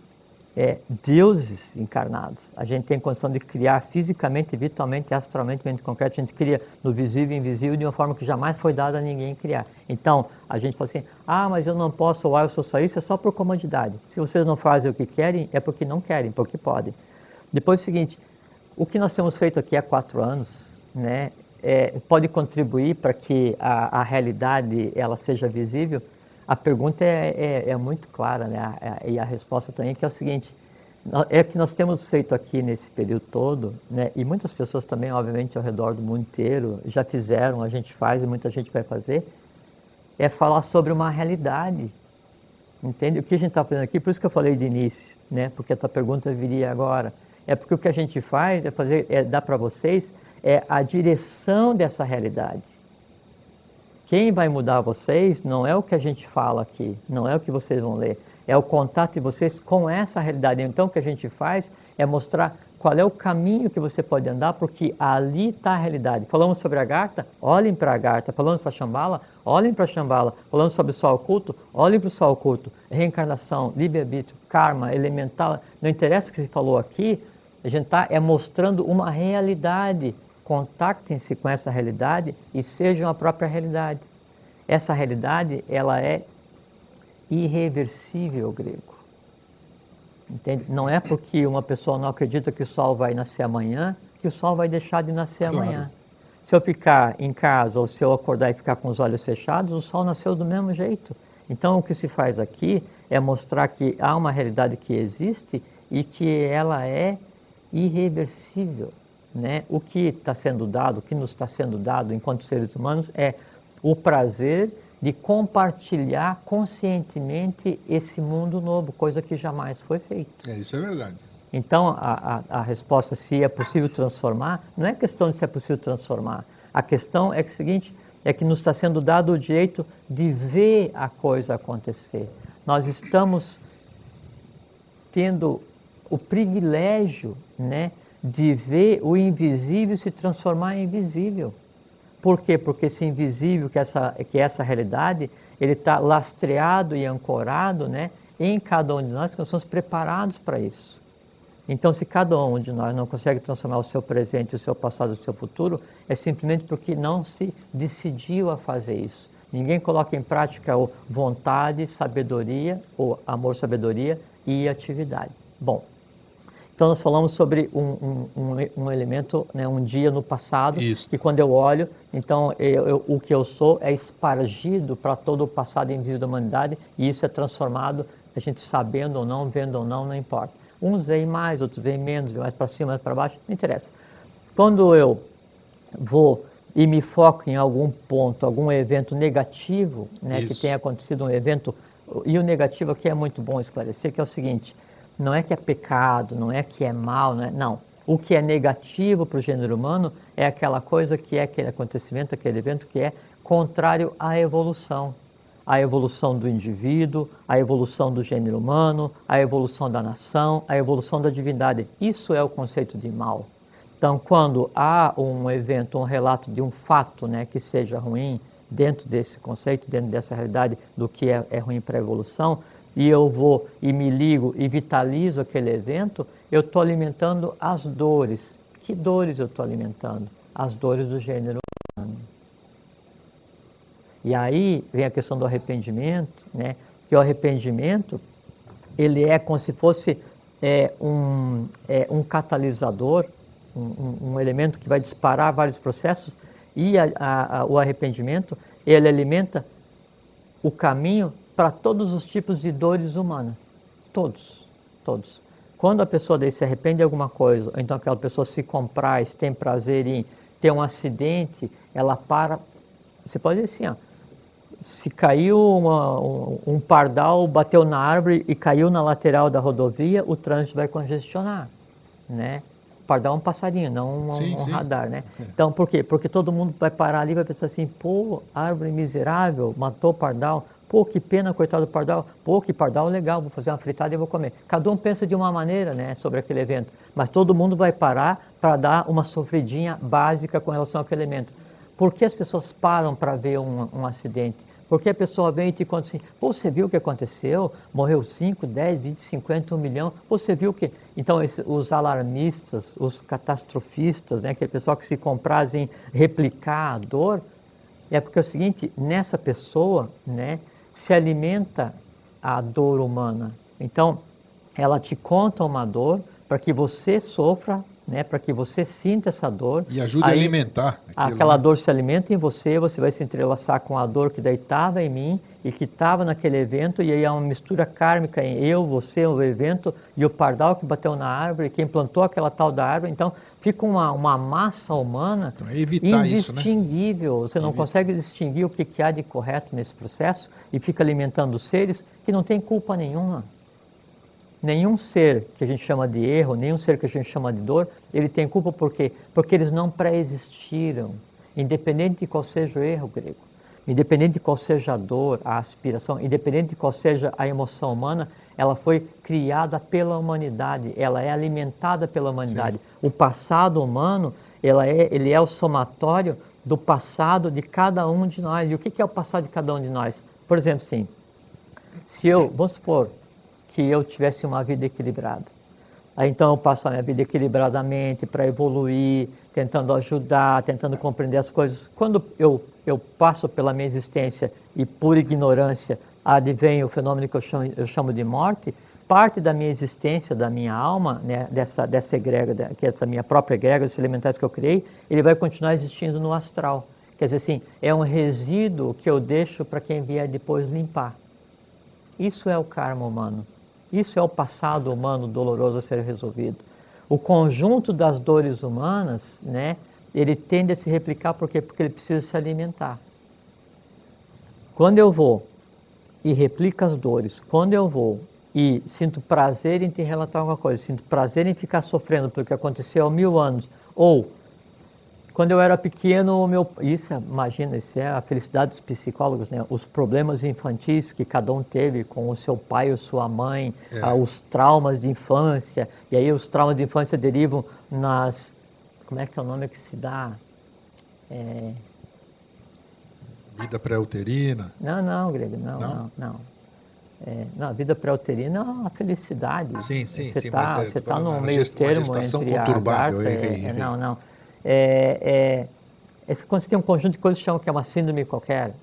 deuses encarnados. A gente tem condição de criar fisicamente, virtualmente, astralmente, mente concreta. A gente cria no visível e invisível de uma forma que jamais foi dada a ninguém criar. Então, a gente fala assim, mas eu não posso, eu sou só isso, é só por comodidade. Se vocês não fazem o que querem, é porque não querem, porque podem. Depois é o seguinte, o que nós temos feito aqui há 4 anos, né, pode contribuir para que a realidade ela seja visível. A pergunta é muito clara, né? E a resposta também que é o seguinte, que nós temos feito aqui nesse período todo, né? E muitas pessoas também, obviamente, ao redor do mundo inteiro, já fizeram, a gente faz e muita gente vai fazer, é falar sobre uma realidade, entende? O que a gente está fazendo aqui, por isso que eu falei de início, né? Porque a tua pergunta viria agora, porque o que a gente faz dar para vocês a direção dessa realidade. Quem vai mudar vocês não é o que a gente fala aqui, não é o que vocês vão ler, é o contato de vocês com essa realidade. Então o que a gente faz é mostrar qual é o caminho que você pode andar, porque ali está a realidade. Falamos sobre a Agartha, olhem para a Agartha. Falamos para a Shambhala, olhem para a Shambhala. Falamos sobre o sol oculto, olhem para o sol oculto. Reencarnação, livre-arbítrio, karma, elemental, não interessa o que se falou aqui, a gente está mostrando uma realidade. Contactem-se com essa realidade e sejam a própria realidade. Essa realidade, ela é irreversível, grego. Entende? Não é porque uma pessoa não acredita que o sol vai nascer amanhã, que o sol vai deixar de nascer amanhã. Se eu ficar em casa ou se eu acordar e ficar com os olhos fechados, o sol nasceu do mesmo jeito. Então, o que se faz aqui é mostrar que há uma realidade que existe e que ela é irreversível, né? O que está sendo dado, o que nos está sendo dado enquanto seres humanos é o prazer de compartilhar conscientemente esse mundo novo, coisa que jamais foi feita. Isso é verdade. Então, a resposta, se é possível transformar, não é questão de se é possível transformar. A questão é que o seguinte, é que nos está sendo dado o direito de ver a coisa acontecer. Nós estamos tendo o privilégio, né, de ver o invisível se transformar em visível. Por quê? Porque esse invisível, que é essa realidade, ele está lastreado e ancorado, né, em cada um de nós, que nós somos preparados para isso. Então, se cada um de nós não consegue transformar o seu presente, o seu passado, o seu futuro, é simplesmente porque não se decidiu a fazer isso. Ninguém coloca em prática o vontade, sabedoria, ou amor, sabedoria e atividade. Bom, então nós falamos sobre um elemento, né, um dia no passado, Isso. que quando eu olho, então o que eu sou é espargido para todo o passado invisível da humanidade, e isso é transformado, a gente sabendo ou não, vendo ou não, não importa. Uns veem mais, outros veem menos, mais para cima, mais para baixo, não interessa. Quando eu vou e me foco em algum ponto, algum evento negativo, né, que tenha acontecido um evento, e o negativo aqui é muito bom esclarecer, que é o seguinte, não é que é pecado, não é que é mal, não. O que é negativo para o gênero humano é aquela coisa que é aquele acontecimento, aquele evento que é contrário à evolução. A evolução do indivíduo, a evolução do gênero humano, a evolução da nação, a evolução da divindade. Isso é o conceito de mal. Então, quando há um evento, um relato de um fato, né, que seja ruim, dentro desse conceito, dentro dessa realidade do que é ruim para a evolução, e eu vou e me ligo e vitalizo aquele evento, eu estou alimentando as dores. Que dores eu estou alimentando? As dores do gênero humano. E aí vem a questão do arrependimento, né? Que o arrependimento, ele é como se fosse um catalisador, um elemento que vai disparar vários processos, e o arrependimento, ele alimenta o caminho para todos os tipos de dores humanas. Todos, todos. Quando a pessoa daí se arrepende de alguma coisa, ou então aquela pessoa se compraz, tem prazer em ter um acidente, ela para. Você pode dizer assim, ó, se caiu um pardal, bateu na árvore e caiu na lateral da rodovia, o trânsito vai congestionar, né? O pardal é um passarinho, não um radar, né? Então, por quê? Porque todo mundo vai parar ali e vai pensar assim, pô, árvore miserável, matou o pardal, pô, que pena, coitado do pardal, pô, que pardal legal, vou fazer uma fritada e vou comer. Cada um pensa de uma maneira, né, sobre aquele evento, mas todo mundo vai parar para dar uma sofridinha básica com relação àquele evento. Por que as pessoas param para ver um acidente? Porque a pessoa vem e te conta assim, pô, você viu o que aconteceu? Morreu 5, 10, 20, 50, 1 milhão. Você viu o que... Então, os alarmistas, os catastrofistas, né, aquele pessoal que se compraz em replicar a dor, é porque é o seguinte, nessa pessoa, né, se alimenta a dor humana. Então, ela te conta uma dor para que você sofra, né, para que você sinta essa dor. E ajude a alimentar. Aquela dor se alimenta em você, você vai se entrelaçar com a dor que daí estava em mim e que estava naquele evento, e aí há uma mistura kármica em eu, você, o evento, e o pardal que bateu na árvore, quem plantou aquela tal da árvore. Então, fica uma massa humana então, evitar indistinguível. Isso, né? Você não consegue distinguir o que há de correto nesse processo e fica alimentando seres que não têm culpa nenhuma. Nenhum ser que a gente chama de erro, nenhum ser que a gente chama de dor, ele tem culpa por quê? Porque eles não pré-existiram, independente de qual seja o erro grego, independente de qual seja a dor, a aspiração, independente de qual seja a emoção humana, ela foi criada pela humanidade, ela é alimentada pela humanidade. Sim. O passado humano, ele é o somatório do passado de cada um de nós. E o que é o passado de cada um de nós? Por exemplo, sim, se eu, vamos supor, que eu tivesse uma vida equilibrada. Aí então eu passo a minha vida equilibradamente para evoluir, tentando ajudar, tentando compreender as coisas. Quando eu passo pela minha existência e por ignorância advém o fenômeno que eu chamo de morte, parte da minha existência, da minha alma, né, dessa egrégora, que é essa minha própria egrégora, esses elementais que eu criei, ele vai continuar existindo no astral. Quer dizer assim, é um resíduo que eu deixo para quem vier depois limpar. Isso é o karma humano. Isso é o passado humano doloroso a ser resolvido. O conjunto das dores humanas, né, ele tende a se replicar por quê? Porque ele precisa se alimentar. Quando eu vou e replico as dores, quando eu vou e sinto prazer em te relatar alguma coisa, sinto prazer em ficar sofrendo pelo que aconteceu há 1000 anos, ou quando eu era pequeno, imagina, isso é a felicidade dos psicólogos, né? Os problemas infantis que cada um teve com o seu pai ou sua mãe, os traumas de infância, e aí os traumas de infância derivam nas... Como é que é o nome que se dá? Vida pré-uterina? Não, Grego, não. Não, a vida pré-uterina é uma felicidade. Sim, você está no meio termo entre a conturbada. Não. Quando você tem um conjunto de coisas que chamam que é uma síndrome qualquer.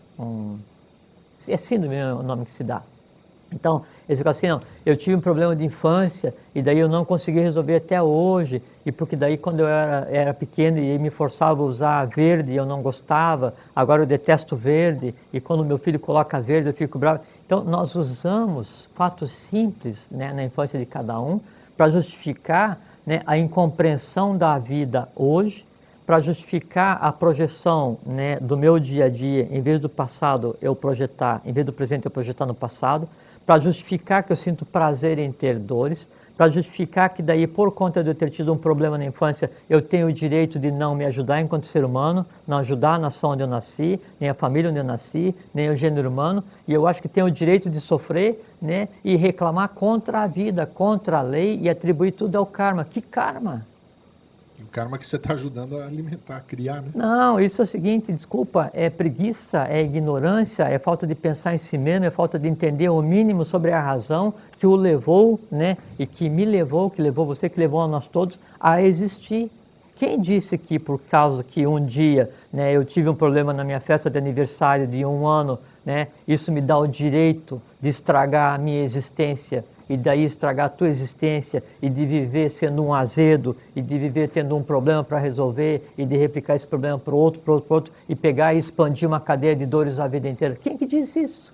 É síndrome o nome que se dá. Então, eles ficam assim, não, eu tive um problema de infância e daí eu não consegui resolver até hoje, e porque daí quando eu era pequeno e me forçava a usar verde eu não gostava, agora eu detesto verde, e quando meu filho coloca verde eu fico bravo. Então, nós usamos fatos simples, né, na infância de cada um para justificar, né, a incompreensão da vida hoje, para justificar a projeção, né, do meu dia a dia, em vez do passado eu projetar, em vez do presente eu projetar no passado, para justificar que eu sinto prazer em ter dores, para justificar que daí, por conta de eu ter tido um problema na infância, eu tenho o direito de não me ajudar enquanto ser humano, não ajudar a nação onde eu nasci, nem a família onde eu nasci, nem o gênero humano, e eu acho que tenho o direito de sofrer, né, e reclamar contra a vida, contra a lei, e atribuir tudo ao karma. Que karma? O karma que você está ajudando a alimentar, a criar, né? Não, isso é o seguinte, desculpa, é preguiça, é ignorância, é falta de pensar em si mesmo, é falta de entender o mínimo sobre a razão que o levou, né, e que me levou, que levou você, que levou a nós todos a existir. Quem disse que por causa que um dia, né, eu tive um problema na minha festa de aniversário de 1 ano, né, isso me dá o direito de estragar a minha existência, e daí estragar a tua existência, e de viver sendo um azedo, e de viver tendo um problema para resolver, e de replicar esse problema para o outro, e pegar e expandir uma cadeia de dores a vida inteira? Quem que disse isso?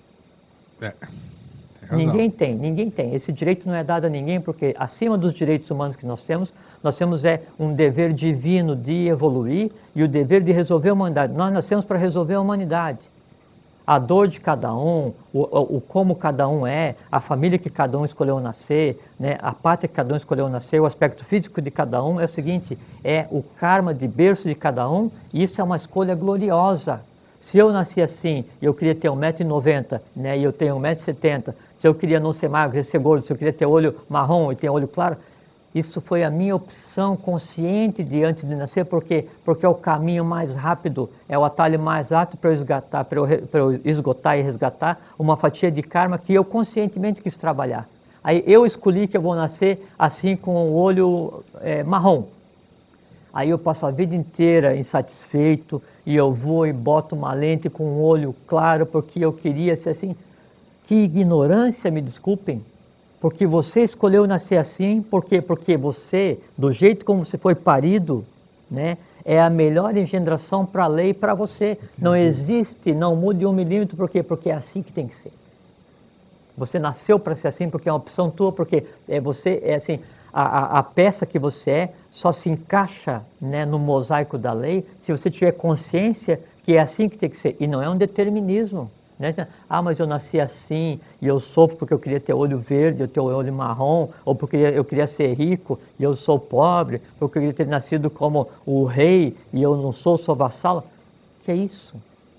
Ninguém tem. Esse direito não é dado a ninguém, porque acima dos direitos humanos que nós temos um dever divino de evoluir, e o dever de resolver a humanidade. Nós nascemos para resolver a humanidade. A dor de cada um, o como cada um é, a família que cada um escolheu nascer, né, a pátria que cada um escolheu nascer, o aspecto físico de cada um, é o seguinte, é o karma de berço de cada um, e isso é uma escolha gloriosa. Se eu nasci assim, e eu queria ter 1,90 m, né, e eu tenho 1,70 m, se eu queria não ser magro, ser gordo, se eu queria ter olho marrom e ter olho claro, isso foi a minha opção consciente de antes de nascer, porque é o caminho mais rápido, é o atalho mais rápido para eu esgotar e resgatar uma fatia de karma que eu conscientemente quis trabalhar. Aí eu escolhi que eu vou nascer assim com o olho marrom. Aí eu passo a vida inteira insatisfeito e eu vou e boto uma lente com um olho claro porque eu queria ser assim. Que ignorância, me desculpem. Porque você escolheu nascer assim, porque você, do jeito como você foi parido, né, é a melhor engendração para a lei e para você. Não existe, não mude 1 milímetro, por quê? Porque é assim que tem que ser. Você nasceu para ser assim porque é uma opção tua, porque você é assim, a peça que você é só se encaixa, né, no mosaico da lei se você tiver consciência que é assim que tem que ser. E não é um determinismo. Né? Ah, mas eu nasci assim e eu sofro porque eu queria ter olho verde, eu tenho olho marrom, ou porque eu queria ser rico e eu sou pobre, porque eu queria ter nascido como o rei e eu não sou vassalo. Que é isso?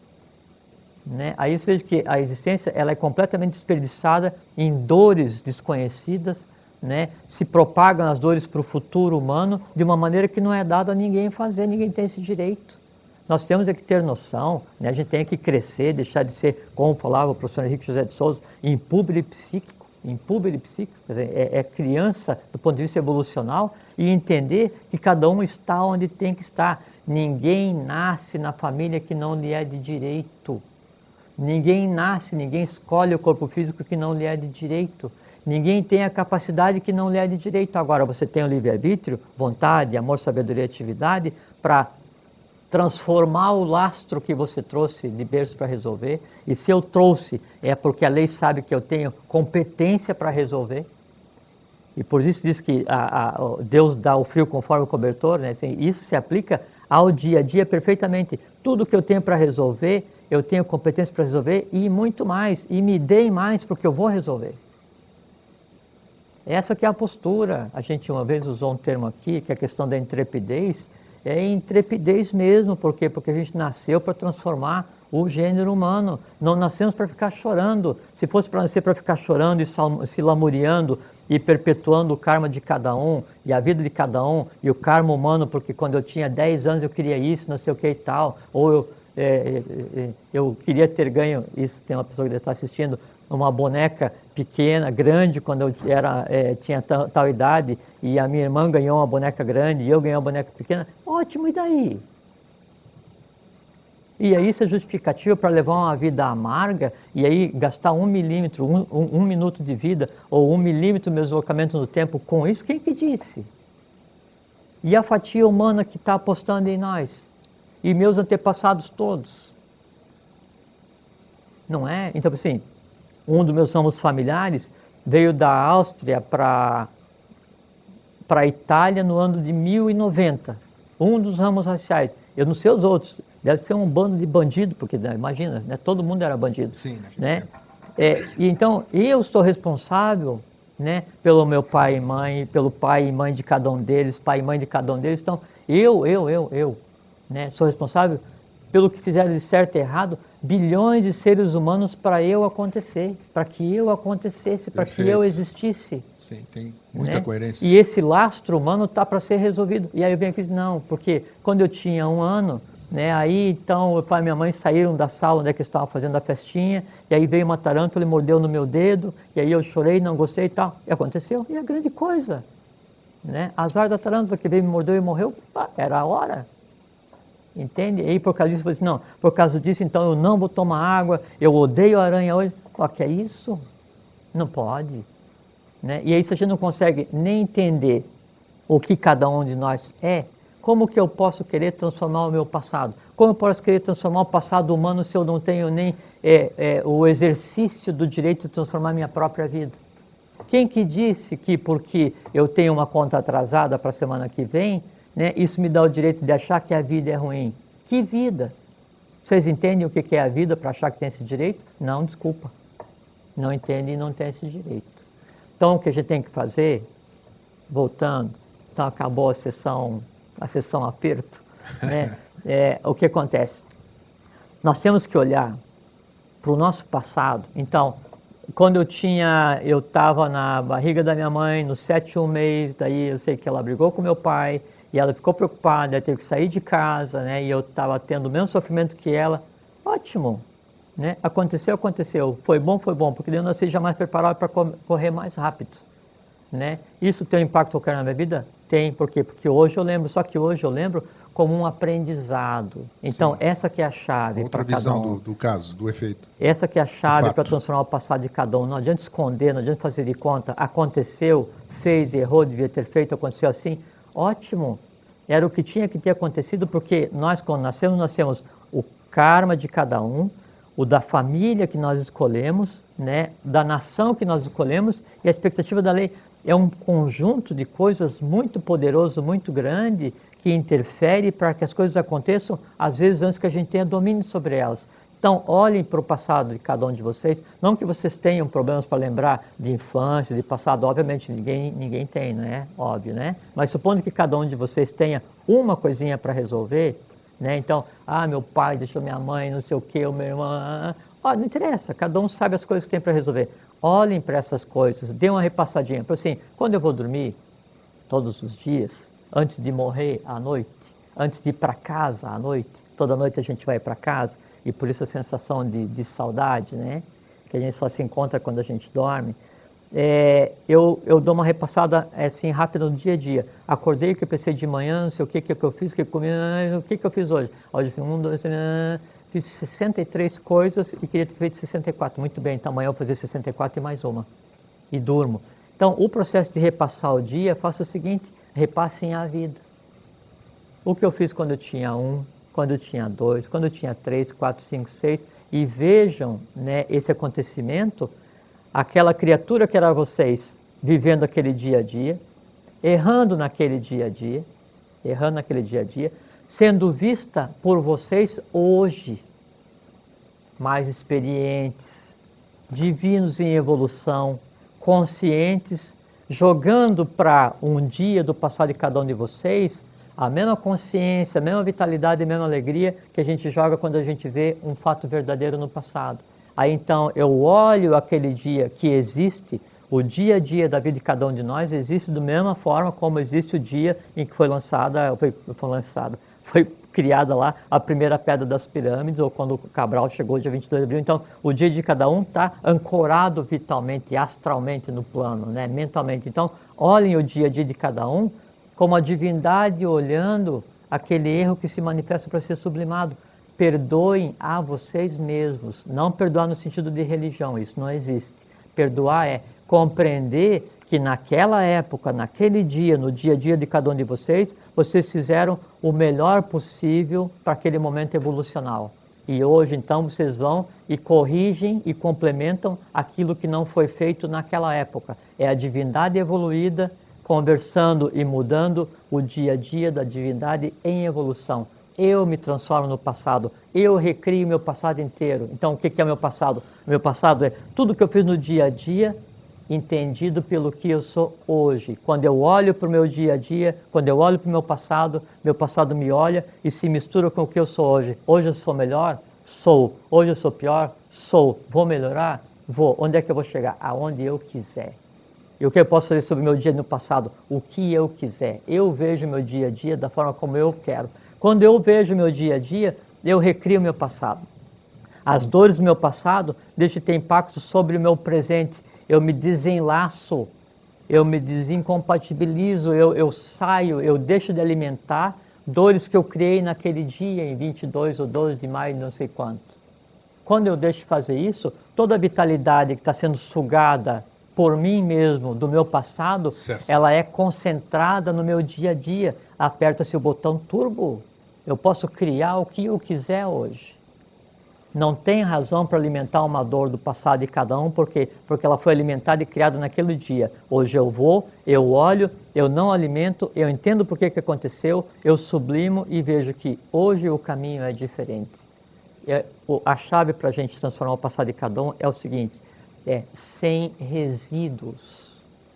Né? Aí você veja que a existência ela é completamente desperdiçada em dores desconhecidas, né? Se propagam as dores para o futuro humano de uma maneira que não é dada a ninguém fazer, ninguém tem esse direito. Nós temos que ter noção, né? A gente tem que crescer, deixar de ser, como falava o professor Henrique José de Souza, impúbere psíquico, quer dizer, é criança do ponto de vista evolucional, e entender que cada um está onde tem que estar. Ninguém nasce na família que não lhe é de direito. Ninguém nasce, ninguém escolhe o corpo físico que não lhe é de direito. Ninguém tem a capacidade que não lhe é de direito. Agora, você tem o livre-arbítrio, vontade, amor, sabedoria e atividade para transformar o lastro que você trouxe de berço para resolver. E se eu trouxe, é porque a lei sabe que eu tenho competência para resolver. E por isso diz que Deus dá o frio conforme o cobertor, né? Isso se aplica ao dia a dia perfeitamente. Tudo que eu tenho para resolver, eu tenho competência para resolver e muito mais. E me deem mais porque eu vou resolver. Essa que é a postura. A gente uma vez usou um termo aqui, que é a questão da intrepidez. É intrepidez mesmo. Por quê? Porque a gente nasceu para transformar o gênero humano. Não nascemos para ficar chorando. Se fosse para nascer para ficar chorando e se lamuriando e perpetuando o karma de cada um, e a vida de cada um, e o karma humano, porque quando eu tinha 10 anos eu queria isso, não sei o que e tal, ou eu queria ter ganho, isso tem uma pessoa que deve estar assistindo, uma boneca pequena, grande, quando eu tinha tal idade, e a minha irmã ganhou uma boneca grande, e eu ganhei uma boneca pequena, ótimo, e daí? E aí isso é justificativa para levar uma vida amarga e aí gastar 1 milímetro, um minuto de vida ou 1 milímetro de deslocamento no tempo com isso? Quem que disse? E a fatia humana que está apostando em nós? E meus antepassados todos? Não é? Então, assim, um dos meus ramos familiares veio da Áustria para a Itália no ano de 1090. Um dos ramos raciais. Eu não sei os outros. Deve ser um bando de bandido, porque imagina, né, todo mundo era bandido. Sim, né? E então, eu estou responsável, né, pelo meu pai e mãe, pelo pai e mãe de cada um deles, pai e mãe de cada um deles. Então, eu, né, sou responsável pelo que fizeram de certo e errado, bilhões de seres humanos para eu acontecer, para que eu acontecesse, para que eu existisse. Sim, tem muita, né, coerência. E esse lastro humano está para ser resolvido. E aí eu venho aqui e digo, não, porque quando eu tinha 1 ano, né, aí então o pai e minha mãe saíram da sala onde é que eu estava fazendo a festinha, e aí veio uma tarântula e mordeu no meu dedo, e aí eu chorei, não gostei e tal. E aconteceu, e é grande coisa. Né? Azar da tarântula que veio, me mordeu e morreu, era a hora. Entende? E aí por causa disso, eu falei assim, não, por causa disso então eu não vou tomar água, eu odeio aranha hoje. O que é isso? Não pode. Né? E aí se a gente não consegue nem entender o que cada um de nós é, como que eu posso querer transformar o meu passado? Como eu posso querer transformar o passado humano se eu não tenho nem o exercício do direito de transformar minha própria vida? Quem que disse que porque eu tenho uma conta atrasada para a semana que vem, né, isso me dá o direito de achar que a vida é ruim? Que vida? Vocês entendem o que é a vida para achar que tem esse direito? Não, desculpa. Não entendem e não tem esse direito. Então o que a gente tem que fazer, voltando, então acabou a sessão aperto, né? O que acontece? Nós temos que olhar para o nosso passado. Então, quando eu estava na barriga da minha mãe, no 7º mês, daí eu sei que ela brigou com meu pai, e ela ficou preocupada, ela teve que sair de casa, né? E eu estava tendo o mesmo sofrimento que ela. Ótimo, né? Aconteceu, foi bom, porque daí eu nasci já mais preparado para correr mais rápido. Né? Isso tem um impacto qualquer na minha vida? Tem, por quê? Porque hoje eu lembro, só que hoje eu lembro como um aprendizado. Então, sim, essa que é a chave para cada um. Outra visão do caso, do efeito. Essa que é a chave para transformar o passado de cada um. Não adianta esconder, não adianta fazer de conta. Aconteceu, fez, errou, devia ter feito, aconteceu assim. Ótimo. Era o que tinha que ter acontecido, porque nós, quando nascemos o karma de cada um, o da família que nós escolhemos, né, da nação que nós escolhemos e a expectativa da lei. É um conjunto de coisas muito poderoso, muito grande, que interfere para que as coisas aconteçam, às vezes antes que a gente tenha domínio sobre elas. Então, olhem para o passado de cada um de vocês, não que vocês tenham problemas para lembrar de infância, de passado, obviamente ninguém tem, né? Óbvio, né? Mas supondo que cada um de vocês tenha uma coisinha para resolver, né? Então, meu pai deixou minha mãe, não sei o quê, o meu irmão... não interessa, cada um sabe as coisas que tem para resolver. Olhem para essas coisas, dê uma repassadinha. Por assim, quando eu vou dormir, todos os dias, antes de morrer à noite, antes de ir para casa à noite, toda noite a gente vai para casa, e por isso a sensação de saudade, né? Que a gente só se encontra quando a gente dorme. Eu dou uma repassada assim rápida no dia a dia. Acordei, o que eu pensei de manhã, não sei o que eu fiz, o que eu comi, o que eu fiz hoje. Hoje eu fiz 1, 2, 3, fiz 63 coisas e queria ter feito 64. Muito bem, então amanhã eu vou fazer 64 e mais uma. e durmo. Então, o processo de repassar o dia, faça o seguinte, repassem a vida. O que eu fiz quando eu tinha 1, quando eu tinha 2, quando eu tinha 3, 4, 5, 6, e vejam, né, esse acontecimento, aquela criatura que era vocês, vivendo aquele dia a dia, errando naquele dia a dia, sendo vista por vocês hoje, mais experientes, divinos em evolução, conscientes, jogando para um dia do passado de cada um de vocês a mesma consciência, a mesma vitalidade, a mesma alegria que a gente joga quando a gente vê um fato verdadeiro no passado. Aí então eu olho aquele dia que existe, o dia a dia da vida de cada um de nós existe da mesma forma como existe o dia em que foi criada lá a primeira pedra das pirâmides, ou quando o Cabral chegou dia 22 de abril. Então, o dia de cada um está ancorado vitalmente, astralmente no plano, né? Mentalmente. Então, olhem o dia a dia de cada um como a divindade olhando aquele erro que se manifesta para ser sublimado. Perdoem a vocês mesmos. Não perdoar no sentido de religião, isso não existe. Perdoar é compreender que naquela época, naquele dia, no dia a dia de cada um de vocês, vocês fizeram o melhor possível para aquele momento evolucional. E hoje, então, vocês vão e corrigem e complementam aquilo que não foi feito naquela época. É a divindade evoluída conversando e mudando o dia a dia da divindade em evolução. Eu me transformo no passado, eu recrio meu passado inteiro. Então, o que é o meu passado? O meu passado é tudo que eu fiz no dia a dia, entendido pelo que eu sou hoje. Quando eu olho para o meu dia a dia, quando eu olho para o meu passado me olha e se mistura com o que eu sou hoje. Hoje eu sou melhor? Sou. Hoje eu sou pior? Sou. Vou melhorar? Vou. Onde é que eu vou chegar? Aonde eu quiser. E o que eu posso fazer sobre o meu dia no passado? O que eu quiser. Eu vejo meu dia a dia da forma como eu quero. Quando eu vejo meu dia a dia, eu recrio meu passado. As dores do meu passado deixam de ter impacto sobre o meu presente. Eu me desenlaço, eu me desincompatibilizo, eu saio, eu deixo de alimentar dores que eu criei naquele dia, em 22 ou 12 de maio, não sei quanto. Quando eu deixo de fazer isso, toda a vitalidade que está sendo sugada por mim mesmo, do meu passado, ela é concentrada no meu dia a dia. Aperta-se o botão turbo, eu posso criar o que eu quiser hoje. Não tem razão para alimentar uma dor do passado de cada um, porque ela foi alimentada e criada naquele dia. Hoje eu vou, eu olho, eu não alimento, eu entendo por que aconteceu, eu sublimo e vejo que hoje o caminho é diferente. A chave para a gente transformar o passado de cada um é o seguinte, é sem resíduos.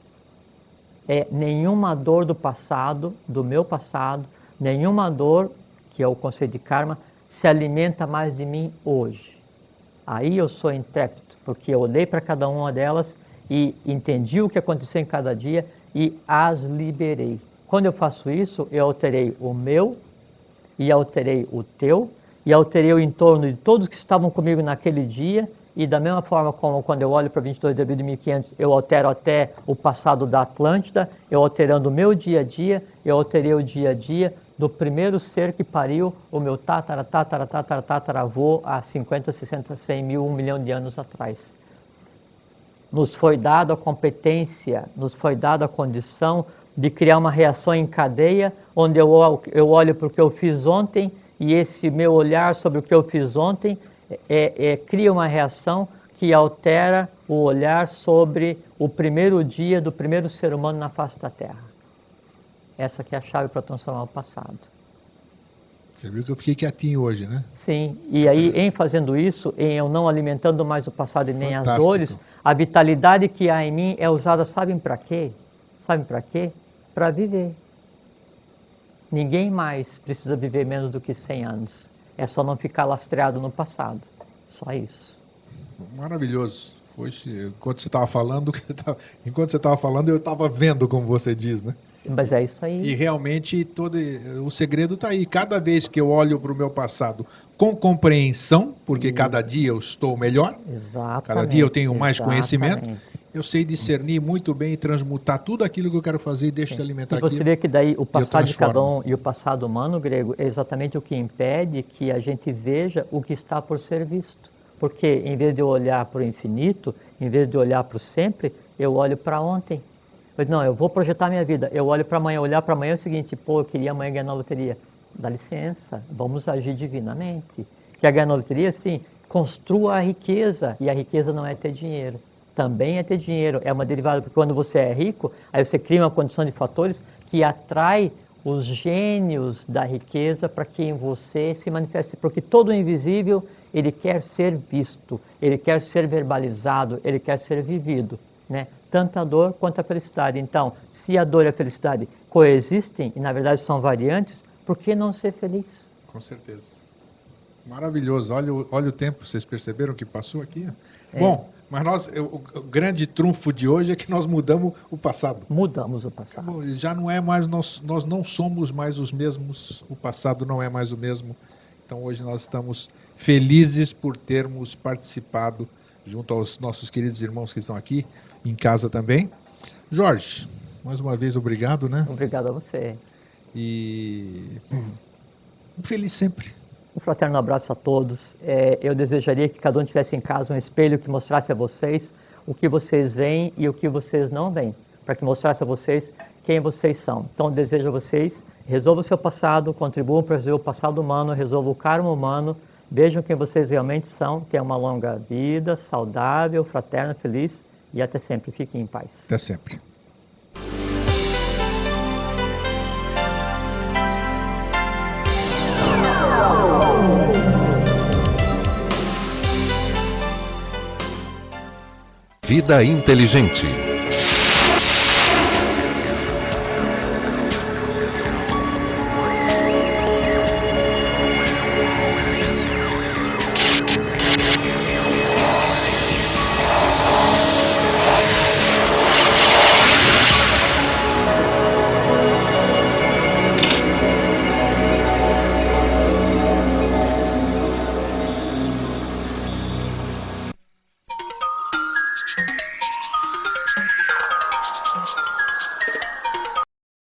É nenhuma dor do passado, do meu passado, nenhuma dor, que é o conceito de karma, se alimenta mais de mim hoje. Aí eu sou intrépido, porque eu olhei para cada uma delas e entendi o que aconteceu em cada dia e as liberei. Quando eu faço isso, eu alterei o meu, e alterei o teu, e alterei o entorno de todos que estavam comigo naquele dia, e da mesma forma como quando eu olho para 22 de abril de 1500, eu altero até o passado da Atlântida, eu alterando o meu dia a dia, eu alterei o dia a dia do primeiro ser que pariu o meu tataravô há 50, 60, 100 mil, 1 milhão de anos atrás. Nos foi dada a competência, nos foi dada a condição de criar uma reação em cadeia, onde eu olho para o que eu fiz ontem, e esse meu olhar sobre o que eu fiz ontem cria uma reação que altera o olhar sobre o primeiro dia do primeiro ser humano na face da Terra. Essa que é a chave para transformar o passado. Você viu que eu fiquei quietinho hoje, né? Sim, e aí em fazendo isso, em eu não alimentando mais o passado e nem as dores, a vitalidade que há em mim é usada, sabem para quê? Sabem para quê? Para viver. Ninguém mais precisa viver menos do que 100 anos. É só não ficar lastreado no passado. Só isso. Maravilhoso. Enquanto você estava falando, eu estava vendo, como você diz, né? Mas é isso aí. E realmente o segredo está aí. Cada vez que eu olho para o meu passado com compreensão, porque cada dia eu estou melhor, cada dia eu tenho mais conhecimento, eu sei discernir muito bem e transmutar tudo aquilo que eu quero fazer e deixo de alimentar aquilo. E você vê que daí o passado de cada um e o passado humano, Grego, é exatamente o que impede que a gente veja o que está por ser visto. Porque em vez de eu olhar para o infinito, em vez de olhar para o sempre, eu olho para ontem. Não, eu vou projetar minha vida, eu olho para amanhã. Olhar para amanhã é o seguinte, pô, eu queria amanhã ganhar na loteria. Dá licença, vamos agir divinamente. Quer ganhar na loteria? Sim, construa a riqueza. E a riqueza não é ter dinheiro. Também é ter dinheiro, é uma derivada, porque quando você é rico, aí você cria uma condição de fatores que atrai os gênios da riqueza para que em você se manifeste. Porque todo invisível, ele quer ser visto, ele quer ser verbalizado, ele quer ser vivido, né? Tanto a dor quanto a felicidade. Então, se a dor e a felicidade coexistem, e na verdade são variantes, por que não ser feliz? Com certeza. Maravilhoso. Olha o tempo, vocês perceberam que passou aqui? Bom, mas o grande trunfo de hoje é que nós mudamos o passado. Mudamos o passado. Bom, já não é mais, nós não somos mais os mesmos, o passado não é mais o mesmo. Então hoje nós estamos felizes por termos participado junto aos nossos queridos irmãos que estão aqui, em casa também. Jorge, mais uma vez obrigado, né? Obrigado a você. E feliz sempre. Um fraterno abraço a todos. Eu desejaria que cada um tivesse em casa um espelho que mostrasse a vocês o que vocês veem e o que vocês não veem, para que mostrasse a vocês quem vocês são. Então, desejo a vocês, resolvam o seu passado, contribuam para resolver o passado humano, resolvam o karma humano, vejam quem vocês realmente são, tenham uma longa vida, saudável, fraterna, feliz e até sempre. Fiquem em paz. Até sempre. Vida Inteligente.